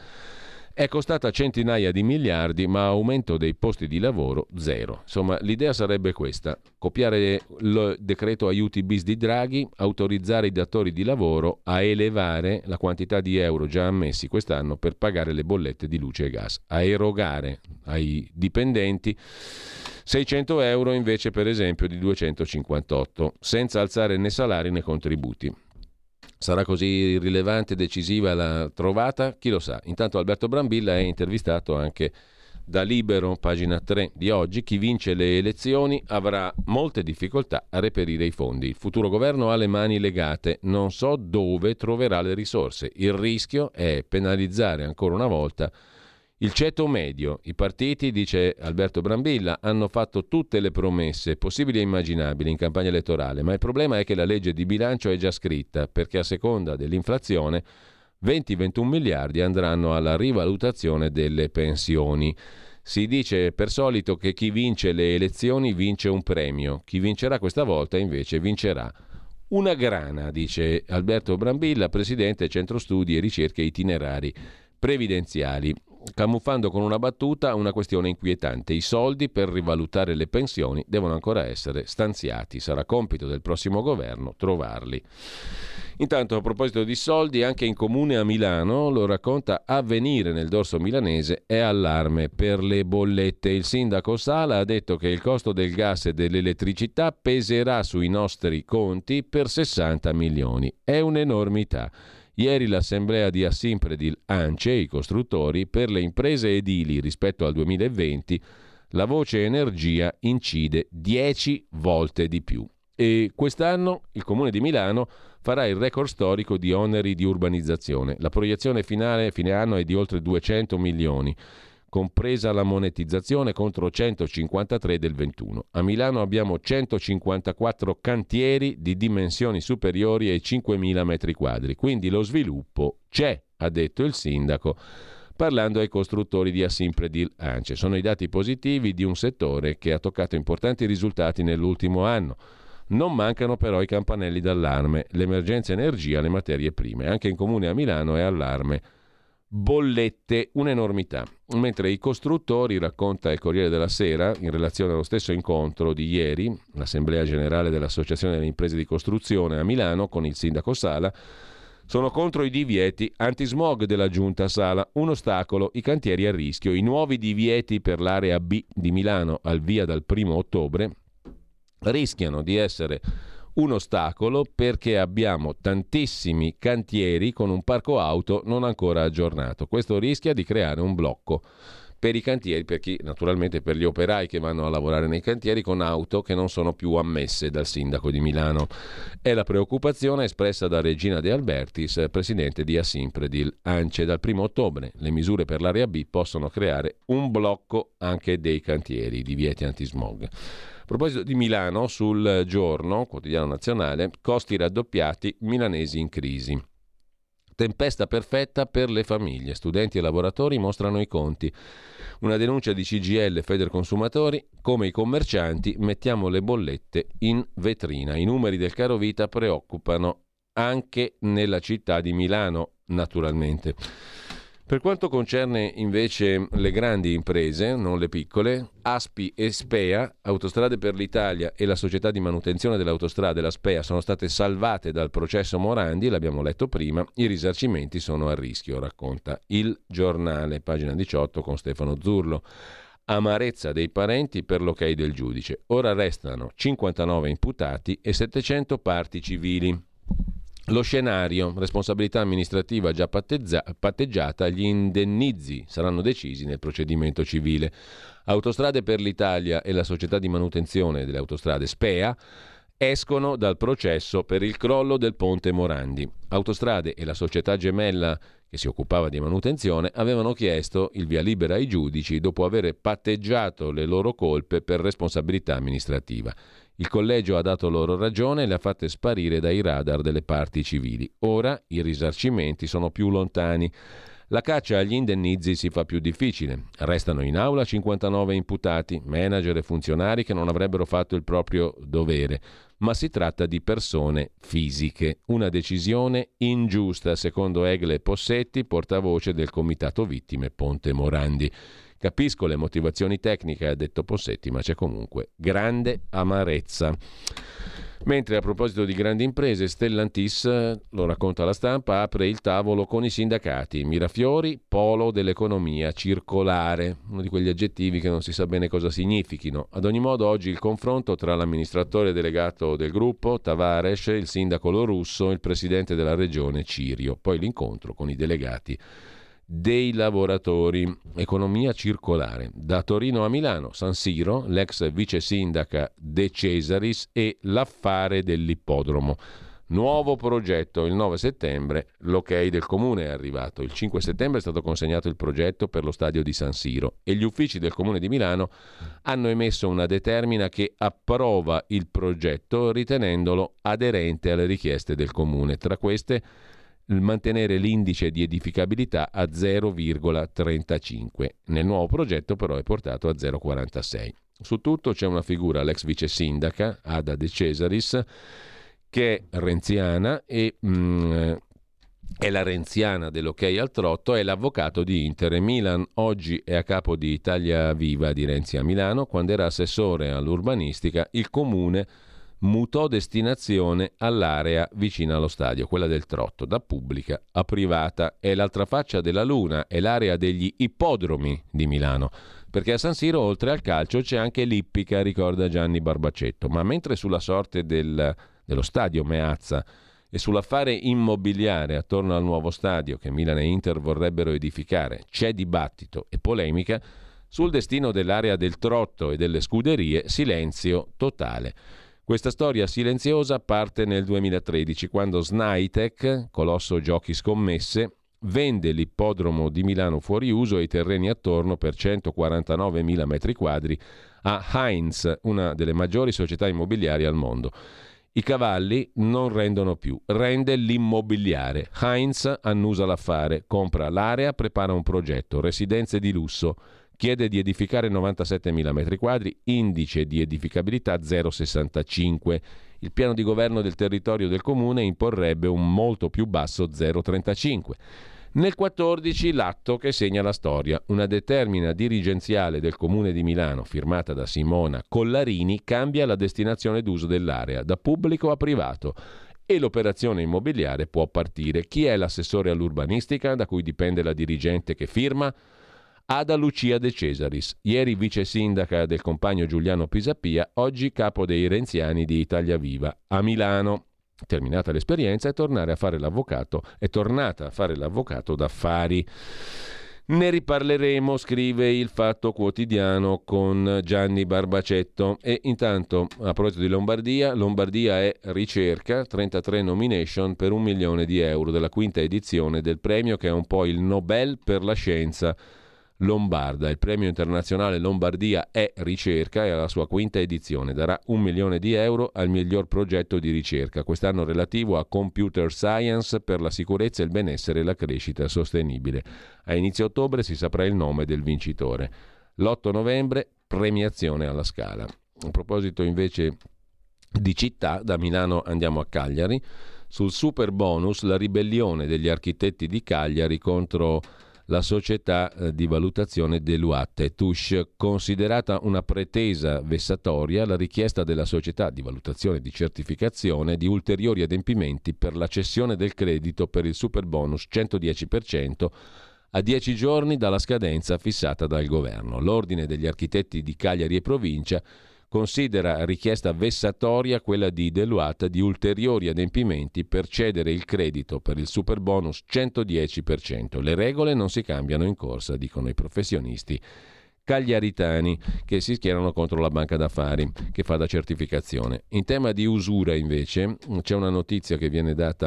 [SPEAKER 2] È costata centinaia di miliardi, ma aumento dei posti di lavoro zero. Insomma, l'idea sarebbe questa: copiare il decreto aiuti bis di Draghi, autorizzare i datori di lavoro a elevare la quantità di euro già ammessi quest'anno per pagare le bollette di luce e gas, a erogare ai dipendenti seicento euro invece, per esempio, di duecentocinquantotto, senza alzare né salari né contributi. Sarà così rilevante e decisiva la trovata? Chi lo sa. Intanto Alberto Brambilla è intervistato anche da Libero, pagina tre di oggi. Chi vince le elezioni avrà molte difficoltà a reperire i fondi. Il futuro governo ha le mani legate, non so dove troverà le risorse. Il rischio è penalizzare ancora una volta il ceto medio. I partiti, dice Alberto Brambilla, hanno fatto tutte le promesse possibili e immaginabili in campagna elettorale, ma il problema è che la legge di bilancio è già scritta, perché a seconda dell'inflazione venti ventuno miliardi andranno alla rivalutazione delle pensioni. Si dice per solito che chi vince le elezioni vince un premio, chi vincerà questa volta invece vincerà una grana, dice Alberto Brambilla, presidente Centro Studi e Ricerche Itinerari Previdenziali, camuffando con una battuta una questione inquietante. I soldi per rivalutare le pensioni devono ancora essere stanziati. Sarà compito del prossimo governo trovarli. Intanto, a proposito di soldi, anche in comune a Milano, lo racconta Avvenire nel dorso milanese, è allarme per le bollette. Il sindaco Sala ha detto che il costo del gas e dell'elettricità peserà sui nostri conti per sessanta milioni. È un'enormità. Ieri l'assemblea di Assimpredil ANCE, i costruttori, per le imprese edili rispetto al duemilaventi, la voce energia incide dieci volte di più. E quest'anno il Comune di Milano farà il record storico di oneri di urbanizzazione. La proiezione finale fine anno è di oltre duecento milioni, compresa la monetizzazione, contro centocinquantatré del ventuno. A Milano abbiamo centocinquantaquattro cantieri di dimensioni superiori ai cinquemila metri quadri, quindi lo sviluppo c'è, ha detto il sindaco, parlando ai costruttori di Assimpredil ANCE. Sono i dati positivi di un settore che ha toccato importanti risultati nell'ultimo anno. Non mancano però i campanelli d'allarme, l'emergenza energia, le materie prime. Anche in comune a Milano è allarme bollette, un'enormità. Mentre i costruttori, racconta il Corriere della Sera, in relazione allo stesso incontro di ieri, l'Assemblea Generale dell'Associazione delle Imprese di Costruzione a Milano con il sindaco Sala, sono contro i divieti antismog della giunta Sala, un ostacolo, i cantieri a rischio. I nuovi divieti per l'area B di Milano al via dal primo ottobre rischiano di essere un ostacolo perché abbiamo tantissimi cantieri con un parco auto non ancora aggiornato. Questo rischia di creare un blocco per i cantieri, per chi, naturalmente per gli operai che vanno a lavorare nei cantieri con auto che non sono più ammesse dal sindaco di Milano. È la preoccupazione espressa da Regina De Albertis, presidente di Assimpredil ANCE. Dal primo ottobre le misure per l'area B possono creare un blocco anche dei cantieri, divieti antismog. A proposito di Milano, sul Giorno, quotidiano nazionale, costi raddoppiati, milanesi in crisi. Tempesta perfetta per le famiglie. Studenti e lavoratori mostrano i conti. Una denuncia di C G I L e Federconsumatori, come i commercianti mettiamo le bollette in vetrina. I numeri del carovita preoccupano anche nella città di Milano, naturalmente. Per quanto concerne invece le grandi imprese, non le piccole, Aspi e Spea, Autostrade per l'Italia e la società di manutenzione delle autostrade, la Spea, sono state salvate dal processo Morandi, l'abbiamo letto prima, i risarcimenti sono a rischio, racconta Il Giornale, pagina diciotto con Stefano Zurlo. Amarezza dei parenti per l'ok del giudice. Ora restano cinquantanove imputati e settecento parti civili. Lo scenario, responsabilità amministrativa già pattezza, patteggiata, gli indennizi saranno decisi nel procedimento civile. Autostrade per l'Italia e la società di manutenzione delle autostrade Spea escono dal processo per il crollo del ponte Morandi. Autostrade e la società gemella che si occupava di manutenzione avevano chiesto il via libera ai giudici dopo aver patteggiato le loro colpe per responsabilità amministrativa. Il collegio ha dato loro ragione e le ha fatte sparire dai radar delle parti civili. Ora i risarcimenti sono più lontani. La caccia agli indennizi si fa più difficile. Restano in aula cinquantanove imputati, manager e funzionari che non avrebbero fatto il proprio dovere, ma si tratta di persone fisiche. Una decisione ingiusta, secondo Egle Possetti, portavoce del Comitato Vittime Ponte Morandi. Capisco le motivazioni tecniche, ha detto Possetti, ma c'è comunque grande amarezza. Mentre a proposito di grandi imprese, Stellantis, lo racconta la Stampa, apre il tavolo con i sindacati. Mirafiori, polo dell'economia circolare, uno di quegli aggettivi che non si sa bene cosa significhino. Ad ogni modo oggi il confronto tra l'amministratore delegato del gruppo, Tavares, il sindaco Lorusso, il presidente della regione Cirio, poi l'incontro con i delegati dei lavoratori. Economia circolare. Da Torino a Milano, San Siro, l'ex vice sindaca De Cesaris e l'affare dell'ippodromo. Nuovo progetto, il nove settembre l'ok del comune è arrivato. Il cinque settembre è stato consegnato il progetto per lo stadio di San Siro e gli uffici del comune di Milano hanno emesso una determina che approva il progetto ritenendolo aderente alle richieste del comune. Tra queste il mantenere l'indice di edificabilità a zero virgola trentacinque. Nel nuovo progetto però è portato a zero virgola quarantasei. Su tutto c'è una figura, l'ex vice sindaca Ada De Cesaris, che è renziana e mh, è la renziana dell'ok al trotto, è l'avvocato di Inter e Milan. Oggi è a capo di Italia Viva di Renzi a Milano. Quando era assessore all'urbanistica, il comune mutò destinazione all'area vicina allo stadio, quella del Trotto, da pubblica a privata. È l'altra faccia della luna, è l'area degli ippodromi di Milano, perché a San Siro oltre al calcio c'è anche l'ippica, ricorda Gianni Barbacetto. Ma mentre sulla sorte del, dello stadio Meazza e sull'affare immobiliare attorno al nuovo stadio che Milan e Inter vorrebbero edificare c'è dibattito e polemica, sul destino dell'area del Trotto e delle scuderie silenzio totale. Questa storia silenziosa parte nel duemilatredici, quando Snaitech, colosso giochi scommesse, vende l'ippodromo di Milano fuori uso e i terreni attorno per centoquarantanovemila metri quadri a Heinz, una delle maggiori società immobiliari al mondo. I cavalli non rendono più, rende l'immobiliare. Heinz annusa l'affare, compra l'area, prepara un progetto, residenze di lusso. Chiede di edificare novantasettemila metri quadri, indice di edificabilità zero virgola sessantacinque. Il piano di governo del territorio del comune imporrebbe un molto più basso zero virgola trentacinque. Nel quattordici l'atto che segna la storia. Una determina dirigenziale del Comune di Milano, firmata da Simona Collarini, cambia la destinazione d'uso dell'area, da pubblico a privato, e l'operazione immobiliare può partire. Chi è l'assessore all'urbanistica da cui dipende la dirigente che firma? Ada Lucia De Cesaris, ieri vice sindaca del compagno Giuliano Pisapia, oggi capo dei renziani di Italia Viva a Milano. Terminata l'esperienza è tornare a fare l'avvocato, è tornata a fare l'avvocato d'affari. Ne riparleremo, scrive il Fatto Quotidiano con Gianni Barbacetto. E intanto, a proposito di Lombardia, Lombardia è ricerca, trentatré nomination per un milione di euro della quinta edizione del premio che è un po' il Nobel per la scienza lombarda. Il premio internazionale Lombardia è ricerca e alla sua quinta edizione darà un milione di euro al miglior progetto di ricerca, quest'anno relativo a computer science per la sicurezza, il benessere e la crescita sostenibile. A inizio ottobre si saprà il nome del vincitore. L'otto novembre premiazione alla Scala. A proposito invece di città, da Milano andiamo a Cagliari. Sul super bonus, la ribellione degli architetti di Cagliari contro la società di valutazione Deloitte Touche. Considerata una pretesa vessatoria la richiesta della società di valutazione e di certificazione di ulteriori adempimenti per la cessione del credito per il super bonus centodieci per cento a dieci giorni dalla scadenza fissata dal governo. L'ordine degli architetti di Cagliari e provincia considera richiesta vessatoria quella di Deloitte di ulteriori adempimenti per cedere il credito per il super bonus centodieci per cento. Le regole non si cambiano in corsa, dicono i professionisti cagliaritani che si schierano contro la banca d'affari che fa da certificazione. In tema di usura invece c'è una notizia che viene data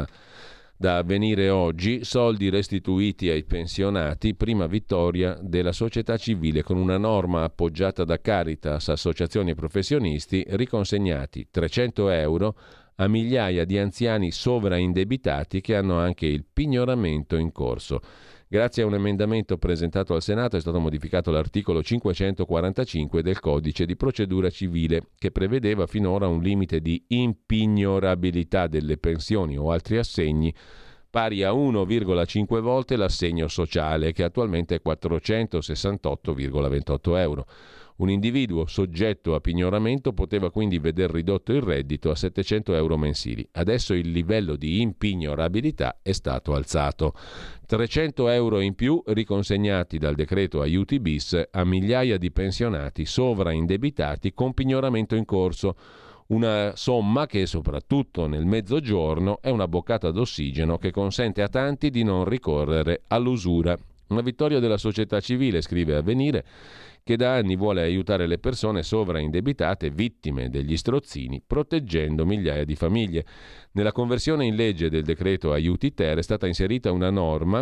[SPEAKER 2] da Avvenire oggi: soldi restituiti ai pensionati, prima vittoria della società civile con una norma appoggiata da Caritas, associazioni e professionisti, riconsegnati trecento euro a migliaia di anziani sovraindebitati che hanno anche il pignoramento in corso. Grazie a un emendamento presentato al Senato è stato modificato l'articolo cinquecentoquarantacinque del Codice di procedura civile, che prevedeva finora un limite di impignorabilità delle pensioni o altri assegni pari a uno virgola cinque volte l'assegno sociale, che attualmente è quattrocentosessantotto virgola ventotto euro. Un individuo soggetto a pignoramento poteva quindi veder ridotto il reddito a settecento euro mensili. Adesso il livello di impignorabilità è stato alzato. trecento euro in più riconsegnati dal decreto aiuti bis a migliaia di pensionati sovraindebitati con pignoramento in corso. Una somma che, soprattutto nel mezzogiorno, è una boccata d'ossigeno che consente a tanti di non ricorrere all'usura. Una vittoria della società civile, scrive Avvenire, che da anni vuole aiutare le persone sovraindebitate vittime degli strozzini, proteggendo migliaia di famiglie. Nella conversione in legge del decreto aiuti ter è stata inserita una norma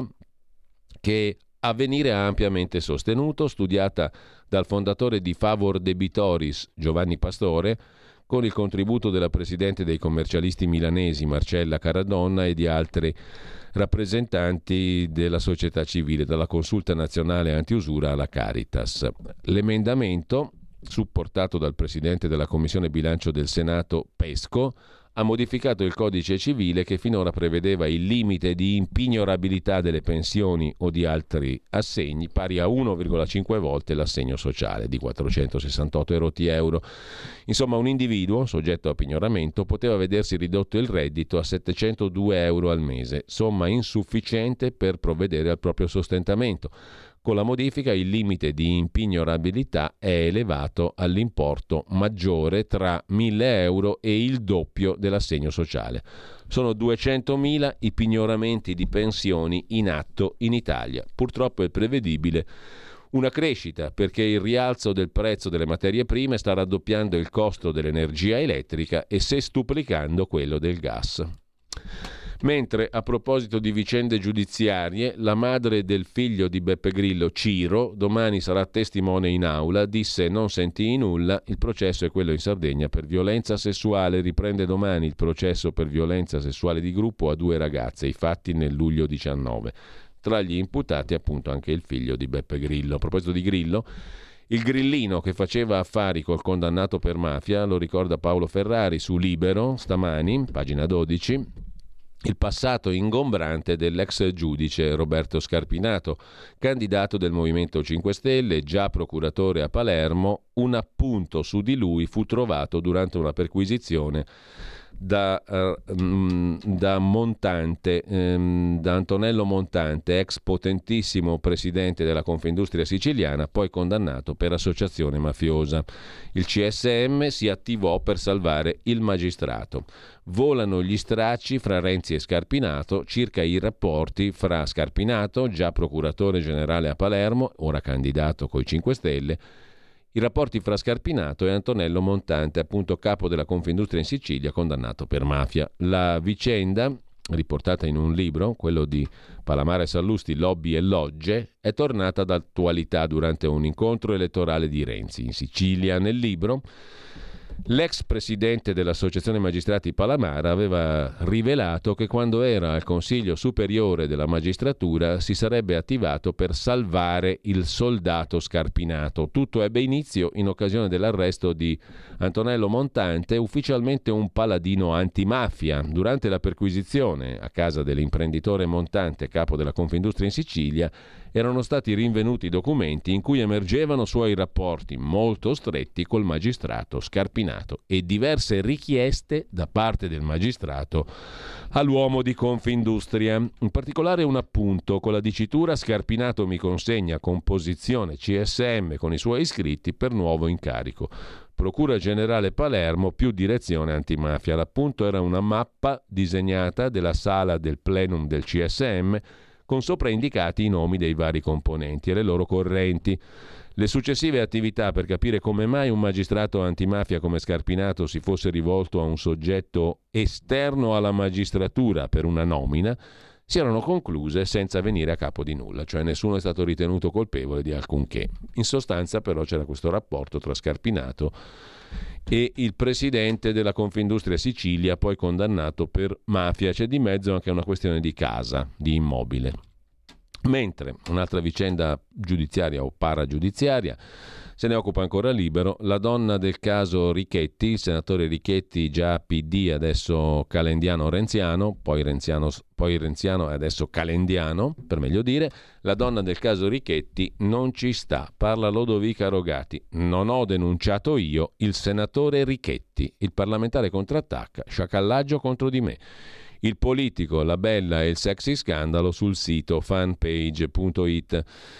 [SPEAKER 2] che Avvenire ha ampiamente sostenuto, studiata dal fondatore di Favor Debitoris, Giovanni Pastore, con il contributo della presidente dei commercialisti milanesi Marcella Caradonna e di altri rappresentanti della società civile, dalla Consulta Nazionale Antiusura alla Caritas. L'emendamento, supportato dal presidente della Commissione Bilancio del Senato Pesco, ha modificato il codice civile che finora prevedeva il limite di impignorabilità delle pensioni o di altri assegni pari a uno virgola cinque volte l'assegno sociale di quattrocentosessantotto euro. Insomma, un individuo soggetto a pignoramento poteva vedersi ridotto il reddito a settecentodue euro al mese, somma insufficiente per provvedere al proprio sostentamento. Con la modifica il limite di impignorabilità è elevato all'importo maggiore tra mille euro e il doppio dell'assegno sociale. Sono duecentomila i pignoramenti di pensioni in atto in Italia. Purtroppo è prevedibile una crescita perché il rialzo del prezzo delle materie prime sta raddoppiando il costo dell'energia elettrica e sestuplicando quello del gas. Mentre, a proposito di vicende giudiziarie, la madre del figlio di Beppe Grillo, Ciro, domani sarà testimone in aula, disse non sentii nulla, il processo è quello in Sardegna per violenza sessuale, riprende domani il processo per violenza sessuale di gruppo a due ragazze, i fatti nel luglio diciannove. Tra gli imputati appunto anche il figlio di Beppe Grillo. A proposito di Grillo, il grillino che faceva affari col condannato per mafia, lo ricorda Paolo Ferrari su Libero, stamani, pagina dodici, il passato ingombrante dell'ex giudice Roberto Scarpinato, candidato del Movimento cinque Stelle, già procuratore a Palermo. Un appunto su di lui fu trovato durante una perquisizione da, uh, da Montante, um, da Antonello Montante, ex potentissimo presidente della Confindustria siciliana, poi condannato per associazione mafiosa. Il C S M si attivò per salvare il magistrato. Volano gli stracci fra Renzi e Scarpinato circa i rapporti fra Scarpinato, già procuratore generale a Palermo, ora candidato coi cinque Stelle, i rapporti fra Scarpinato e Antonello Montante, appunto capo della Confindustria in Sicilia, condannato per mafia. La vicenda, riportata in un libro, quello di Palamara e Sallusti, Lobby e Logge, è tornata d'attualità durante un incontro elettorale di Renzi in Sicilia. Nel libro, l'ex presidente dell'Associazione Magistrati Palamara aveva rivelato che quando era al Consiglio Superiore della Magistratura si sarebbe attivato per salvare il soldato Scarpinato. Tutto ebbe inizio in occasione dell'arresto di Antonello Montante, ufficialmente un paladino antimafia. Durante la perquisizione a casa dell'imprenditore Montante, capo della Confindustria in Sicilia, erano stati rinvenuti documenti in cui emergevano suoi rapporti molto stretti col magistrato Scarpinato e diverse richieste da parte del magistrato all'uomo di Confindustria. In particolare un appunto con la dicitura: Scarpinato mi consegna composizione C S M con i suoi iscritti per nuovo incarico. Procura Generale Palermo più direzione antimafia. L'appunto era una mappa disegnata della sala del plenum del C S M con sopra indicati i nomi dei vari componenti e le loro correnti. Le successive attività per capire come mai un magistrato antimafia come Scarpinato si fosse rivolto a un soggetto esterno alla magistratura per una nomina si erano concluse senza venire a capo di nulla, cioè nessuno è stato ritenuto colpevole di alcunché. In sostanza però c'era questo rapporto tra Scarpinato e il presidente della Confindustria Sicilia, poi condannato per mafia. C'è di mezzo anche una questione di casa, di immobile. Mentre un'altra vicenda giudiziaria o paragiudiziaria se ne occupa ancora Libero, la donna del caso Richetti, il senatore Richetti già P D, adesso calendiano-renziano, poi renziano, poi renziano e adesso calendiano, per meglio dire. La donna del caso Richetti non ci sta, parla Lodovica Rogati. Non ho denunciato io il senatore Richetti, il parlamentare contrattacca, sciacallaggio contro di me. Il politico, la bella e il sexy scandalo sul sito fanpage punto it.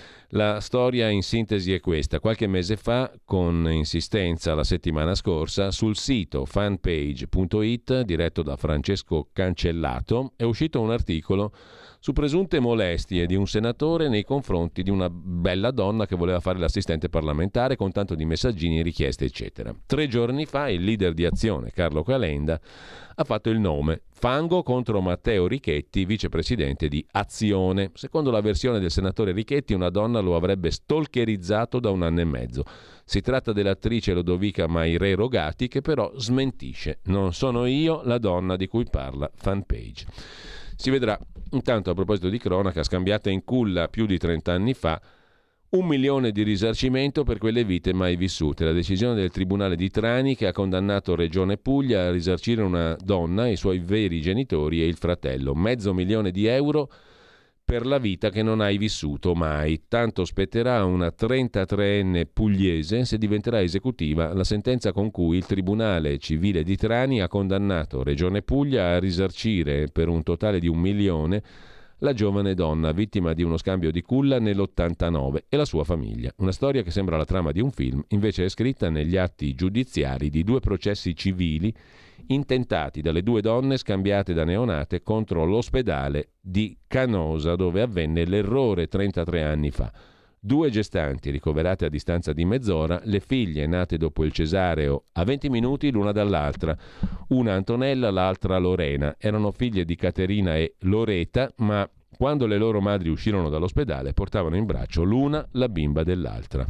[SPEAKER 2] La storia in sintesi è questa. Qualche mese fa, con insistenza la settimana scorsa, sul sito fanpage punto it, diretto da Francesco Cancellato, è uscito un articolo su presunte molestie di un senatore nei confronti di una bella donna che voleva fare l'assistente parlamentare, con tanto di messaggini, richieste, eccetera. Tre giorni fa il leader di Azione, Carlo Calenda, ha fatto il nome: fango contro Matteo Richetti, vicepresidente di Azione. Secondo la versione del senatore Richetti, una donna lo avrebbe stalkerizzato da un anno e mezzo. Si tratta dell'attrice Lodovica Maire Rogati, che però smentisce. Non sono io la donna di cui parla Fanpage. Si vedrà. Intanto, a proposito di cronaca, scambiata in culla più di trenta anni fa, un milione di risarcimento per quelle vite mai vissute. La decisione del Tribunale di Trani, che ha condannato Regione Puglia a risarcire una donna, i suoi veri genitori e il fratello. Mezzo milione di euro per la vita che non hai vissuto mai. Tanto spetterà a una trentatreenne pugliese se diventerà esecutiva la sentenza con cui il Tribunale Civile di Trani ha condannato Regione Puglia a risarcire per un totale di un milione la giovane donna vittima di uno scambio di culla nell'ottantanove e la sua famiglia. Una storia che sembra la trama di un film, invece è scritta negli atti giudiziari di due processi civili intentati dalle due donne scambiate da neonate contro l'ospedale di Canosa, dove avvenne l'errore trentatré anni fa. Due gestanti ricoverate a distanza di mezz'ora, le figlie nate dopo il cesareo a venti minuti l'una dall'altra, una Antonella, l'altra Lorena. Erano figlie di Caterina e Loreta, ma quando le loro madri uscirono dall'ospedale portavano in braccio l'una la bimba dell'altra.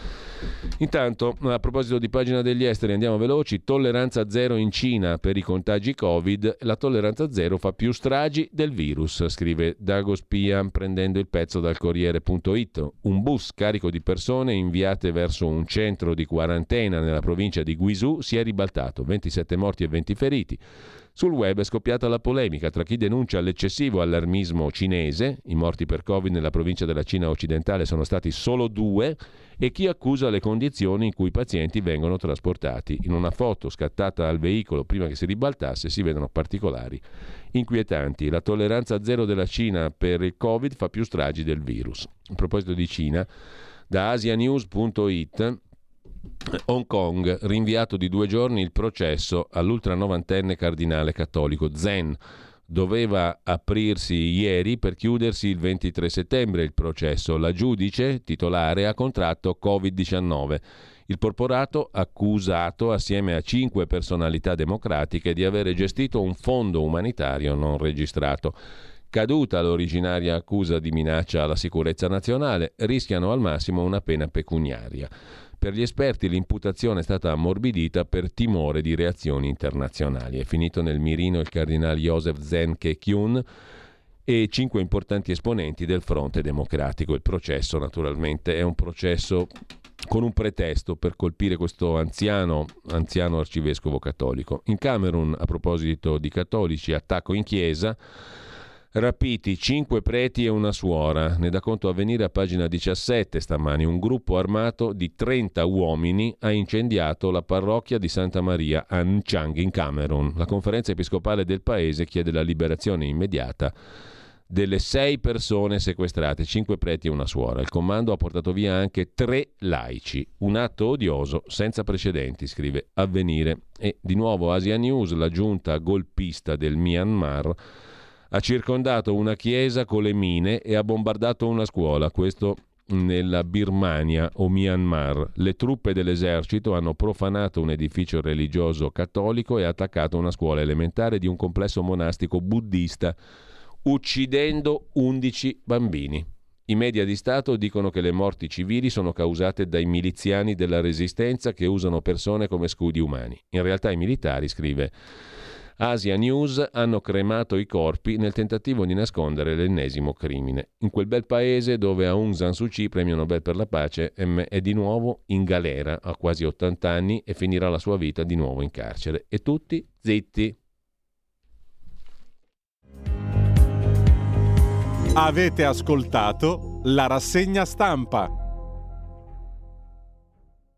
[SPEAKER 2] Intanto, a proposito di pagina degli esteri, andiamo veloci. Tolleranza zero in Cina per i contagi Covid. La tolleranza zero fa più stragi del virus, scrive Dago Spia prendendo il pezzo dal Corriere punto it. Un bus carico di persone inviate verso un centro di quarantena nella provincia di Guizhou si è ribaltato, ventisette morti e venti feriti. Sul web è scoppiata la polemica tra chi denuncia l'eccessivo allarmismo cinese, i morti per Covid nella provincia della Cina occidentale sono stati solo due, e chi accusa le condizioni in cui i pazienti vengono trasportati. In una foto scattata al veicolo prima che si ribaltasse si vedono particolari inquietanti. La tolleranza zero della Cina per il Covid fa più stragi del virus. A proposito di Cina, da asianews punto it, Hong Kong, rinviato di due giorni il processo all'ultranovantenne cardinale cattolico Zen. Doveva aprirsi ieri per chiudersi il ventitré settembre il processo. La giudice titolare ha contratto covid diciannove. Il porporato accusato assieme a cinque personalità democratiche di avere gestito un fondo umanitario non registrato. Caduta l'originaria accusa di minaccia alla sicurezza nazionale, rischiano al massimo una pena pecuniaria. Per gli esperti l'imputazione è stata ammorbidita per timore di reazioni internazionali. È finito nel mirino il cardinale Joseph Zen Kek-kyun e cinque importanti esponenti del fronte democratico. Il processo naturalmente è un processo con un pretesto per colpire questo anziano, anziano arcivescovo cattolico. In Camerun, a proposito di cattolici, attacco in chiesa, rapiti cinque preti e una suora. Ne dà conto Avvenire a pagina diciassette stamani. Un gruppo armato di trenta uomini ha incendiato la parrocchia di Santa Maria a Nchang in Camerun. La conferenza episcopale del paese chiede la liberazione immediata delle sei persone sequestrate, cinque preti e una suora. Il comando ha portato via anche tre laici. Un atto odioso senza precedenti, scrive Avvenire. E di nuovo Asia News, la giunta golpista del Myanmar ha circondato una chiesa con le mine e ha bombardato una scuola, questo nella Birmania o Myanmar. Le truppe dell'esercito hanno profanato un edificio religioso cattolico e attaccato una scuola elementare di un complesso monastico buddista, uccidendo undici bambini. I media di Stato dicono che le morti civili sono causate dai miliziani della resistenza che usano persone come scudi umani. In realtà i militari, scrive Asia News, hanno cremato i corpi nel tentativo di nascondere l'ennesimo crimine. In quel bel paese dove Aung San Suu Kyi, premio Nobel per la pace, è di nuovo in galera a quasi ottanta anni e finirà la sua vita di nuovo in carcere. E tutti zitti.
[SPEAKER 1] Avete ascoltato la rassegna stampa.